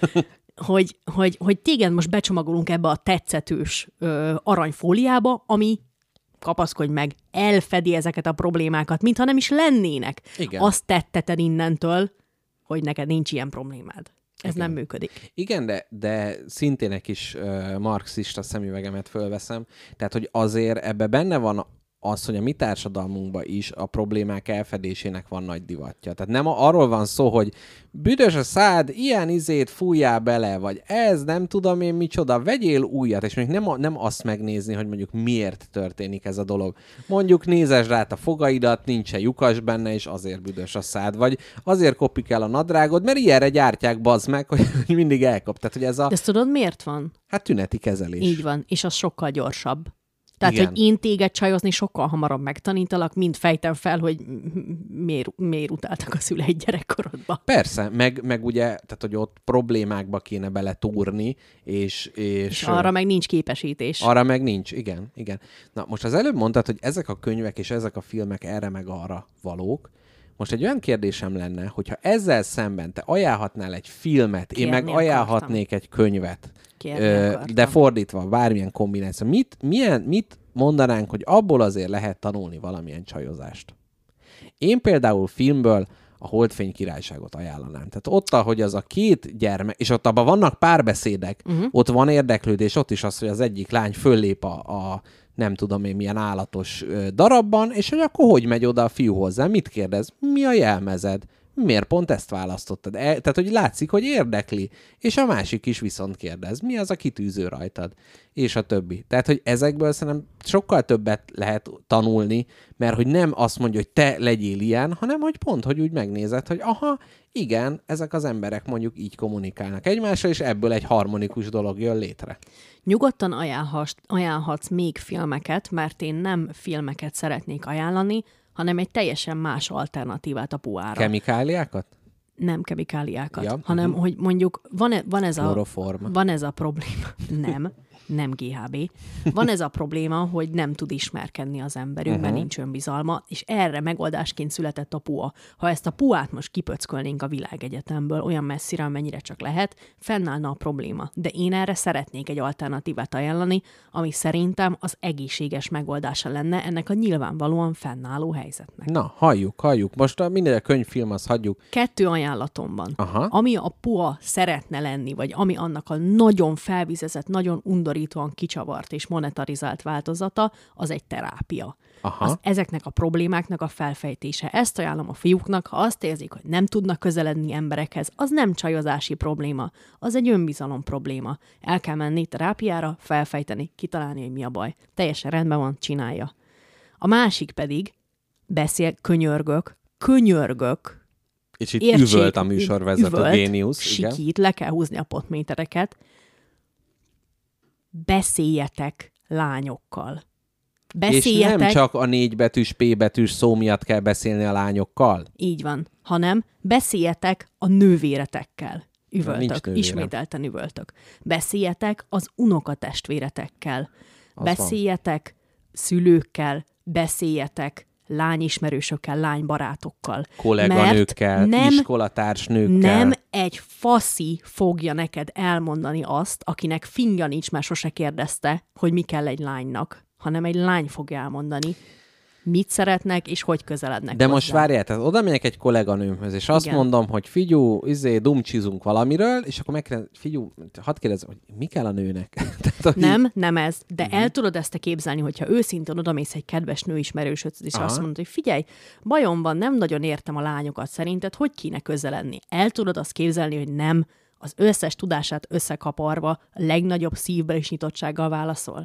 hogy, hogy, hogy téged most becsomagolunk ebbe a tetszetős ö, aranyfóliába, ami, kapaszkodj meg, elfedi ezeket a problémákat, mintha nem is lennének. Igen. Azt tetteted innentől, hogy neked nincs ilyen problémád. Ez Igen. nem működik. Igen, de, de szintén egy kis uh, marxista szemüvegemet fölveszem. Tehát, hogy azért ebbe benne van az, hogy a mi társadalmunkban is a problémák elfedésének van nagy divatja. Tehát nem arról van szó, hogy büdös a szád, ilyen izét fújjál bele, vagy ez, nem tudom én micsoda, vegyél újat, és még nem, nem azt megnézni, hogy mondjuk miért történik ez a dolog. Mondjuk nézesd rá a fogaidat, nincs lyukas benne, és azért büdös a szád, vagy azért kopik el a nadrágod, mert ilyenre gyártják, bazd meg, hogy mindig elkap. Tehát, hogy ez a... De ezt tudod, miért van? Hát tüneti kezelés. Így van, és az sokkal gyorsabb. Tehát, Igen. hogy én téged csajozni sokkal hamarabb megtanítalak, mint fejtem fel, hogy miért, miért utáltak a szüleid gyerekkorodba. Persze, meg, meg ugye, tehát, hogy ott problémákba kéne bele túrni, és, és... És arra meg nincs képesítés. Arra meg nincs, igen, igen. Na, most az előbb mondtad, hogy ezek a könyvek és ezek a filmek erre meg arra valók. Most egy olyan kérdésem lenne, hogyha ezzel szemben te ajánlhatnál egy filmet, Kérni én meg ajánlhatnék egy könyvet, ö, de fordítva, bármilyen kombináció. Mit, milyen, mit mondanánk, hogy abból azért lehet tanulni valamilyen csajozást? Én például filmből a Holdfény királyságot ajánlanám. Tehát ott, ahogy az a két gyermek, és ott abban vannak párbeszédek, uh-huh. ott van érdeklődés, ott is az, hogy az egyik lány föllép a, a nem tudom én milyen állatos ö, darabban, és hogy akkor hogy megy oda a fiú hozzá, mit kérdez, mi a jelmezed, miért pont ezt választottad? E, tehát, hogy látszik, hogy érdekli, és a másik is viszont kérdez, mi az a kitűző rajtad, és a többi. Tehát, hogy ezekből szerintem sokkal többet lehet tanulni, mert hogy nem azt mondja, hogy te legyél ilyen, hanem hogy pont, hogy úgy megnézed, hogy aha, igen, ezek az emberek mondjuk így kommunikálnak egymással, és ebből egy harmonikus dolog jön létre. Nyugodtan ajánlhatsz, ajánlhatsz még filmeket, mert én nem filmeket szeretnék ajánlani, hanem egy teljesen más alternatívát a puára. Kemikáliákat? Nem kemikáliákat, Ja, hanem uh-huh. hogy mondjuk van, e, van, ez a, van ez a probléma. Nem, nem gé há bé. Van ez a probléma, hogy nem tud ismerkedni az emberünk, uh-huh. mert nincs önbizalma, és erre megoldásként született a pua. Ha ezt a puát most kipöckölnénk a világegyetemből olyan messzire, amennyire csak lehet, fennállna a probléma. De én erre szeretnék egy alternatívát ajánlani, ami szerintem az egészséges megoldása lenne ennek a nyilvánvalóan fennálló helyzetnek. Na, halljuk, halljuk. Most a minden a könyvfilm, azt hagyjuk. Kettő ajánlatom van. Aha. Ami a pua szeretne lenni, vagy ami annak a nagyon felvizezett, nagyon undorítóan kicsavart és monetarizált változata, az egy terápia. Az ezeknek a problémáknak a felfejtése. Ezt ajánlom a fiúknak, ha azt érzik, hogy nem tudnak közeledni emberekhez, az nem csajozási probléma, az egy önbizalom probléma. El kell menni terápiára, felfejteni, kitalálni, hogy mi a baj. Teljesen rendben van, csinálja. A másik pedig, beszél, könyörgök, könyörgök, és itt értsék, üvölt a műsorvezető üvölt, géniusz. sikít, igen. Le kell húzni a potmétereket. Beszéljetek lányokkal. Beszéljetek. És nem csak a négy betűs, P betűs szó miatt kell beszélni a lányokkal. Így van, hanem beszéljetek a nővéretekkel. Üvöltök, ismételten üvöltök. Beszéljetek az unokatestvéretekkel. Az beszéljetek van. Szülőkkel, beszéljetek lányismerősökkel, lánybarátokkal. Kolléganőkkel, nem, iskolatársnőkkel. Nem egy faszi fogja neked elmondani azt, akinek fingja nincs, mert sose kérdezte, hogy mi kell egy lánynak, hanem egy lány fogja elmondani, mit szeretnek, és hogy közelednek De hozzá. most várjál, tehát oda megyek egy kolléganőmhöz, és azt Igen. mondom, hogy figyú, izé, dumcsizunk valamiről, és akkor megkérdezem, figyú, hadd kérdezem, hogy mi kell a nőnek? tehát, nem, így... nem ez, de uh-huh. el tudod ezt képzelni, hogyha őszintén odamész egy kedves nőismerősöd, és Aha. azt mondod, hogy figyelj, bajom van, nem nagyon értem a lányokat, szerinted hogy kéne közeledni? El tudod azt képzelni, hogy nem, az összes tudását összekaparva a legnagyobb szívbeli és nyitottsággal válaszol?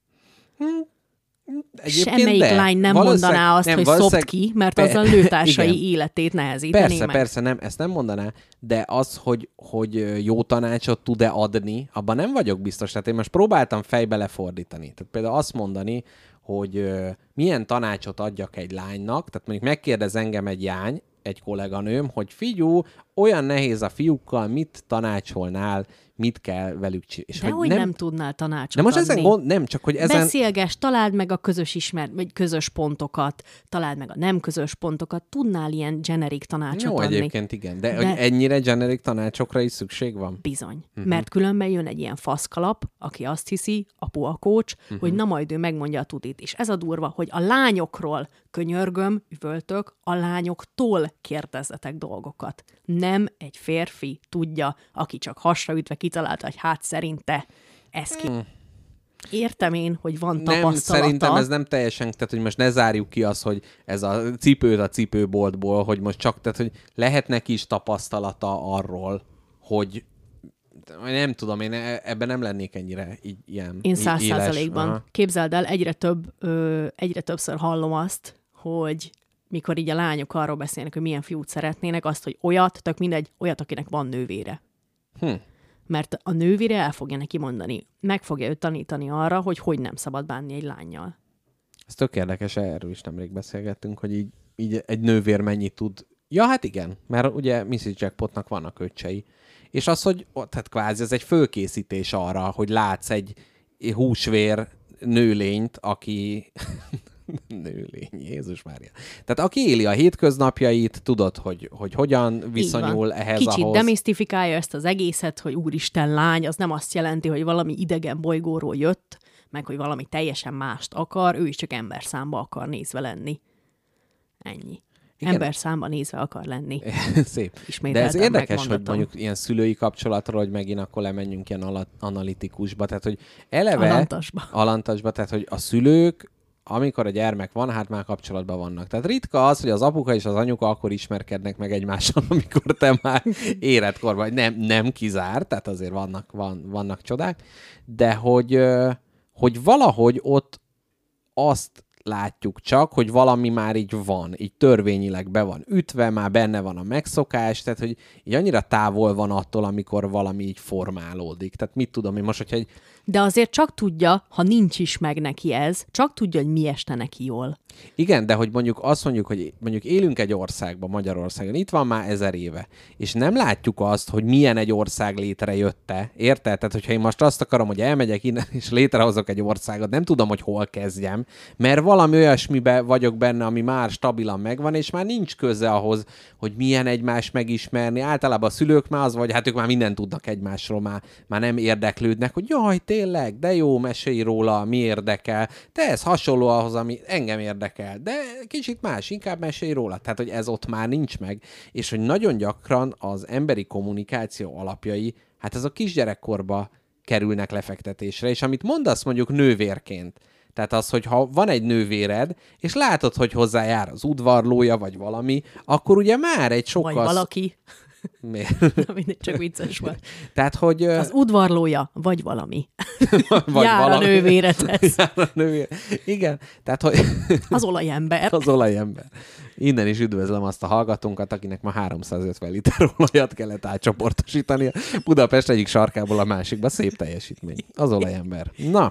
Hmm. Egyébként Semmelyik de. lány nem mondaná azt, nem, hogy szopd ki, mert az a nőtársai életét nehezítené Persze, meg. persze, nem, ezt nem mondaná, de az, hogy, hogy jó tanácsot tud-e adni, abban nem vagyok biztos. Tehát én most próbáltam fejbe lefordítani. Tehát például azt mondani, hogy uh, milyen tanácsot adjak egy lánynak, tehát mondjuk megkérdez engem egy jány, egy kolléganőm, hogy figyú, olyan nehéz a fiúkkal, mit tanácsolnál, mit kell velük csinálni. De hogy, hogy nem... nem tudnál tanácsot De most adni. ezen gond, nem, csak hogy ezen... Beszélgess, találd meg a közös ismer, vagy közös pontokat, találd meg a nem közös pontokat, tudnál ilyen generic tanácsot Jó, adni. egyébként igen, de, de... hogy ennyire generic tanácsokra is szükség van? Bizony. Uh-huh. Mert különben jön egy ilyen faszkalap, aki azt hiszi, a pua coach, uh-huh. hogy na majd ő megmondja a tudit. És ez a durva, hogy a lányokról könyörgöm, üvöltök, a lányoktól kérdezzetek dolgokat. Nem egy férfi tudja, aki csak hasra ütve kitalálta, hogy hát szerinte ez ki. Hmm. Értem én, hogy van Nem, tapasztalata. szerintem ez nem teljesen, tehát hogy most ne zárjuk ki azt, hogy ez a cipőt a cipőboltból, hogy most csak, tehát hogy lehet neki is tapasztalata arról, hogy nem tudom, én ebben nem lennék ennyire így, ilyen Én száz százalékban. Aha. Képzeld el, egyre, több, ö, egyre többször hallom azt, hogy mikor így a lányok arról beszélnek, hogy milyen fiút szeretnének, azt, hogy olyat, tök mindegy, olyat, akinek van nővére. Hm. Mert a nővére el fogja neki mondani, meg fogja őt tanítani arra, hogy hogy nem szabad bánni egy lánnyal. Ez tök érdekes, erről is nemrég beszélgettünk, hogy így, így egy nővér mennyit tud. Ja, hát igen, mert ugye missziz Jackpotnak vannak öccsei. És az, hogy tehát kvázi ez egy fölkészítés arra, hogy látsz egy húsvér nőlényt, aki... nőlény, Jézus Mária. Tehát aki éli a hétköznapjait, tudod, hogy, hogy hogyan viszonyul ehhez Kicsit ahhoz. demisztifikálja ezt az egészet, hogy úristen lány, az nem azt jelenti, hogy valami idegen bolygóról jött, meg hogy valami teljesen mást akar, ő is csak emberszámba akar nézve lenni. Ennyi. Igen. Emberszámba nézve akar lenni. Szép. De Ismételten ez érdekes, hogy megmondatom. mondjuk ilyen szülői kapcsolatról, hogy megint akkor lemenjünk ilyen ala- analitikusba. Tehát, hogy eleve... Alantasba. Alantasba. Tehát, hogy a szülők, amikor a gyermek van, hát már kapcsolatban vannak. Tehát ritka az, hogy az apuka és az anyuka akkor ismerkednek meg egymással, amikor te már életkorban, nem, nem kizárt, tehát azért vannak, van, vannak csodák, de hogy, hogy valahogy ott azt látjuk csak, hogy valami már így van, így törvényileg be van ütve, már benne van a megszokás, tehát hogy így annyira távol van attól, amikor valami így formálódik. Tehát mit tudom én most, hogyha egy... De azért csak tudja, ha nincs is meg neki ez, csak tudja, hogy mi este neki jól. Igen, de hogy mondjuk azt mondjuk, hogy mondjuk élünk egy országban, Magyarországon, itt van már ezer éve, és nem látjuk azt, hogy milyen egy ország létrejötte, érted? Tehát, hogyha én most azt akarom, hogy elmegyek innen, és létrehozok egy országot, nem tudom, hogy hol kezdjem, mert valami olyasmibe vagyok benne, ami már stabilan megvan, és már nincs köze ahhoz, hogy milyen egymást megismerni. Általában a szülők már az, vagy hát ők már mindent tudnak egymásról, már, már nem érdeklődnek, hogy jaj, tényleg, de jó, mesélj róla, mi érdekel, de ez hasonló ahhoz, ami engem érdekel, de kicsit más, inkább mesélj róla. Tehát, hogy ez ott már nincs meg, és hogy nagyon gyakran az emberi kommunikáció alapjai, hát ez a kisgyerekkorba kerülnek lefektetésre, és amit mondasz mondjuk nővérként, tehát az, hogy ha van egy nővéred, és látod, hogy hozzájár az udvarlója, vagy valami, akkor ugye már egy sokkal... Vagy valaki. Miért? Na, mindegy, csak vicces volt. Tehát, hogy... Az udvarlója, vagy valami. vagy Jár valami. a nővéredhez. Jár a nővére. Igen, tehát, hogy... Az olajember. az olajember. Innen is üdvözlöm azt a hallgatónkat, akinek ma háromszázötven liter olajat kellett átcsoportosítani a Budapest egyik sarkából a másikba. Szép teljesítmény. Az olajember. Na,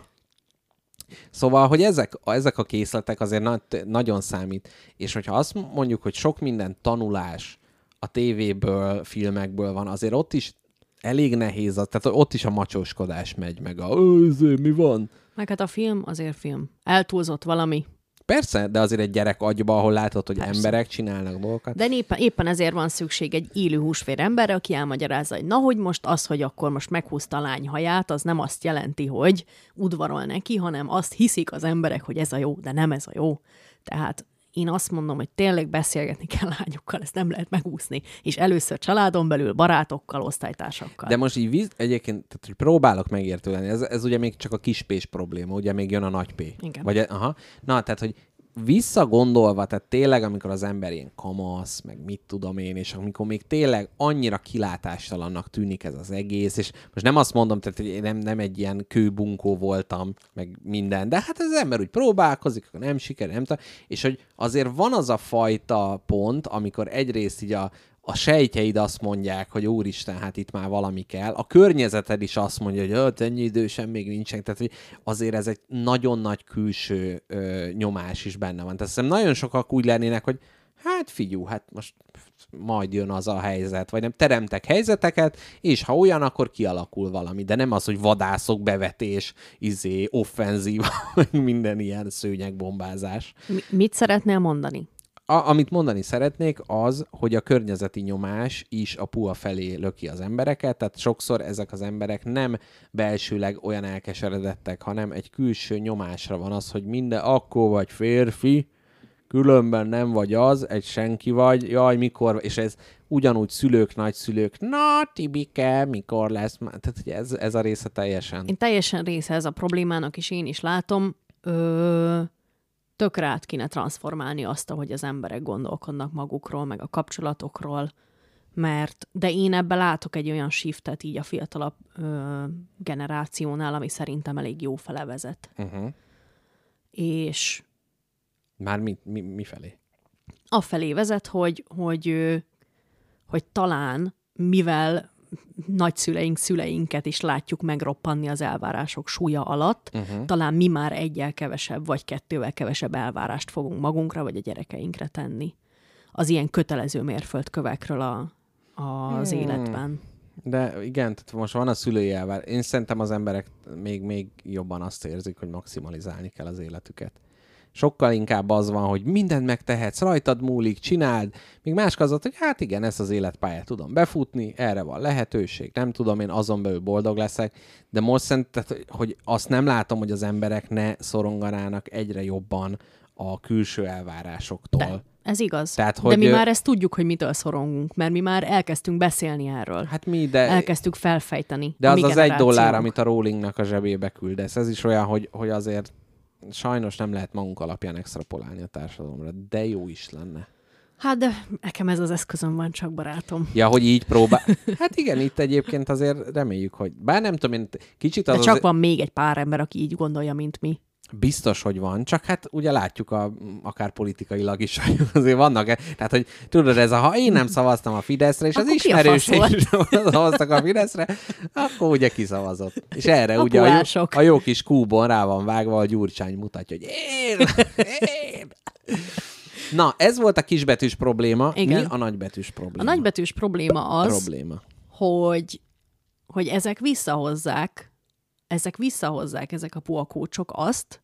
szóval, hogy ezek, ezek a készletek azért na- nagyon számít. És hogyha azt mondjuk, hogy sok minden tanulás a tévéből, filmekből van, azért ott is elég nehéz, az, tehát ott is a macsóskodás megy, meg a mi van? Meg hát a film azért film. Eltúlzott valami. Persze, de azért egy gyerek agyba, ahol látod, hogy Persze. emberek csinálnak dolgokat. De éppen, éppen ezért van szükség egy élő húsvér emberre, aki elmagyarázza, hogy na, hogy most az, hogy akkor most meghúzta a lány haját, az nem azt jelenti, hogy udvarol neki, hanem azt hiszik az emberek, hogy ez a jó, de nem ez a jó. Tehát én azt mondom, hogy tényleg beszélgetni kell lányokkal, ezt nem lehet megúszni. És először családon belül, barátokkal, osztálytársakkal. De most így víz, egyébként, tehát, hogy próbálok megértő lenni, ez, ez ugye még csak a kis P-s probléma, ugye még jön a nagy P. Igen. Vagy, aha. Na, tehát, hogy visszagondolva, tehát tényleg, amikor az ember ilyen kamasz, meg mit tudom én, és amikor még tényleg annyira kilátástalannak tűnik ez az egész, és most nem azt mondom, tehát, hogy én nem, nem egy ilyen kőbunkó voltam, meg minden, de hát az ember úgy próbálkozik, akkor nem sikerül, nem tudom, és hogy azért van az a fajta pont, amikor egyrészt így a a sejtjeid azt mondják, hogy úristen, hát itt már valami kell. A környezeted is azt mondja, hogy hát ennyi idősen még nincsen. Tehát hogy azért ez egy nagyon nagy külső ö, nyomás is benne van. Tehát szerintem nagyon sokak úgy lennének, hogy hát figyú, hát most majd jön az a helyzet, vagy nem, teremtek helyzeteket, és ha olyan, akkor kialakul valami. De nem az, hogy vadászok, bevetés, izé, offenzíva, minden ilyen szőnyegbombázás. Mi- mit szeretnél mondani? A, amit mondani szeretnék, az, hogy a környezeti nyomás is a pua felé löki az embereket, tehát sokszor ezek az emberek nem belsőleg olyan elkeseredettek, hanem egy külső nyomásra van az, hogy minden, akkor vagy férfi, különben nem vagy az, egy senki vagy, jaj, mikor, és ez ugyanúgy szülők, nagyszülők, na, Tibike, mikor lesz? Tehát hogy ez, ez a része teljesen. Én teljesen része ez a problémának, és én is látom, ö, tökre át kéne transformálni azt, ahogy az emberek gondolkodnak magukról, meg a kapcsolatokról, mert, de én ebben látok egy olyan shiftet így a fiatalabb ö, generációnál, ami szerintem elég jó fele vezet. Uh-huh. És már mi, mi, mi felé? Afelé vezet, hogy, hogy, hogy talán, mivel nagyszüleink, szüleinket is látjuk megroppanni az elvárások súlya alatt, uh-huh. talán mi már egyel kevesebb, vagy kettővel kevesebb elvárást fogunk magunkra, vagy a gyerekeinkre tenni. Az ilyen kötelező mérföldkövekről a, a, az hmm. életben. De igen, tehát most van a szülői elvár. Én szerintem az emberek még, még jobban azt érzik, hogy maximalizálni kell az életüket. Sokkal inkább az van, hogy mindent megtehetsz, rajtad múlik, csináld, míg másik az, hogy hát igen, ezt az életpályát tudom befutni, erre van lehetőség, nem tudom, én azon belül boldog leszek, de most szerintem, hogy azt nem látom, hogy az emberek ne szoronganának egyre jobban a külső elvárásoktól. De. Ez igaz. Tehát, hogy de mi már ezt tudjuk, hogy mitől szorongunk, mert mi már elkezdtünk beszélni erről. Hát mi, de... Elkezdtük felfejteni. De az az egy dollár, amit a Rowlingnak a zsebébe küldesz. Ez is olyan, hogy, hogy azért sajnos nem lehet magunk alapján extrapolálni a társadalomra, de jó is lenne. Hát de nekem ez az eszközöm van, csak barátom. Ja, hogy így próbál. Hát igen, itt egyébként azért reméljük, hogy... Bár nem tudom, én kicsit az... De csak az... van még egy pár ember, aki így gondolja, mint mi. Biztos, hogy van, csak hát ugye látjuk a, akár politikailag is, azért vannak, tehát hogy tudod, ez a, ha én nem szavaztam a Fideszre, és akkor az ismerőseim is szavaztak a Fideszre, akkor ugye kiszavazott. És erre a ugye a jó, a jó kis kúbon rá van vágva, a Gyurcsány mutatja, hogy én, én. Na, ez volt a kisbetűs probléma. Igen. Mi a nagybetűs probléma? A nagybetűs probléma az, probléma. Hogy, hogy ezek visszahozzák, ezek visszahozzák, ezek a puakócsok azt,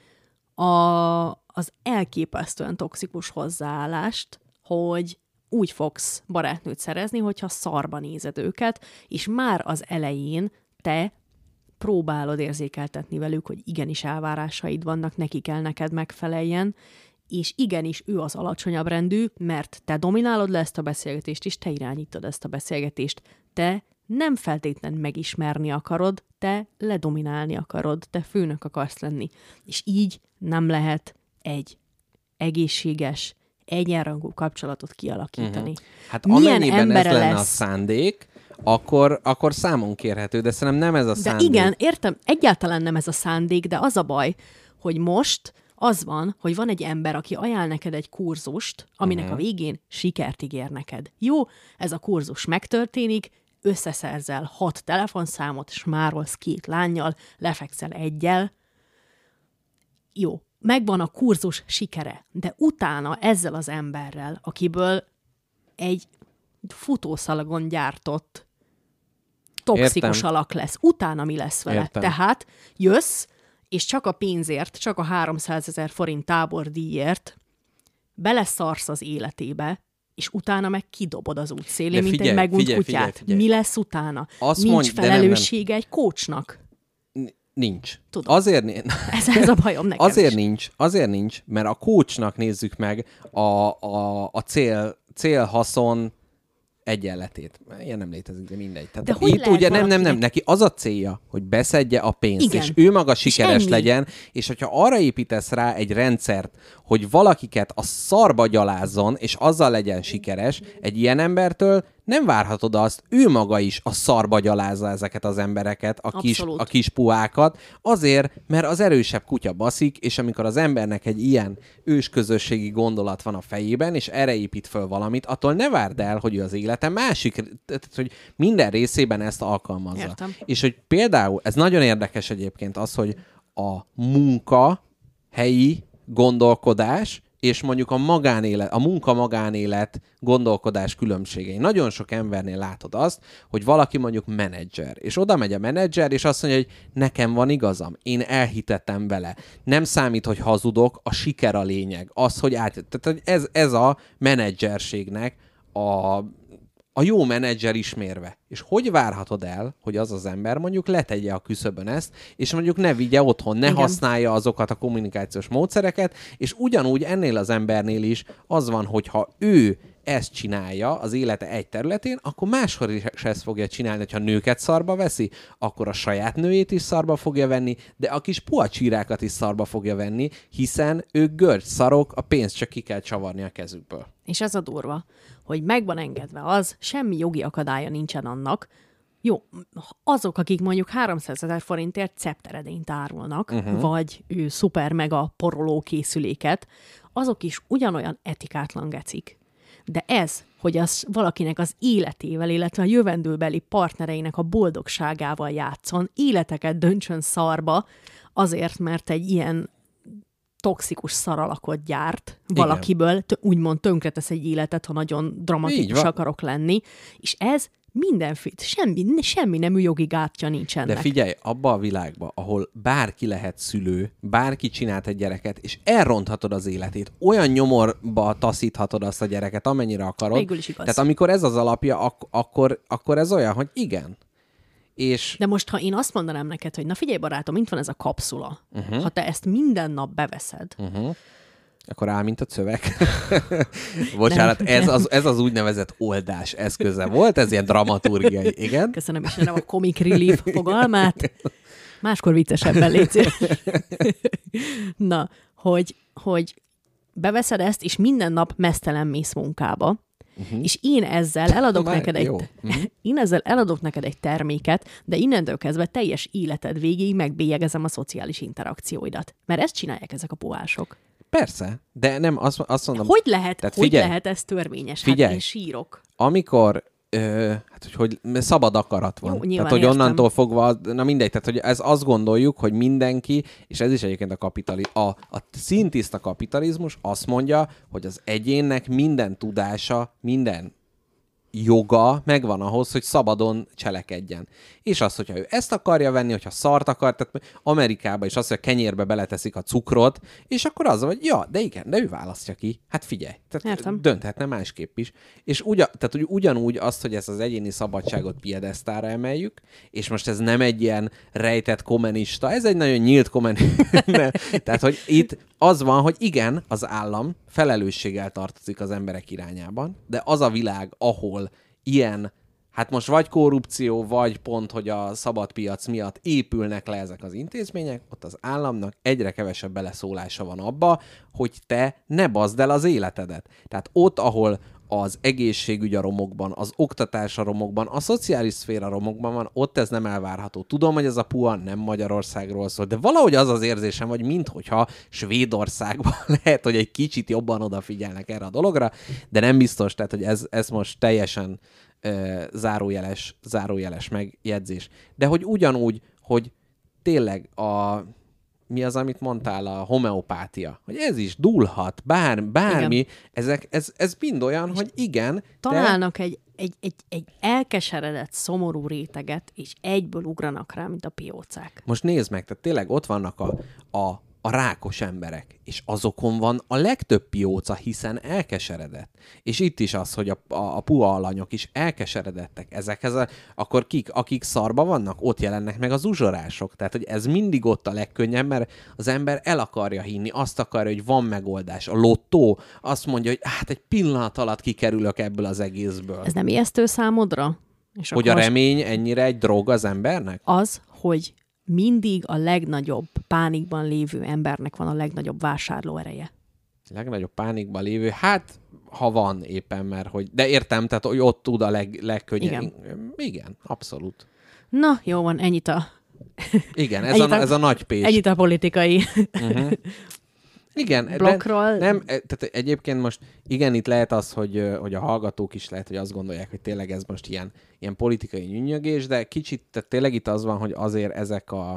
a, az elképesztően toxikus hozzáállást, hogy úgy fogsz barátnőt szerezni, hogyha szarba nézed őket, és már az elején te próbálod érzékeltetni velük, hogy igenis elvárásaid vannak, neki kell neked megfeleljen, és igenis ő az alacsonyabb rendű, mert te dominálod le ezt a beszélgetést, és te irányítod ezt a beszélgetést. Te nem feltétlenül megismerni akarod, te ledominálni akarod, te főnök akarsz lenni. És így nem lehet egy egészséges, egyenrangú kapcsolatot kialakítani. Uh-huh. Hát milyen amennyiben ez lenne lesz... a szándék, akkor, akkor számon kérhető, de szerintem nem ez a de szándék. Igen, értem, egyáltalán nem ez a szándék, de az a baj, hogy most az van, hogy van egy ember, aki ajánl neked egy kurzust, aminek uh-huh. a végén sikert ígér neked. Jó, ez a kurzus megtörténik, összeszerzel hat telefonszámot, és márolsz két lánnyal, lefekszel egyel. Jó, megvan a kurzus sikere, de utána ezzel az emberrel, akiből egy futószalagon gyártott toxikus Értem. alak lesz, utána mi lesz vele? Értem. Tehát jössz, és csak a pénzért, csak a háromszázezer forint tábordíjért beleszarsz az életébe, és utána meg kidobod az útszélén, mint figyelj, egy megunt figyelj, kutyát. Figyelj, figyelj. Mi lesz utána? Azt Nincs mondj, felelőssége nem, nem. egy coachnak? Nincs. Tudom. Azért nincs. Ez, ez a bajom nekem Azért is. nincs, azért nincs, mert a coachnak nézzük meg a, a, a cél, célhaszon egyenletét. Ilyen nem létezik, de mindegy. Tehát de hogy itt ugye nem, nem, nem, valakinek... neki az a célja, hogy beszedje a pénzt, Igen. és ő maga sikeres és legyen, és hogyha arra építesz rá egy rendszert, hogy valakiket a szarba gyalázzon, és azzal legyen sikeres, egy ilyen embertől nem várhatod azt, ő maga is a szarba gyalázza ezeket az embereket, a kis, a kis puhákat, azért, mert az erősebb kutya baszik, és amikor az embernek egy ilyen ősközösségi gondolat van a fejében, és erre épít föl valamit, attól ne várd el, hogy ő az élete másik, tehát, hogy minden részében ezt alkalmazza. Értem. És hogy például, ez nagyon érdekes egyébként az, hogy a munka, helyi gondolkodás, és mondjuk a magánélet, a munka-magánélet gondolkodás különbségei. Nagyon sok embernél látod azt, hogy valaki mondjuk menedzser, és oda megy a menedzser, és azt mondja, hogy nekem van igazam, én elhitettem vele. Nem számít, hogy hazudok, a siker a lényeg. Az, hogy át... Tehát ez, ez a menedzserségnek a, a a jó menedzser ismérve. És hogy várhatod el, hogy az az ember mondjuk letegye a küszöbön ezt, és mondjuk ne vigye otthon, ne Igen. használja azokat a kommunikációs módszereket, és ugyanúgy ennél az embernél is az van, hogyha ő ezt csinálja az élete egy területén, akkor máshol is ezt fogja csinálni, hogyha nőket szarba veszi, akkor a saját nőjét is szarba fogja venni, de a kis puacsírákat is szarba fogja venni, hiszen ők görcs szarok, a pénzt csak ki kell csavarni a kezükből. És ez a durva, hogy meg van engedve az, semmi jogi akadálya nincsen annak, jó, azok, akik mondjuk háromszázezer forintért cepteredényt árulnak, uh-huh. vagy ő szuper mega poroló készüléket, azok is ugyanolyan etikátlan gecik. De ez, hogy az valakinek az életével, illetve a jövendőbeli partnereinek a boldogságával játszon, életeket döntsön szarba, azért, mert egy ilyen toxikus szaralakot gyárt valakiből, t- úgymond tönkretesz egy életet, ha nagyon dramatikus akarok lenni, és ez mindenféle, semmi, semmi nemű jogi gátja nincsen. De figyelj, abba a világba, ahol bárki lehet szülő, bárki csinált egy gyereket, és elronthatod az életét, olyan nyomorba taszíthatod azt a gyereket, amennyire akarod. Végül is igaz. Tehát amikor ez az alapja, ak- akkor, akkor ez olyan, hogy igen. És... De most, ha én azt mondanám neked, hogy na figyelj barátom, mint van ez a kapszula, uh-huh. ha te ezt minden nap beveszed, uh-huh. akkor áll, mint a szöveg. Bocsánat, nem, ez, az, ez az úgynevezett oldás eszköze volt, ez ilyen dramaturgiai, igen. Köszönöm is nem a comic relief fogalmát. Máskor viccesebben légy. Na, hogy, hogy beveszed ezt, és minden nap meztelen mész munkába, uh-huh. és én ezzel eladok Már neked egy uh-huh. én ezzel eladok neked egy terméket, de innentől kezdve teljes életed végéig megbélyegezem a szociális interakcióidat. Mert ezt csinálják ezek a puhások. Persze, de nem, azt, azt mondom... Hogy lehet, tehát hogy figyelj, lehet ez törvényes? Figyelj, Hát én sírok. Amikor, ö, hát hogy, hogy szabad akarat van. Jó, tehát, nyilván hogy értem. onnantól fogva, na mindegy, tehát, hogy ez azt gondoljuk, hogy mindenki, és ez is egyébként a kapitali, a, a szintiszta kapitalizmus azt mondja, hogy az egyénnek minden tudása, minden joga megvan ahhoz, hogy szabadon cselekedjen. És az, hogyha ő ezt akarja venni, hogyha szart akar, tehát Amerikában is az, hogy a kenyérbe beleteszik a cukrot, és akkor az, hogy ja, de igen, de ő választja ki. Hát figyelj, tehát Értem. dönthetne másképp is. És ugyan, tehát ugy, ugyanúgy azt, hogy ezt az egyéni szabadságot piedesztára emeljük, és most ez nem egy ilyen rejtett kommunista, ez egy nagyon nyílt kommunista. Tehát, hogy itt az van, hogy igen, az állam felelősséggel tartozik az emberek irányában, de az a világ, ahol ilyen, hát most vagy korrupció, vagy pont, hogy a szabad piac miatt épülnek le ezek az intézmények, ott az államnak egyre kevesebb beleszólása van abba, hogy te ne bazd el az életedet. Tehát ott, ahol az egészségügy a romokban, az oktatás a romokban, a szociális szféra romokban van, ott ez nem elvárható. Tudom, hogy ez a pua nem Magyarországról szól, de valahogy az az érzésem, hogy minthogyha Svédországban lehet, hogy egy kicsit jobban odafigyelnek erre a dologra, de nem biztos, tehát, hogy ez, ez most teljesen uh, zárójeles, zárójeles megjegyzés. De hogy ugyanúgy, hogy tényleg a... mi az, amit mondtál, a homeopátia, hogy ez is dúlhat, bár, bármi, ezek, ez, ez mind olyan, és hogy igen. Találnak te... egy, egy, egy, egy elkeseredett, szomorú réteget, és egyből ugranak rá, mint a piócák. Most nézd meg, tehát tényleg ott vannak a, a, a rákos emberek, és azokon van a legtöbb pióca, hiszen elkeseredett. És itt is az, hogy a, a, a puha alanyok is elkeseredettek ezekhez, a, akkor kik, akik szarba vannak, ott jelennek meg az uzsorások. Tehát, hogy ez mindig ott a legkönnyebb, mert az ember el akarja hinni, azt akarja, hogy van megoldás. A lottó azt mondja, hogy hát egy pillanat alatt kikerülök ebből az egészből. Ez nem ijesztő számodra? És hogy a most remény ennyire egy drog az embernek? Az, hogy mindig a legnagyobb pánikban lévő embernek van a legnagyobb vásárlóereje. Legnagyobb pánikban lévő, hát ha van éppen, mert hogy... De értem, tehát hogy ott tud a leg, legkönnyebb. Igen. Igen, abszolút. Na, jó van, ennyit a... Igen, ez, a, a, ez a nagy pés. Ennyit a politikai uh-huh. Igen, blokkról. De nem, tehát egyébként most igen, itt lehet az, hogy, hogy a hallgatók is lehet, hogy azt gondolják, hogy tényleg ez most ilyen, ilyen politikai nyűnyögés, de kicsit, tehát tényleg itt az van, hogy azért ezek a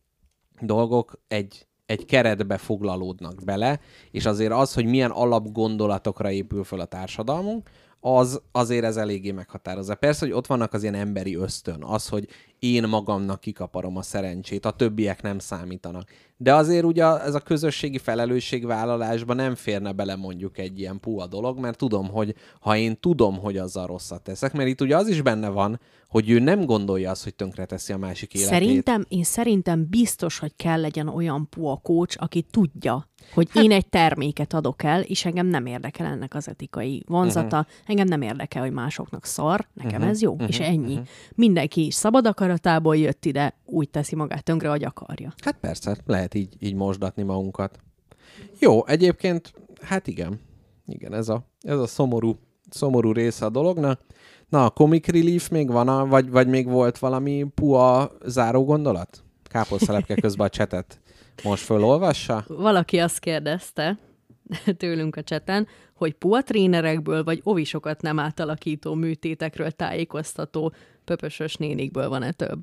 dolgok egy, egy keretbe foglalódnak bele, és azért az, hogy milyen alapgondolatokra épül föl a társadalmunk, az azért ez eléggé meghatározza. Persze, hogy ott vannak az ilyen emberi ösztön, az, hogy én magamnak kikaparom a szerencsét, a többiek nem számítanak. De azért ugye ez a közösségi felelősségvállalásban nem férne bele mondjuk egy ilyen puha dolog, mert tudom, hogy ha én tudom, hogy azzal rosszat teszek, mert itt ugye az is benne van, hogy ő nem gondolja azt, hogy tönkreteszi a másik életét. Szerintem, én szerintem biztos, hogy kell legyen olyan puha coach, aki tudja, hogy hát, én egy terméket adok el, és engem nem érdekel ennek az etikai vonzata, uh-huh. engem nem érdekel, hogy másoknak szar, nekem uh-huh. ez jó, uh-huh. és ennyi. Uh-huh. Mindenki is szabad akaratából jött ide, úgy teszi magát tönkre, hogy akarja. Hát persze, lehet így, így mosdatni magunkat. Jó, egyébként, hát igen, igen, ez a, ez a szomorú, szomorú része a dolognak. Na, a Comic Relief még van, a, vagy, vagy még volt valami puha záró gondolat? Káposztelepke közben a csetet most fölolvassa? Valaki azt kérdezte tőlünk a cseten, hogy puha trénerekből vagy ovisokat nem átalakító műtétekről tájékoztató pöpösös nénikből van-e több?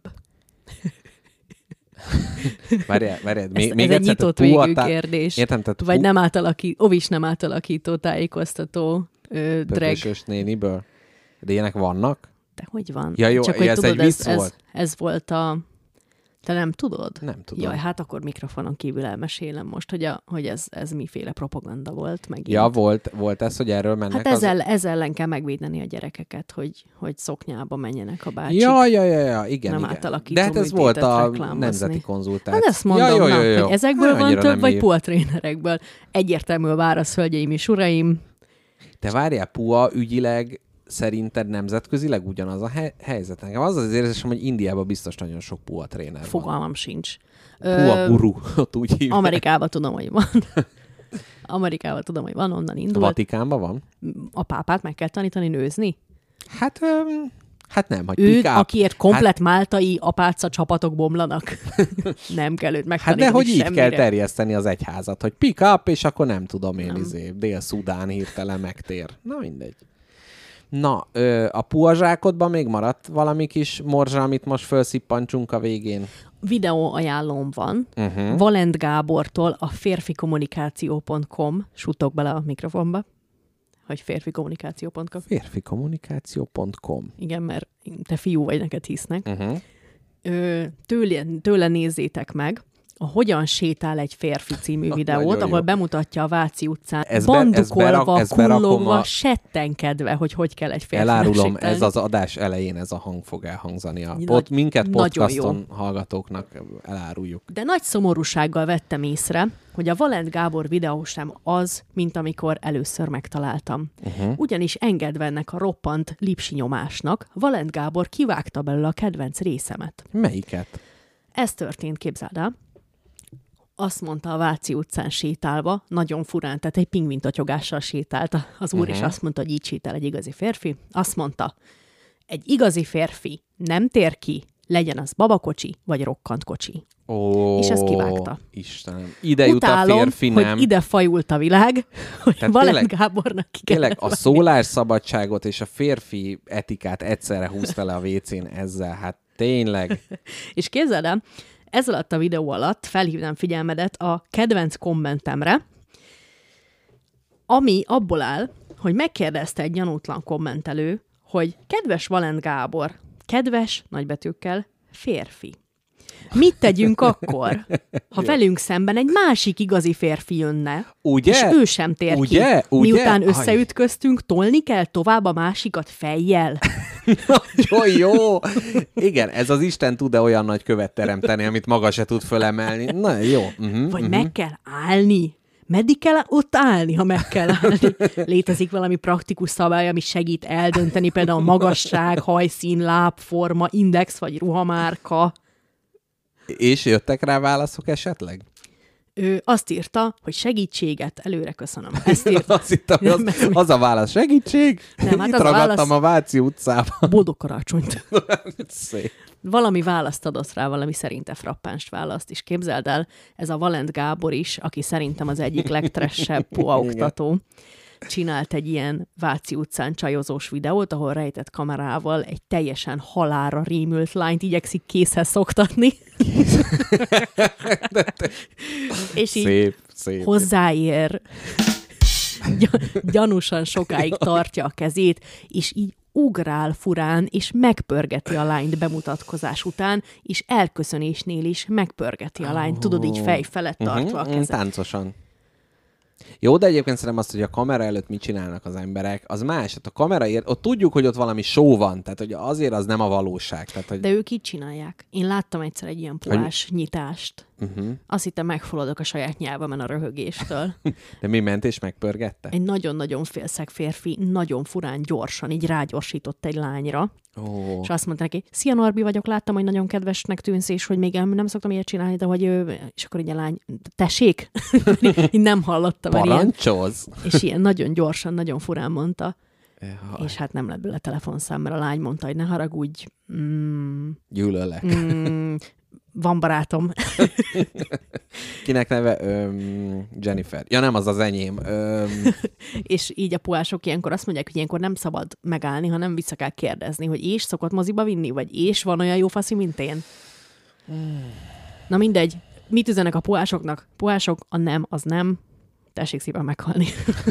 Várjál, várjál. Ez, még, ez még egy egyszer, nyitott puha végű tá... kérdés. Értem, tehát vagy pu... nem átalakít, ovis nem átalakító tájékoztató ö, drag. Pöpösös néniből? De ilyenek vannak? De hogy van? Ja, jó, Csak ja, hogy ez tudod, egy vicc ez, volt? Ez, ez volt a... Te nem tudod? Nem tudom. Jaj, hát akkor mikrofonon kívül elmesélem most, hogy, a, hogy ez, ez miféle propaganda volt megint. Ja, volt, volt ez, hogy erről mennek Hát ezzel, az... ezzel ellen kell megvédeni a gyerekeket, hogy, hogy szoknyába menjenek a bácsik. Ja, ja, ja, ja, igen, nem igen. átalakító De hát ez volt a reklámozni. nemzeti konzultáció. Hát ezt mondom, ja, jó, na, jó, jó. hogy ezekből hát, van több, vagy ír. puha trénerekből. Egyértelmű a válasz, hölgyeim és uraim. Te várjál, puha ügyileg szerinted nemzetközileg ugyanaz a he- helyzet? Nekem az az érzésem, hogy Indiában biztos nagyon sok puha tréner van. Fogalmam sincs. Puha guru, ott úgy hívják. Amerikában tudom, hogy van. Amerikában tudom, hogy van, onnan indult. A Vatikánban van? A pápát meg kell tanítani nőzni? Hát, um, hát nem, hogy Őt, pick up. akiért komplet hát... máltai apáca csapatok bomlanak. Nem kell őt Hát megtanítani de hogy így semmire. kell terjeszteni az egyházat, hogy pick up, és akkor nem tudom én, Nem. izé, Dél-Szudán hirtelen megtér. Na mindegy. Na, ö, a puha zsákodban még maradt valami kis morzsa, amit most felszippantsunk a végén? Videó ajánlóm van. Uh-huh. Valent Gábortól a férfikommunikáció pont com. Sutok bele a mikrofonba, hogy férfikommunikáció pont com. férfikommunikáció pont com. Igen, mert te fiú vagy, neked hisznek. Uh-huh. Ö, tőle, tőle nézzétek meg a Hogyan sétál egy férfi című videót, Nagyon ahol jó. bemutatja a Váci utcán, Ez be- bandukolva, ez berak- ez berakom kullogva, a- settenkedve, hogy hogy kell egy férfi Elárulom, ez az adás elején ez a hang fog elhangzani. A Nagy- pod, minket nagyon podcaston hallgatóknak eláruljuk. De nagy szomorúsággal vettem észre, hogy a Valent Gábor videó sem az, mint amikor először megtaláltam. Uh-huh. Ugyanis engedve ennek a roppant lipsinyomásnak, Valent Gábor kivágta belőle a kedvenc részemet. Melyiket? Ez történt, képzeld el. Azt mondta a Váci utcán sétálva, nagyon furán, tehát egy pingvintotyogással sétált az úr, uh-huh. és azt mondta, hogy így sétál egy igazi férfi. Azt mondta, egy igazi férfi nem tér ki, legyen az babakocsi vagy rokkant kocsi. Ó, És ezt kivágta. Istenem. Ide jut a Utálom, férfi, nem? hogy ide fajult a világ, hogy Tehát Valent tényleg- Gábornak ki Tényleg kellett a szólásszabadságot és a férfi etikát egyszerre húzta le a vécén ezzel. Hát tényleg. És képzeld el, ez alatt a videó alatt felhívnám figyelmedet a kedvenc kommentemre, ami abból áll, hogy megkérdezte egy gyanútlan kommentelő, hogy kedves Valent Gábor, kedves, nagybetűkkel, férfi. Mit tegyünk akkor, ha velünk szemben egy másik igazi férfi jönne, Ugye? és ő sem tér Ugye? ki. Ugye? Miután Aj. összeütköztünk, tolni kell tovább a másikat fejjel? Nagyon jó! Igen, ez az Isten tud-e olyan nagy követ teremteni, amit maga se tud fölemelni. Na, jó. Uh-huh, Vagy uh-huh. meg kell állni? Meddig kell ott állni, ha meg kell állni? Létezik valami praktikus szabály, ami segít eldönteni például a magasság, hajszín, lábforma, index vagy ruhamárka. És jöttek rá válaszok esetleg? Ő azt írta, hogy segítséget, előre köszönöm. Ezt írta. Azt hittem, hogy az, Nem, az a válasz. Segítség! Nem, hát Itt az a ragadtam válasz- a Váci utcában. Boldog karácsonyt. Szép. Valami választ adott rá, valami szerinte frappáns választ is. Képzeld el, ez a Valent Gábor is, aki szerintem az egyik legtressebb puaoktató, csinált egy ilyen Váci utcán csajozós videót, ahol rejtett kamerával egy teljesen halálra rémült lányt igyekszik készhez szoktatni. És így Szép, szép. hozzáér gy- gyanúsan sokáig tartja a kezét, és így ugrál furán, és megpörgeti a lányt bemutatkozás után, és elköszönésnél is megpörgeti a lányt, tudod, így fej felett tartva uh-huh, a kezet. Táncosan. Jó, de egyébként szerintem azt, hogy a kamera előtt mit csinálnak az emberek, az más. Hát a kamera, ér, ott tudjuk, hogy ott valami show van, tehát hogy azért az nem a valóság. Tehát, hogy... De ők így csinálják. Én láttam egyszer egy ilyen puhás hogy... nyitást. Uh-huh. Azt hittem megfulladok a saját nyelvemen a röhögéstől. De mi ment és megpörgette? Egy nagyon-nagyon félszeg férfi, nagyon furán, gyorsan, így rágyorsított egy lányra. Oh. És azt mondta neki, szia Norbi vagyok, láttam, hogy nagyon kedvesnek tűnsz, és hogy még nem szoktam ilyet csinálni, de hogy ő... És akkor így a lány, tessék? Én nem hallottam. Parancsolsz? És ilyen nagyon gyorsan, nagyon furán mondta. Jaj. És hát nem lett belőle telefonszám, mert a lány mondta, hogy ne haragudj. Mm, Gyűlöllek. Mm, van barátom. Kinek neve? Öm, Jennifer. Ja nem, az az enyém. Öm... És így a puhások ilyenkor azt mondják, hogy ilyenkor nem szabad megállni, hanem vissza kell kérdezni, hogy és szokott moziba vinni, vagy és van olyan jó faszi, mint én. Na mindegy. Mit üzenek a puhásoknak? Puhások, a nem, az nem. Tessék szépen meghalni.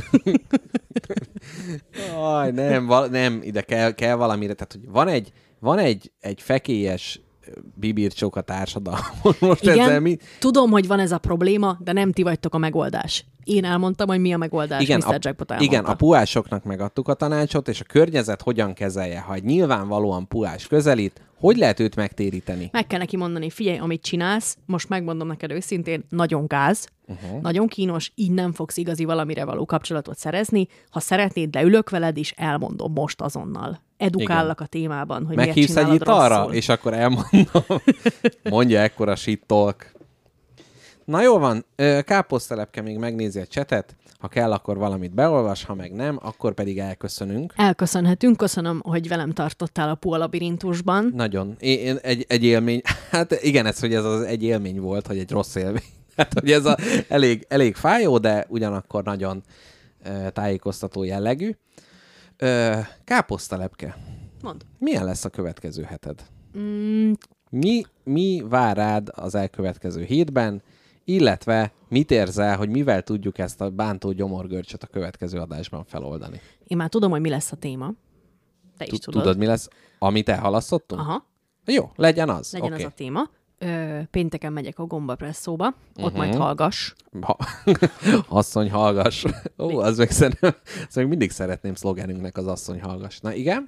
Aj, nem, val- nem, ide kell, kell valamire. Tehát, hogy van egy, van egy, egy fekélyes bibircsók a társadalmon. Most igen, ezzel mi... tudom, hogy van ez a probléma, de nem ti vagytok a megoldás. Én elmondtam, hogy mi a megoldás, igen, miszter a, Jackpot elmondta. igen, a puhásoknak megadtuk a tanácsot, és a környezet hogyan kezelje, ha egy nyilvánvalóan puhás közelít, hogy lehet őt megtéríteni? Meg kell neki mondani, figyelj, amit csinálsz, most megmondom neked őszintén, nagyon gáz, uh-huh. nagyon kínos, így nem fogsz igazi valamire való kapcsolatot szerezni. Ha szeretnéd, leülök veled, és elmondom most azonnal. Edukállak a témában, hogy miért meghívsz csinálod egy italra, rosszul. és akkor elmondom. Mondja ekkora shit talk. Na jó van, Káposztelepke még megnézi a csetet, ha kell, akkor valamit beolvas, ha meg nem, akkor pedig elköszönünk. Elköszönhetünk, köszönöm, hogy velem tartottál a Pua labirintusban. Nagyon. Én, egy, egy élmény, hát igen, ez, hogy ez az egy élmény volt, hogy egy rossz élmény. Hát, hogy ez a, elég, elég fájó, de ugyanakkor nagyon uh, tájékoztató jellegű. Uh, Káposztelepke. Mondd. Milyen lesz a következő heted? Mm. Mi, mi vár rád az elkövetkező hétben, illetve mit érzel, hogy mivel tudjuk ezt a bántó gyomorgörcsöt a következő adásban feloldani? Én már tudom, hogy mi lesz a téma. Te is tudod. Tudod, mi lesz? Amit elhalasztottunk? Aha. Jó, legyen az. Legyen okay. az a téma. Ö, pénteken megyek a gombapresszóba, ott Uh-huh. majd hallgass. Ha... asszony hallgass. Ó, az meg szerintem, az meg mindig szeretném szlogenünknek az asszony hallgass. Na igen?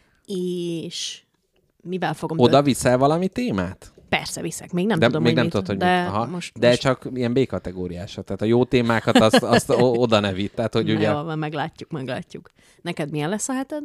És mivel fogom... Oda tört... viszel valami témát? Persze viszek, még nem de tudom, még hogy nem mit, tudod, hogy de mit. Aha. most... De most... csak ilyen B-kategóriásra. Tehát a jó témákat azt, azt oda ne vitt. Tehát, hogy Na ugye... jó, meglátjuk, meglátjuk. Neked milyen lesz a heted?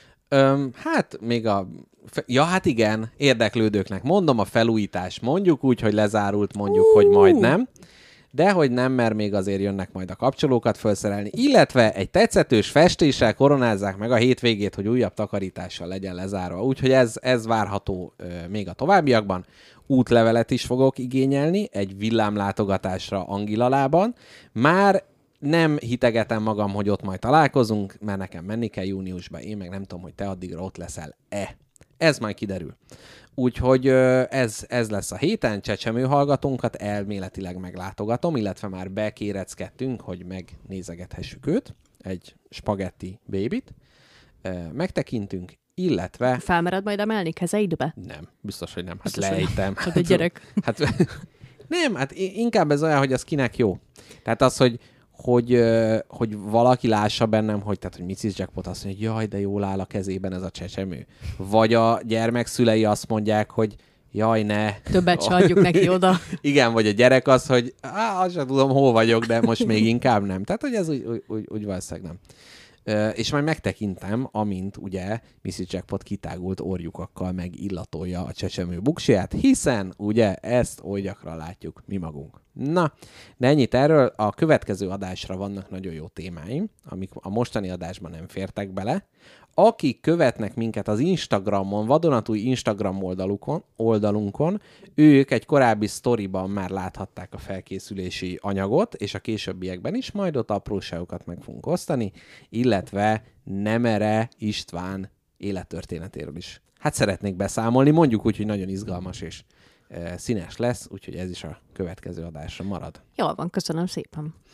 Öm, hát még a... Ja, hát igen, érdeklődőknek mondom, a felújítás mondjuk úgy, hogy lezárult, mondjuk, uh. hogy majd nem. De hogy nem, mert még azért jönnek majd a kapcsolókat felszerelni, illetve egy tetszetős festéssel koronázzák meg a hétvégét, hogy újabb takarítással legyen lezárva. Úgyhogy ez, ez várható ö, még a továbbiakban. Útlevelet is fogok igényelni egy villámlátogatásra Angilalában. Már nem hitegetem magam, hogy ott majd találkozunk, mert nekem menni kell júniusban, én meg nem tudom, hogy te addigra ott leszel-e. Ez majd kiderül. Úgyhogy ez, ez lesz a héten, csecsemő hallgatónkat elméletileg meglátogatom, illetve már bekéreckedtünk, hogy megnézegethessük őt, egy spagetti bébit, megtekintünk, illetve... Felmered majd emelni kezeidbe? Nem, biztos, hogy nem. Hát Biztos, lejtem. Hát egy gyerek. Hát, nem, hát inkább ez olyan, hogy az kinek jó. Tehát az, hogy hogy, hogy valaki lássa bennem, hogy, tehát, hogy missis Jackpot azt mondja, hogy jaj, de jól áll a kezében ez a csecsemő. Vagy a gyermekszülei azt mondják, hogy jaj, ne. Többet se adjuk neki oda. Igen, vagy a gyerek az, hogy á, azt sem tudom, hol vagyok, de most még inkább nem. Tehát, hogy ez úgy, úgy, úgy, úgy valószínűleg nem. Uh, és majd megtekintem, amint ugye missis Jackpot kitágult orjukakkal megillatolja a csecsemő buksiját, hiszen ugye ezt oly gyakran látjuk mi magunk. Na, de ennyit erről. A következő adásra vannak nagyon jó témáim, amik a mostani adásban nem fértek bele. Akik követnek minket az Instagramon, vadonatúj Instagram oldalukon, oldalunkon, ők egy korábbi sztoriban már láthatták a felkészülési anyagot, és a későbbiekben is majd ott apróságokat meg fogunk osztani, illetve Nemere István élettörténetéről is. Hát szeretnék beszámolni, mondjuk úgy, hogy nagyon izgalmas és e, színes lesz, úgyhogy ez is a következő adásra marad. Jól van, köszönöm szépen.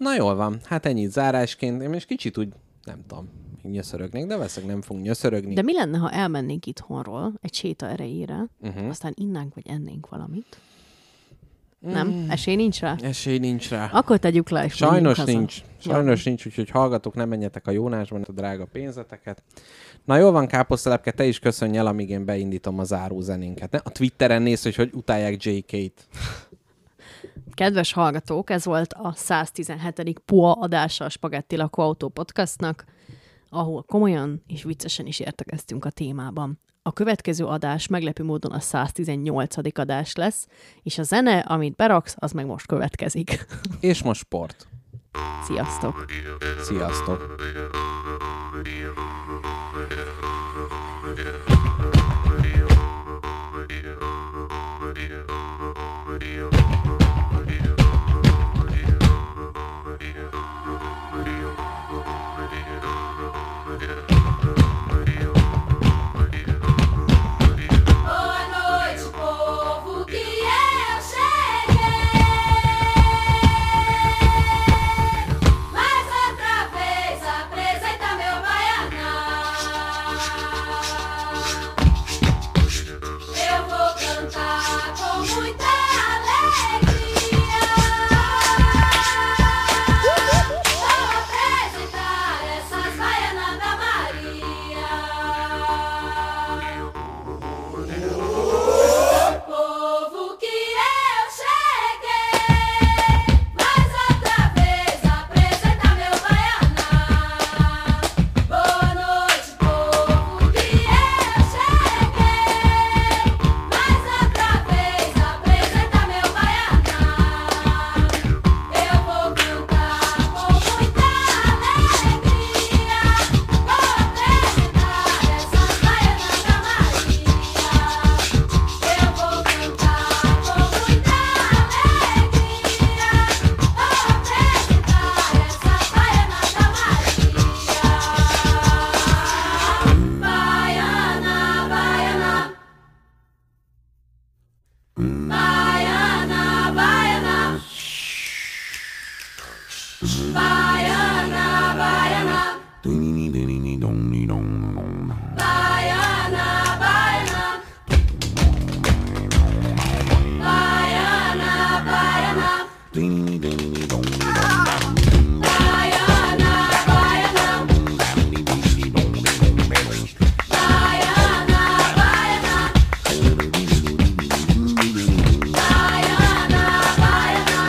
Na jól van, hát ennyit zárásként. Én most kicsit úgy, nem tudom, nyöszörögnék, de veszek nem fogunk nyöszörögni. De mi lenne, ha elmennénk itthonról egy séta erejére, Uh-huh. aztán innánk vagy ennénk valamit? Nem? Esély nincs rá? Esély nincs rá. Akkor tegyük le, és Sajnos menjünk haza. nincs. Sajnos nincs, úgyhogy hallgatók, nem menjetek a Jónásban a drága pénzeteket. Na jól van, Káposztelepke, te is köszönj el, amíg én beindítom a záró zenénket. Ne? A Twitteren néz, hogy hogy utálják jé ká-t. Kedves hallgatók, ez volt a száztizenhetedik pua adása a Spagetti Lakóautó podcastnak, ahol komolyan és viccesen is értekeztünk a témában. A következő adás meglepő módon a száztizennyolcadik adás lesz, és a zene, amit beraksz, az meg most következik. És most sport. Sziasztok! Sziasztok! Boa noite, povo, que eu cheguei. Mais outra vez apresenta meu baianá. Eu vou cantar com muita alegria. Vou apresentar essas baianas da Maria. Povo que eu cheguei, mais outra vez apresenta meu baianá. Boa noite, povo que eu cheguei, mais outra vez apresenta meu baianá. Eu vou cantar com muita alegria, vou apresentar essas baianas da Maria. Eu vou cantar com muita alegria, vou apresentar essas baianas da Maria. Baiana, baiana, baiana, baiana, baiana, baiana, baiana, baiana. Baiana, baiana. Baiana, baiana. Baiana, baiana. Baiana, baiana.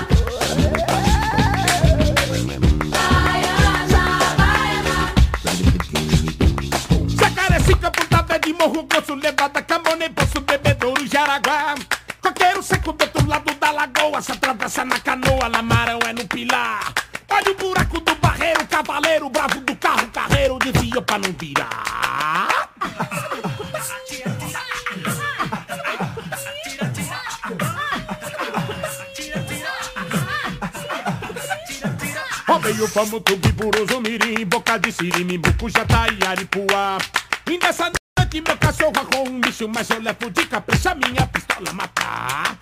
Baiana, baiana. Jacarecica, Ponta de Morro Grosso, Levada, Camone, Poço, Bebedouro, Jaraguá. Coqueiro seco do outro lado da lagoa, se atravessa na canoa, Lamarão é no pilar. Olha o buraco do barreiro, cavaleiro, bravo do carro, carreiro, desvia pra não virar. Rodeio, Famo, Tubi, Buruzo, Mirim, Boca de Siri, Bucujá, e Aripuá. E nessa noite meu cachorro arrou um bicho, mas eu levo de capricha minha pistola matar.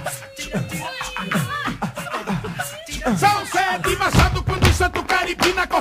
São sete, Machado, Conde, Santo, Caripina,